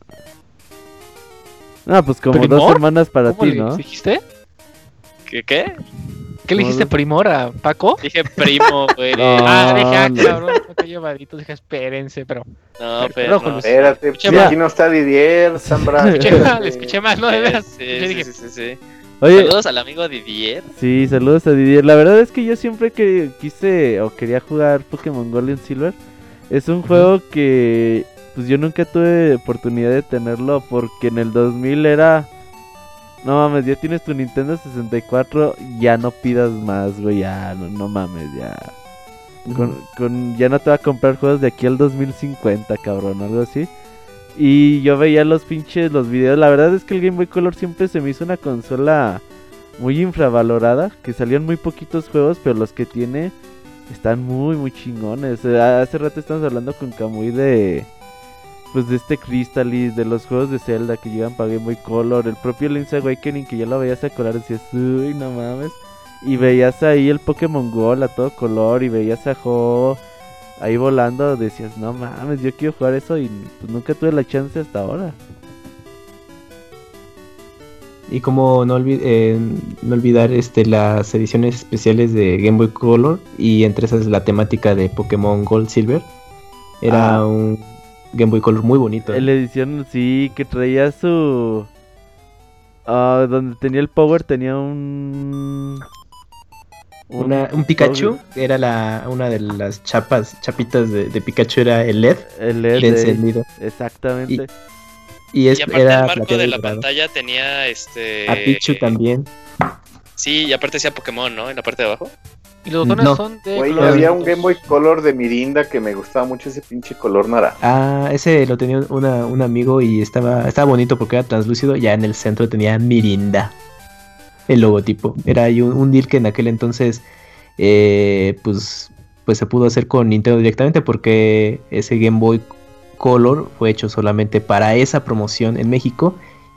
No, pues como dos ¿Primor? semanas para ¿Cómo ti, le ¿no? dijiste? ¿Qué? ¿Qué? ¿Qué le dijiste, Modo- primor, a Paco? Dije primo, güey. No. Ah, dije, ah, no. cabrón, no te llevadito, dije, espérense, pero... No, pero Rojo, no. Luis. Espérate, pues, Escuché aquí no está Didier, Zambra. Escuché espérate. mal, le escuché mal, no, de veras. Sí, Yo sí, dije, sí, sí, sí. Oye, Saludos al amigo Didier. sí, saludos a Didier. La verdad es que yo siempre que quise o quería jugar Pokémon Gold and Silver. Es un juego que pues yo nunca tuve oportunidad de tenerlo porque en el dos mil era... No mames, ya tienes tu Nintendo sesenta y cuatro, ya no pidas más, güey, ya, no, no mames, ya. Con, con, ya no te va a comprar juegos de aquí al dos mil cincuenta, cabrón, algo así. Y yo veía los pinches, los videos. La verdad es que el Game Boy Color siempre se me hizo una consola muy infravalorada. Que salían muy poquitos juegos, pero los que tiene están muy, muy chingones. Eh, Hace rato estamos hablando con Kamui de... Pues de este Crystalis, de los juegos de Zelda que llegan para Game Boy Color. El propio Link's Awakening que ya lo veías a color, decías, uy, no mames. Y veías ahí el Pokémon Gold a todo color y veías a Ho ahí volando, decías, no mames, yo quiero jugar eso y pues nunca tuve la chance hasta ahora. Y como no, olvid eh, no olvidar este las ediciones especiales de Game Boy Color, y entre esas la temática de Pokémon Gold Silver. Era ah. un Game Boy Color muy bonito. ¿eh? La edición, sí, que traía su... Uh, donde tenía el power tenía un... Una, un Pikachu, que era la, una de las chapas, chapitas de, de Pikachu, era el L E D. El L E D de encendido. Exactamente. Y, y, es, y aparte era el marco de la dorado. Pantalla tenía este... A Pichu también. Sí, y aparte decía Pokémon, ¿no? En la parte de abajo. Y los botones no. son de... Güey, había un Game Boy Color de Mirinda que me gustaba mucho, ese pinche color naranja. Ah, ese lo tenía una, un amigo y estaba, estaba bonito porque era translúcido. Ya en el centro tenía Mirinda. El logotipo. Era ahí un, un deal que en aquel entonces eh, pues, pues se pudo hacer con Nintendo directamente, porque ese Game Boy Color fue hecho solamente para esa promoción en México,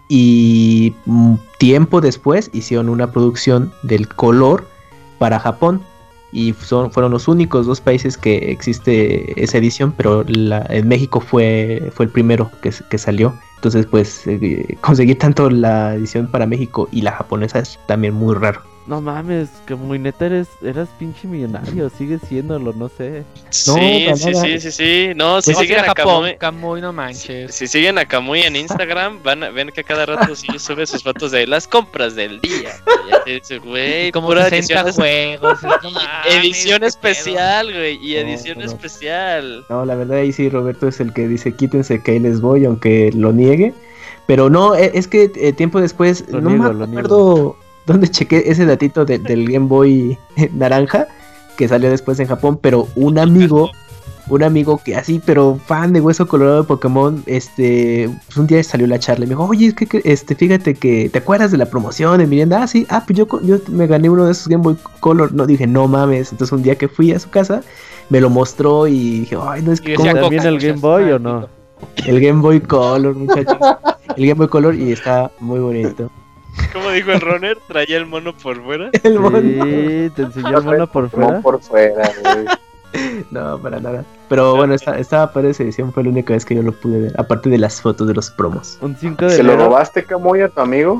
y mm, tiempo después hicieron una producción del Color para Japón, y son, fueron los únicos dos países que existe esa edición, pero la, en México fue, fue el primero que, que salió. Entonces pues eh, conseguir tanto la edición para México y la japonesa es también muy raro. No mames, que muy neta eres, eras pinche millonario, sigues siéndolo, no sé. Sí, no, sí, sí, sí, sí, no, si pues siguen a Kamui, Kamui, no manches. Si, si siguen a Kamui en Instagram, van a, ven que cada rato sí sube sus fotos de las compras del día. Güey, como sesenta juegos, no edición especial, güey, y edición no, no. especial. No, la verdad ahí sí Roberto es el que dice quítense que ahí les voy, aunque lo niegue. Pero no, es que eh, tiempo después, lo no niego, me acuerdo dónde chequé ese datito de, del Game Boy naranja que salió después en Japón, pero un amigo, un amigo que así, pero fan de Hueso Colorado de Pokémon, este, pues un día salió la charla y me dijo, oye, es que, este, fíjate que, ¿te acuerdas de la promoción de Mirinda? Ah, sí, ah, pues yo, yo me gané uno de esos Game Boy Color, no, dije, no mames, entonces un día que fui a su casa, me lo mostró y dije, ay, no es que... ¿Cómo también el Game Boy o no? El Game Boy Color, muchachos, el Game Boy Color, y está muy bonito. ¿Cómo dijo el runner? ¿Traía el mono por fuera? El mono. Sí, te enseñó el mono por fuera. por fuera, güey. No, para nada. Pero bueno, esta, esta para esa edición fue la única vez que yo lo pude ver, aparte de las fotos de los promos. Un cinco de ¿Se lo robaste, Kamui, a tu amigo?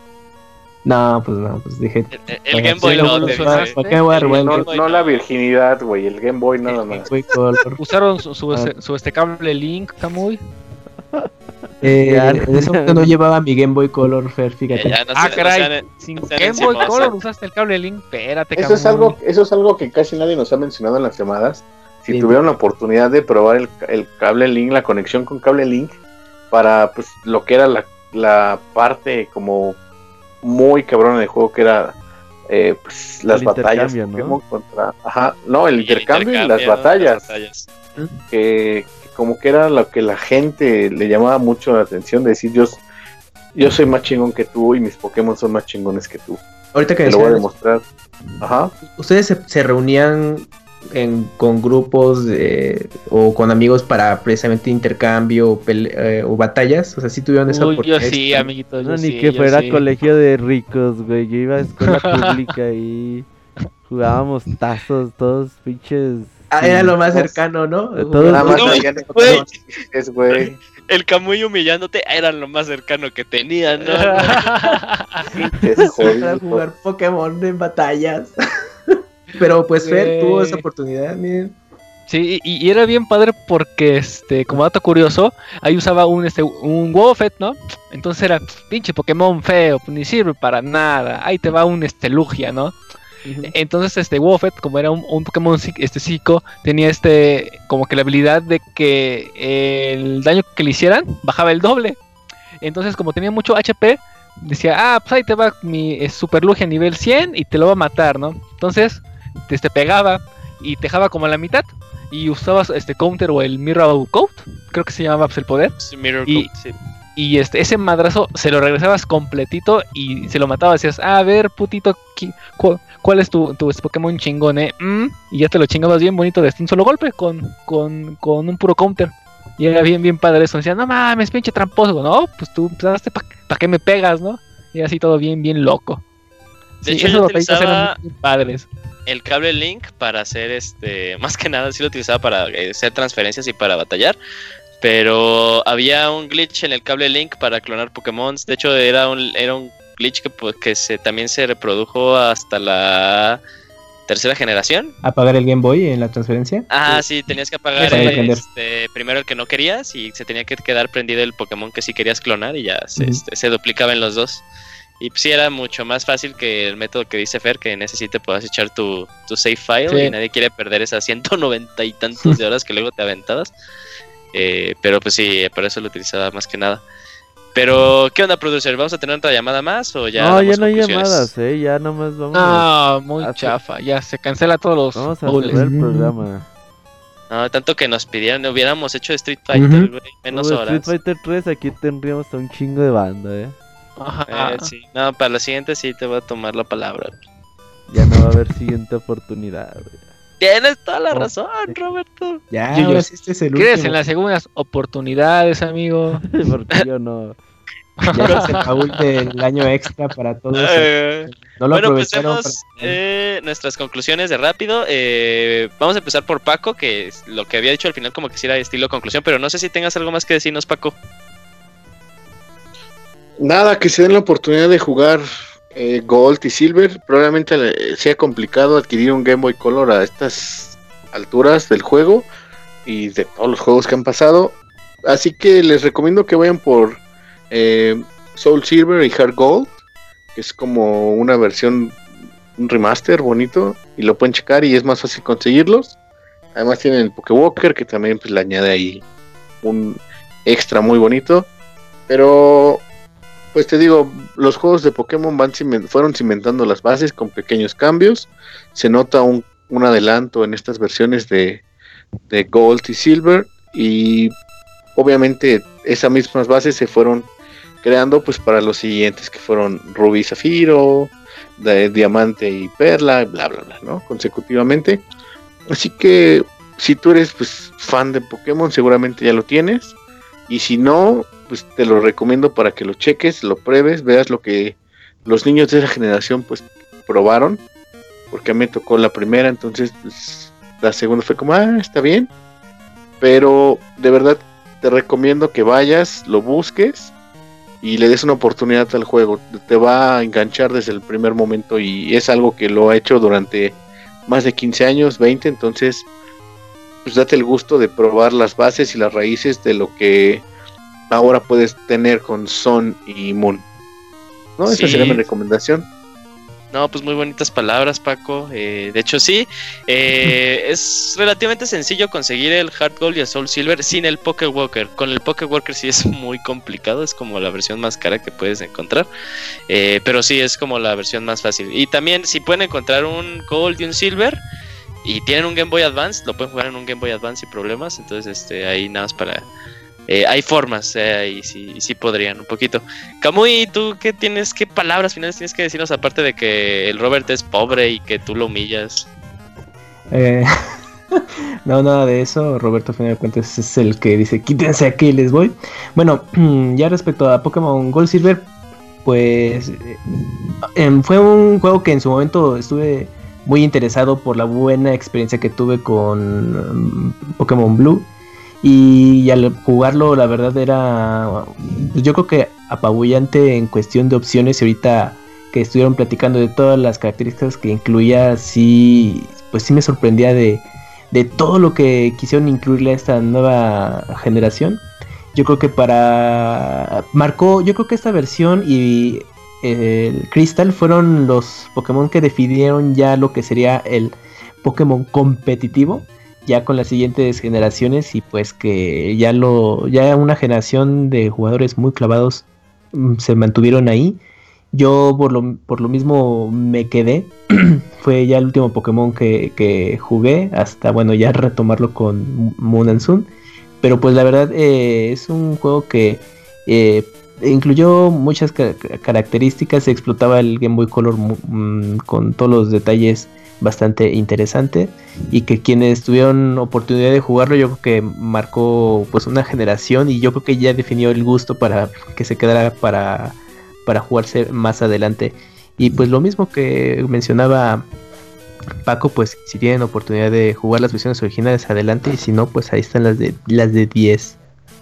No, pues no, pues dije... El, el, el Game Boy no, no, te dice. ¿Para qué voy a robar? No, no, no la virginidad, güey, el Game Boy nada más. ¿Usaron su, su, ah. su este cable Link, Kamui? Eh, en ese momento no llevaba mi Game Boy Color, Fer, fíjate. Ya, no ah, se, caray, no sean, sin no Game Boy Color usaste el cable Link, espérate, eso es algo, eso es algo que casi nadie nos ha mencionado en las llamadas. Si sí, tuvieron la oportunidad de probar el, el cable Link, la conexión con cable Link, para pues lo que era la, la parte como muy cabrona del juego, que era eh, pues, las el batallas, ¿no? Contra, ajá, no, el, el intercambio, intercambio y las batallas, las batallas. Que como que era lo que la gente le llamaba mucho la atención, de decir yo, yo soy más chingón que tú y mis Pokémon son más chingones que tú. Ahorita que te lo voy a demostrar. Ajá. ¿Ustedes se, se reunían en, con grupos de, o con amigos para precisamente intercambio o, pele, eh, o batallas? O sea, ¿sí tuvieron esa Uy, oportunidad? Yo sí, amiguitos. No, yo ni sí, que fuera sí. colegio de ricos, güey. Yo iba a escuela pública y jugábamos tazos, todos pinches. Ah, era lo más cercano, ¿no? Nada más no, es, güey. El Kamui humillándote era lo más cercano que tenía, ¿no? Es para jugar Pokémon en batallas. Pero pues Fer tuvo esa oportunidad, miren. Sí, y, y era bien padre porque, este, como dato curioso, ahí usaba un, este, un Wobbuffet, ¿no? Entonces era, pinche Pokémon feo, pues ni sirve para nada. Ahí te va un, este, Lugia, ¿no? Uh-huh. Entonces, este, Wobbuffet, como era un, un Pokémon, este, psico, tenía, este, como que la habilidad de que el daño que le hicieran bajaba el doble. Entonces, como tenía mucho H P, decía, ah, pues ahí te va mi eh, Super Lugia nivel cien y te lo va a matar, ¿no? Entonces, te, te pegaba y te dejaba como a la mitad. Y usabas este counter o el Mirror Coat, creo que se llamaba pues, el poder. Sí, Mirror y, Coat, sí. Y este, ese madrazo se lo regresabas completito y se lo matabas. Decías, ah, a ver, putito, cu ¿cuál es tu, tu este Pokémon chingón, eh? Mm, y ya te lo chingabas bien bonito de un solo golpe con, con, con un puro counter. Y era bien, bien padre eso. Decían, no mames, pinche tramposo. No, pues tú pensaste para pa qué me pegas, ¿no? Y así todo bien, bien loco. De sí, hecho, yo utilizaba muy padres. El cable Link para hacer este, más que nada sí lo utilizaba para eh, hacer transferencias y para batallar, pero había un glitch en el cable Link para clonar Pokémon. De hecho era un, era un glitch que, pues, que se, también se reprodujo hasta la tercera generación. ¿Apagar el Game Boy en la transferencia? Ah, sí, tenías que apagar el, este, primero el que no querías y se tenía que quedar prendido el Pokémon que sí querías clonar y ya se, uh-huh. este, se duplicaba en los dos. Y pues, sí era mucho más fácil que el método que dice Fer, que necesite puedas echar tu, tu save file, sí. Y nadie quiere perder esas ciento noventa y tantos de horas que luego te aventabas. Eh, pero pues sí, por eso lo utilizaba más que nada. Pero, ¿qué onda, producer? ¿Vamos a tener otra llamada más o ya? No, ya no hay llamadas, eh, ya nomás vamos a... No, muy chafa, ya se cancela todos los... Vamos a cerrar el programa. No, tanto que nos pidieron, hubiéramos hecho Street Fighter, güey, uh-huh. menos no, horas. Street Fighter tres, aquí tendríamos a un chingo de banda, eh. Eh, sí. No, para la siguiente sí te voy a tomar la palabra. Ya no va a haber siguiente oportunidad, güey. Tienes toda la razón, Roberto. Ya, yo, yo, este es el ¿crees último? En las segundas oportunidades, amigo? Porque yo no. Ya es el baúl del año extra para todos. Eh, no lo bueno, empecemos para... eh, nuestras conclusiones de rápido. Eh, vamos a empezar por Paco, que es lo que había dicho al final como que sí era estilo conclusión, pero no sé si tengas algo más que decirnos, Paco. Nada, que se den la oportunidad de jugar eh, Gold y Silver. Probablemente eh, sea complicado adquirir un Game Boy Color a estas alturas del juego y de todos los juegos que han pasado. Así que les recomiendo que vayan por eh, Soul Silver y Heart Gold, que es como una versión, un remaster bonito, y lo pueden checar y es más fácil conseguirlos. Además tienen el Pokewalker, que también pues, le añade ahí un extra muy bonito. Pero... pues te digo, los juegos de Pokémon van ciment- fueron cimentando las bases con pequeños cambios. Se nota un, un adelanto en estas versiones de, de Gold y Silver. Y obviamente esas mismas bases se fueron creando pues para los siguientes, que fueron Rubí y Zafiro, de Diamante y Perla, bla bla bla, ¿no? Consecutivamente. Así que si tú eres pues fan de Pokémon, seguramente ya lo tienes. Y si no, pues te lo recomiendo para que lo cheques, lo pruebes, veas lo que los niños de esa generación pues probaron, porque a mí me tocó la primera, entonces pues, la segunda fue como, ah, está bien, pero de verdad te recomiendo que vayas, lo busques y le des una oportunidad al juego, te va a enganchar desde el primer momento y es algo que lo ha hecho durante más de quince años, veinte, entonces pues date el gusto de probar las bases y las raíces de lo que ahora puedes tener con Sun y Moon, ¿no? Sí. Esa sería mi recomendación. No, pues muy bonitas palabras, Paco. Eh, de hecho, sí, eh, es relativamente sencillo conseguir el Heart Gold y el Soul Silver sin el Pokewalker. Con el Pokewalker sí es muy complicado, es como la versión más cara que puedes encontrar. Eh, pero sí, es como la versión más fácil. Y también, si pueden encontrar un Gold y un Silver y tienen un Game Boy Advance, lo pueden jugar en un Game Boy Advance sin problemas. Entonces, este, ahí nada más para... Eh, hay formas, eh, y sí, sí podrían un poquito. Kamui, ¿tú qué tienes, qué palabras finales tienes que decirnos aparte de que el Robert es pobre y que tú lo humillas? Eh, no, nada de eso. Roberto, a final de cuentas, es el que dice, quítense aquí, les voy. Bueno, ya respecto a Pokémon Gold Silver, pues eh, fue un juego que en su momento estuve muy interesado por la buena experiencia que tuve con um, Pokémon Blue. Y al jugarlo, la verdad era, pues yo creo que apabullante en cuestión de opciones. Y ahorita que estuvieron platicando de todas las características que incluía, sí, pues sí me sorprendía de, de todo lo que quisieron incluirle a esta nueva generación. Yo creo que para... Marcó, yo creo que esta versión y eh, el Crystal fueron los Pokémon que definieron ya lo que sería el Pokémon competitivo, ya con las siguientes generaciones, y pues que ya lo ya una generación de jugadores muy clavados mm, se mantuvieron ahí. Yo por lo, por lo mismo me quedé. Fue ya el último Pokémon que, que jugué, hasta bueno ya retomarlo con Moon and Sun. Pero pues la verdad eh, es un juego que eh, incluyó muchas ca- características, se explotaba el Game Boy Color mm, con todos los detalles bastante interesante, y que quienes tuvieron oportunidad de jugarlo yo creo que marcó pues una generación, y yo creo que ya definió el gusto para que se quedara para, para jugarse más adelante. Y pues lo mismo que mencionaba Paco, pues si tienen oportunidad de jugar las versiones originales, adelante, y si no, pues ahí están las de las de diez.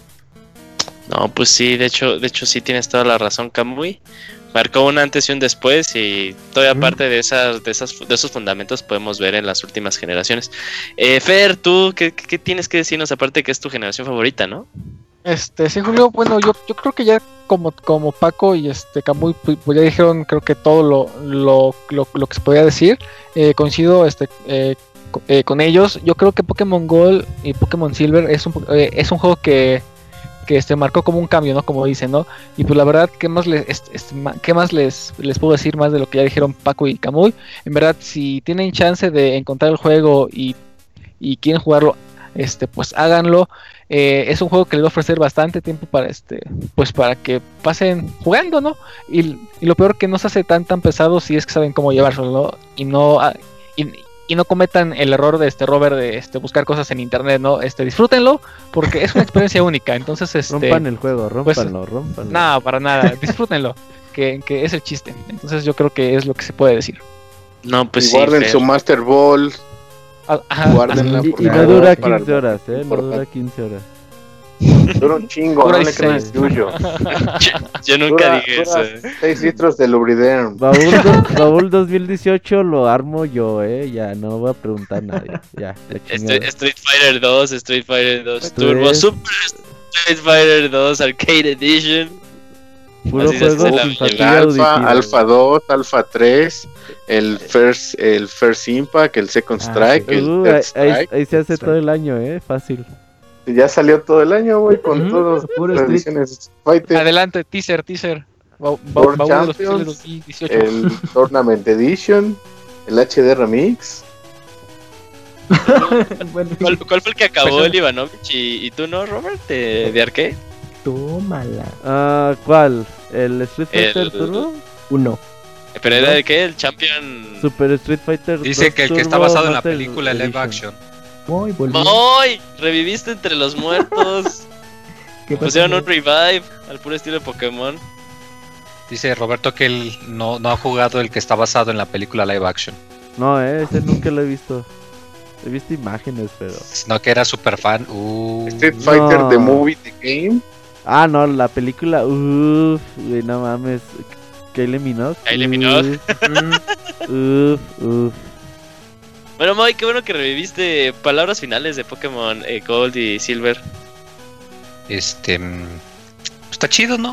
No, pues sí, de hecho, de hecho sí tienes toda la razón, Kamui. Marcó un antes y un después, y todavía mm. parte de esas, de esas, de esos fundamentos podemos ver en las últimas generaciones. Eh, Fer, tú, ¿qué, ¿qué tienes que decirnos aparte que es tu generación favorita, no? Este, sí, Julio, bueno, yo, yo creo que ya como, como Paco y este Kamui pues, pues ya dijeron, creo que todo lo, lo, lo, lo que se podía decir. Eh, coincido este, eh, co- eh, con ellos. Yo creo que Pokémon Gold y Pokémon Silver es un, eh, es un juego que, que este, marcó como un cambio, ¿no? Como dicen, ¿no? Y pues la verdad, ¿qué más, les, este, este, ma- ¿qué más les, les puedo decir más de lo que ya dijeron Paco y Kamui? En verdad, si tienen chance de encontrar el juego y, y quieren jugarlo, este, pues háganlo. Eh, es un juego que les va a ofrecer bastante tiempo para este, pues para que pasen jugando, ¿no? Y, y lo peor que no se hace tan tan pesado si es que saben cómo llevárselo, ¿no? Y no ah, y, y no cometan el error de este Robert de este buscar cosas en internet, ¿no? Este, disfrútenlo porque es una experiencia única. Entonces, este, Rompan el juego, rómpanlo, pues, rómpanlo. No, para nada, disfrútenlo, que, que es el chiste. Entonces yo creo que es lo que se puede decir. No, pues y sí, guarden Fer. su Master Ball. Ah, ajá, Guárdenla. Y, por y no favor, dura para quince el horas, eh, no importante. dura quince horas. Dura un chingo, Dura no le crean dieciséis. el tuyo. yo, yo nunca Dura- dije dura eso. eh. seis litros de Lubriderm. Baúl, do- Baúl dos mil dieciocho lo armo yo, eh, ya no voy a preguntar a nadie. Ya, la Este- chingada. Street Fighter dos, Street Fighter dos Pues- Turbo, Super Street Fighter dos Arcade Edition. Puro así se juego hace la sin El fatiga Alpha, auditiva. Alpha dos, Alpha tres, el First, el First Impact, el Second Ah, Strike, sí. el Uh, Third ahí, ahí- Strike. ahí se hace todo el año, eh, fácil. Ya salió todo el año, güey, con Ujú, todas puro las Street. ediciones de Street Fighter. Adelante, teaser, teaser. Ba- ba- World baúl de los Champions, pixeles dos mil dieciocho. El Tournament Edition, el H D Remix. Bueno, ¿Cuál, cuál fue el que acabó Pues, el Ivanovich y, y tú, no, Robert? ¿De, de arcade? tómala. Ah, ¿cuál? ¿El Street Fighter El- Turbo? Uno. ¿Pero era de qué? ¿El Champion? Super Street Fighter Dice dos que el que está Turbo basado en la Master película live Edition. action. Voy, volví. ¡Ay! Reviviste entre los muertos. ¿Qué pasó? Pusieron un revive al puro estilo de Pokémon. Dice Roberto que él no, no ha jugado el que está basado en la película live action, No, eh, ese nunca lo he visto. He visto imágenes, pero... sino que era super fan. Uh, Street Fighter No. The Movie The Game. Ah, no, la película... Uff, güey, no mames. Kylie Minogue. Kylie Minogue. Uff, uff. Bueno, Moy, qué bueno que reviviste palabras finales de Pokémon eh, Gold y Silver. Este. mm, Está chido, ¿no?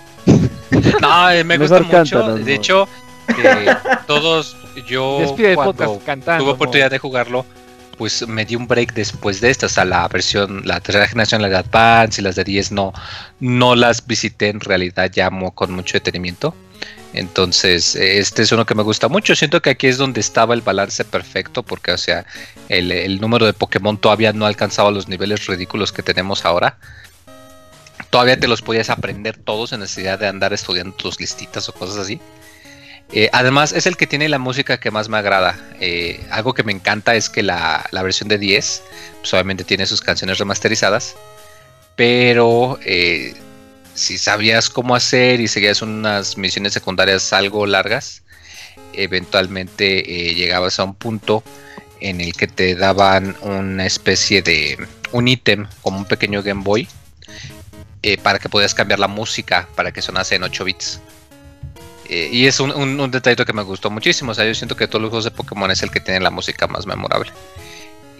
No, eh, me Mejor gusta mucho. cántanos, De ¿no? hecho, eh, todos. Yo Despide el cuando podcast cantando. tuve oportunidad de jugarlo, pues me di un break después de esta. O sea, la versión, la tercera generación, la de Advance y las de diez, no, no las visité en realidad ya mo- con mucho detenimiento. Entonces, este es uno que me gusta mucho. Siento que aquí es donde estaba el balance perfecto, porque, o sea, el, el número de Pokémon todavía no alcanzaba los niveles ridículos que tenemos ahora. Todavía te los podías aprender todos sin necesidad de andar estudiando tus listitas o cosas así. Eh, además, es el que tiene la música que más me agrada. Eh, algo que me encanta es que la, la versión de diez, pues obviamente tiene sus canciones remasterizadas, pero eh, si sabías cómo hacer y seguías unas misiones secundarias algo largas, eventualmente eh, llegabas a un punto en el que te daban una especie de un ítem como un pequeño Game Boy eh, para que podías cambiar la música para que sonase en ocho bits. Eh, y es un, un, un detallito que me gustó muchísimo. O sea, yo siento que de todos los juegos de Pokémon es el que tiene la música más memorable.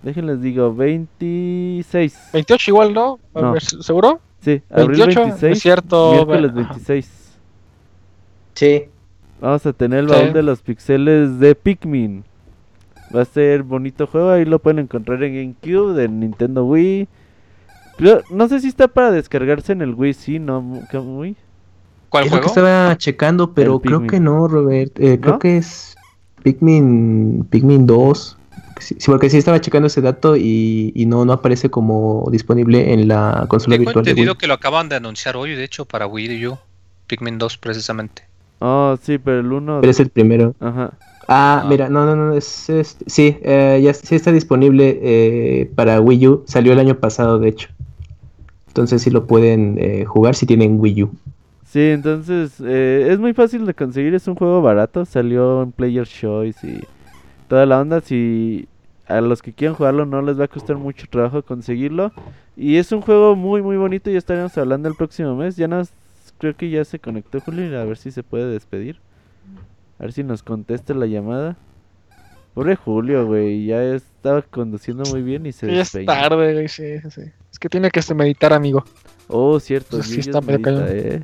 Déjenles digo, veintiséis. veintiocho igual, ¿no? A No. ver, ¿seguro? Sí, abril veintiocho, veintiséis, es cierto. miércoles veintiséis. Sí. Vamos a tener el Sí. baúl de los pixeles de Pikmin. Va a ser bonito juego, ahí lo pueden encontrar en GameCube, en Nintendo Wii. Creo- no sé si está para descargarse en el Wii, sí, ¿no? Mu- Wii. ¿Cuál Es lo que juego? estaba checando, pero El creo Pikmin. que no, Robert. Eh, creo ¿No? que es Pikmin, Pikmin dos. Sí, sí, porque sí estaba checando ese dato y, y no, no aparece como disponible en la consola Tengo virtual de entendido Wii. que lo acaban de anunciar hoy, de hecho, para Wii U. Pikmin dos, precisamente. Oh, sí, pero el uno... Pero es el primero. Ajá. Ah, Ah. mira, no, no, no, es, es- sí, eh, ya sí está disponible eh, para Wii U. Salió el año pasado, de hecho. Entonces sí lo pueden eh, jugar si tienen Wii U. Sí, entonces eh, es muy fácil de conseguir, es un juego barato, salió en Player's Choice y toda la onda. Si a los que quieran jugarlo no les va a costar mucho trabajo conseguirlo. Y es un juego muy muy bonito, ya estaremos hablando el próximo mes. Ya nos, creo que ya se conectó Julio, a ver si se puede despedir. A ver si nos contesta la llamada. Pobre Julio, güey, ya estaba conduciendo muy bien y se Sí, es despeinó. tarde, güey, sí, sí, sí. Es que tiene que este, meditar, amigo. Oh, cierto, Pues sí Yuyos está medio medita, cañón. eh.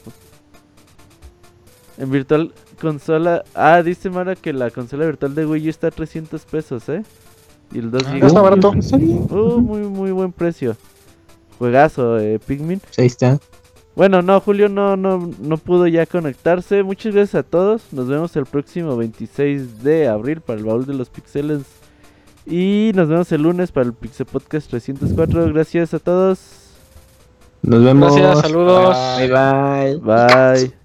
En virtual consola. Ah, dice Mara que la consola virtual de Wii U está a trescientos pesos, eh. Y el dos Ah, gigas. está barato. Uh, muy, muy buen precio. Juegazo, eh, Pikmin. Pues ahí está. Bueno, no, Julio no, no, no pudo ya conectarse. Muchas gracias a todos. Nos vemos el próximo veintiséis de abril para el baúl de los pixeles. Y nos vemos el lunes para el Pixel Podcast trescientos cuatro. Gracias a todos. Nos vemos. Gracias, saludos. Bye bye. Bye.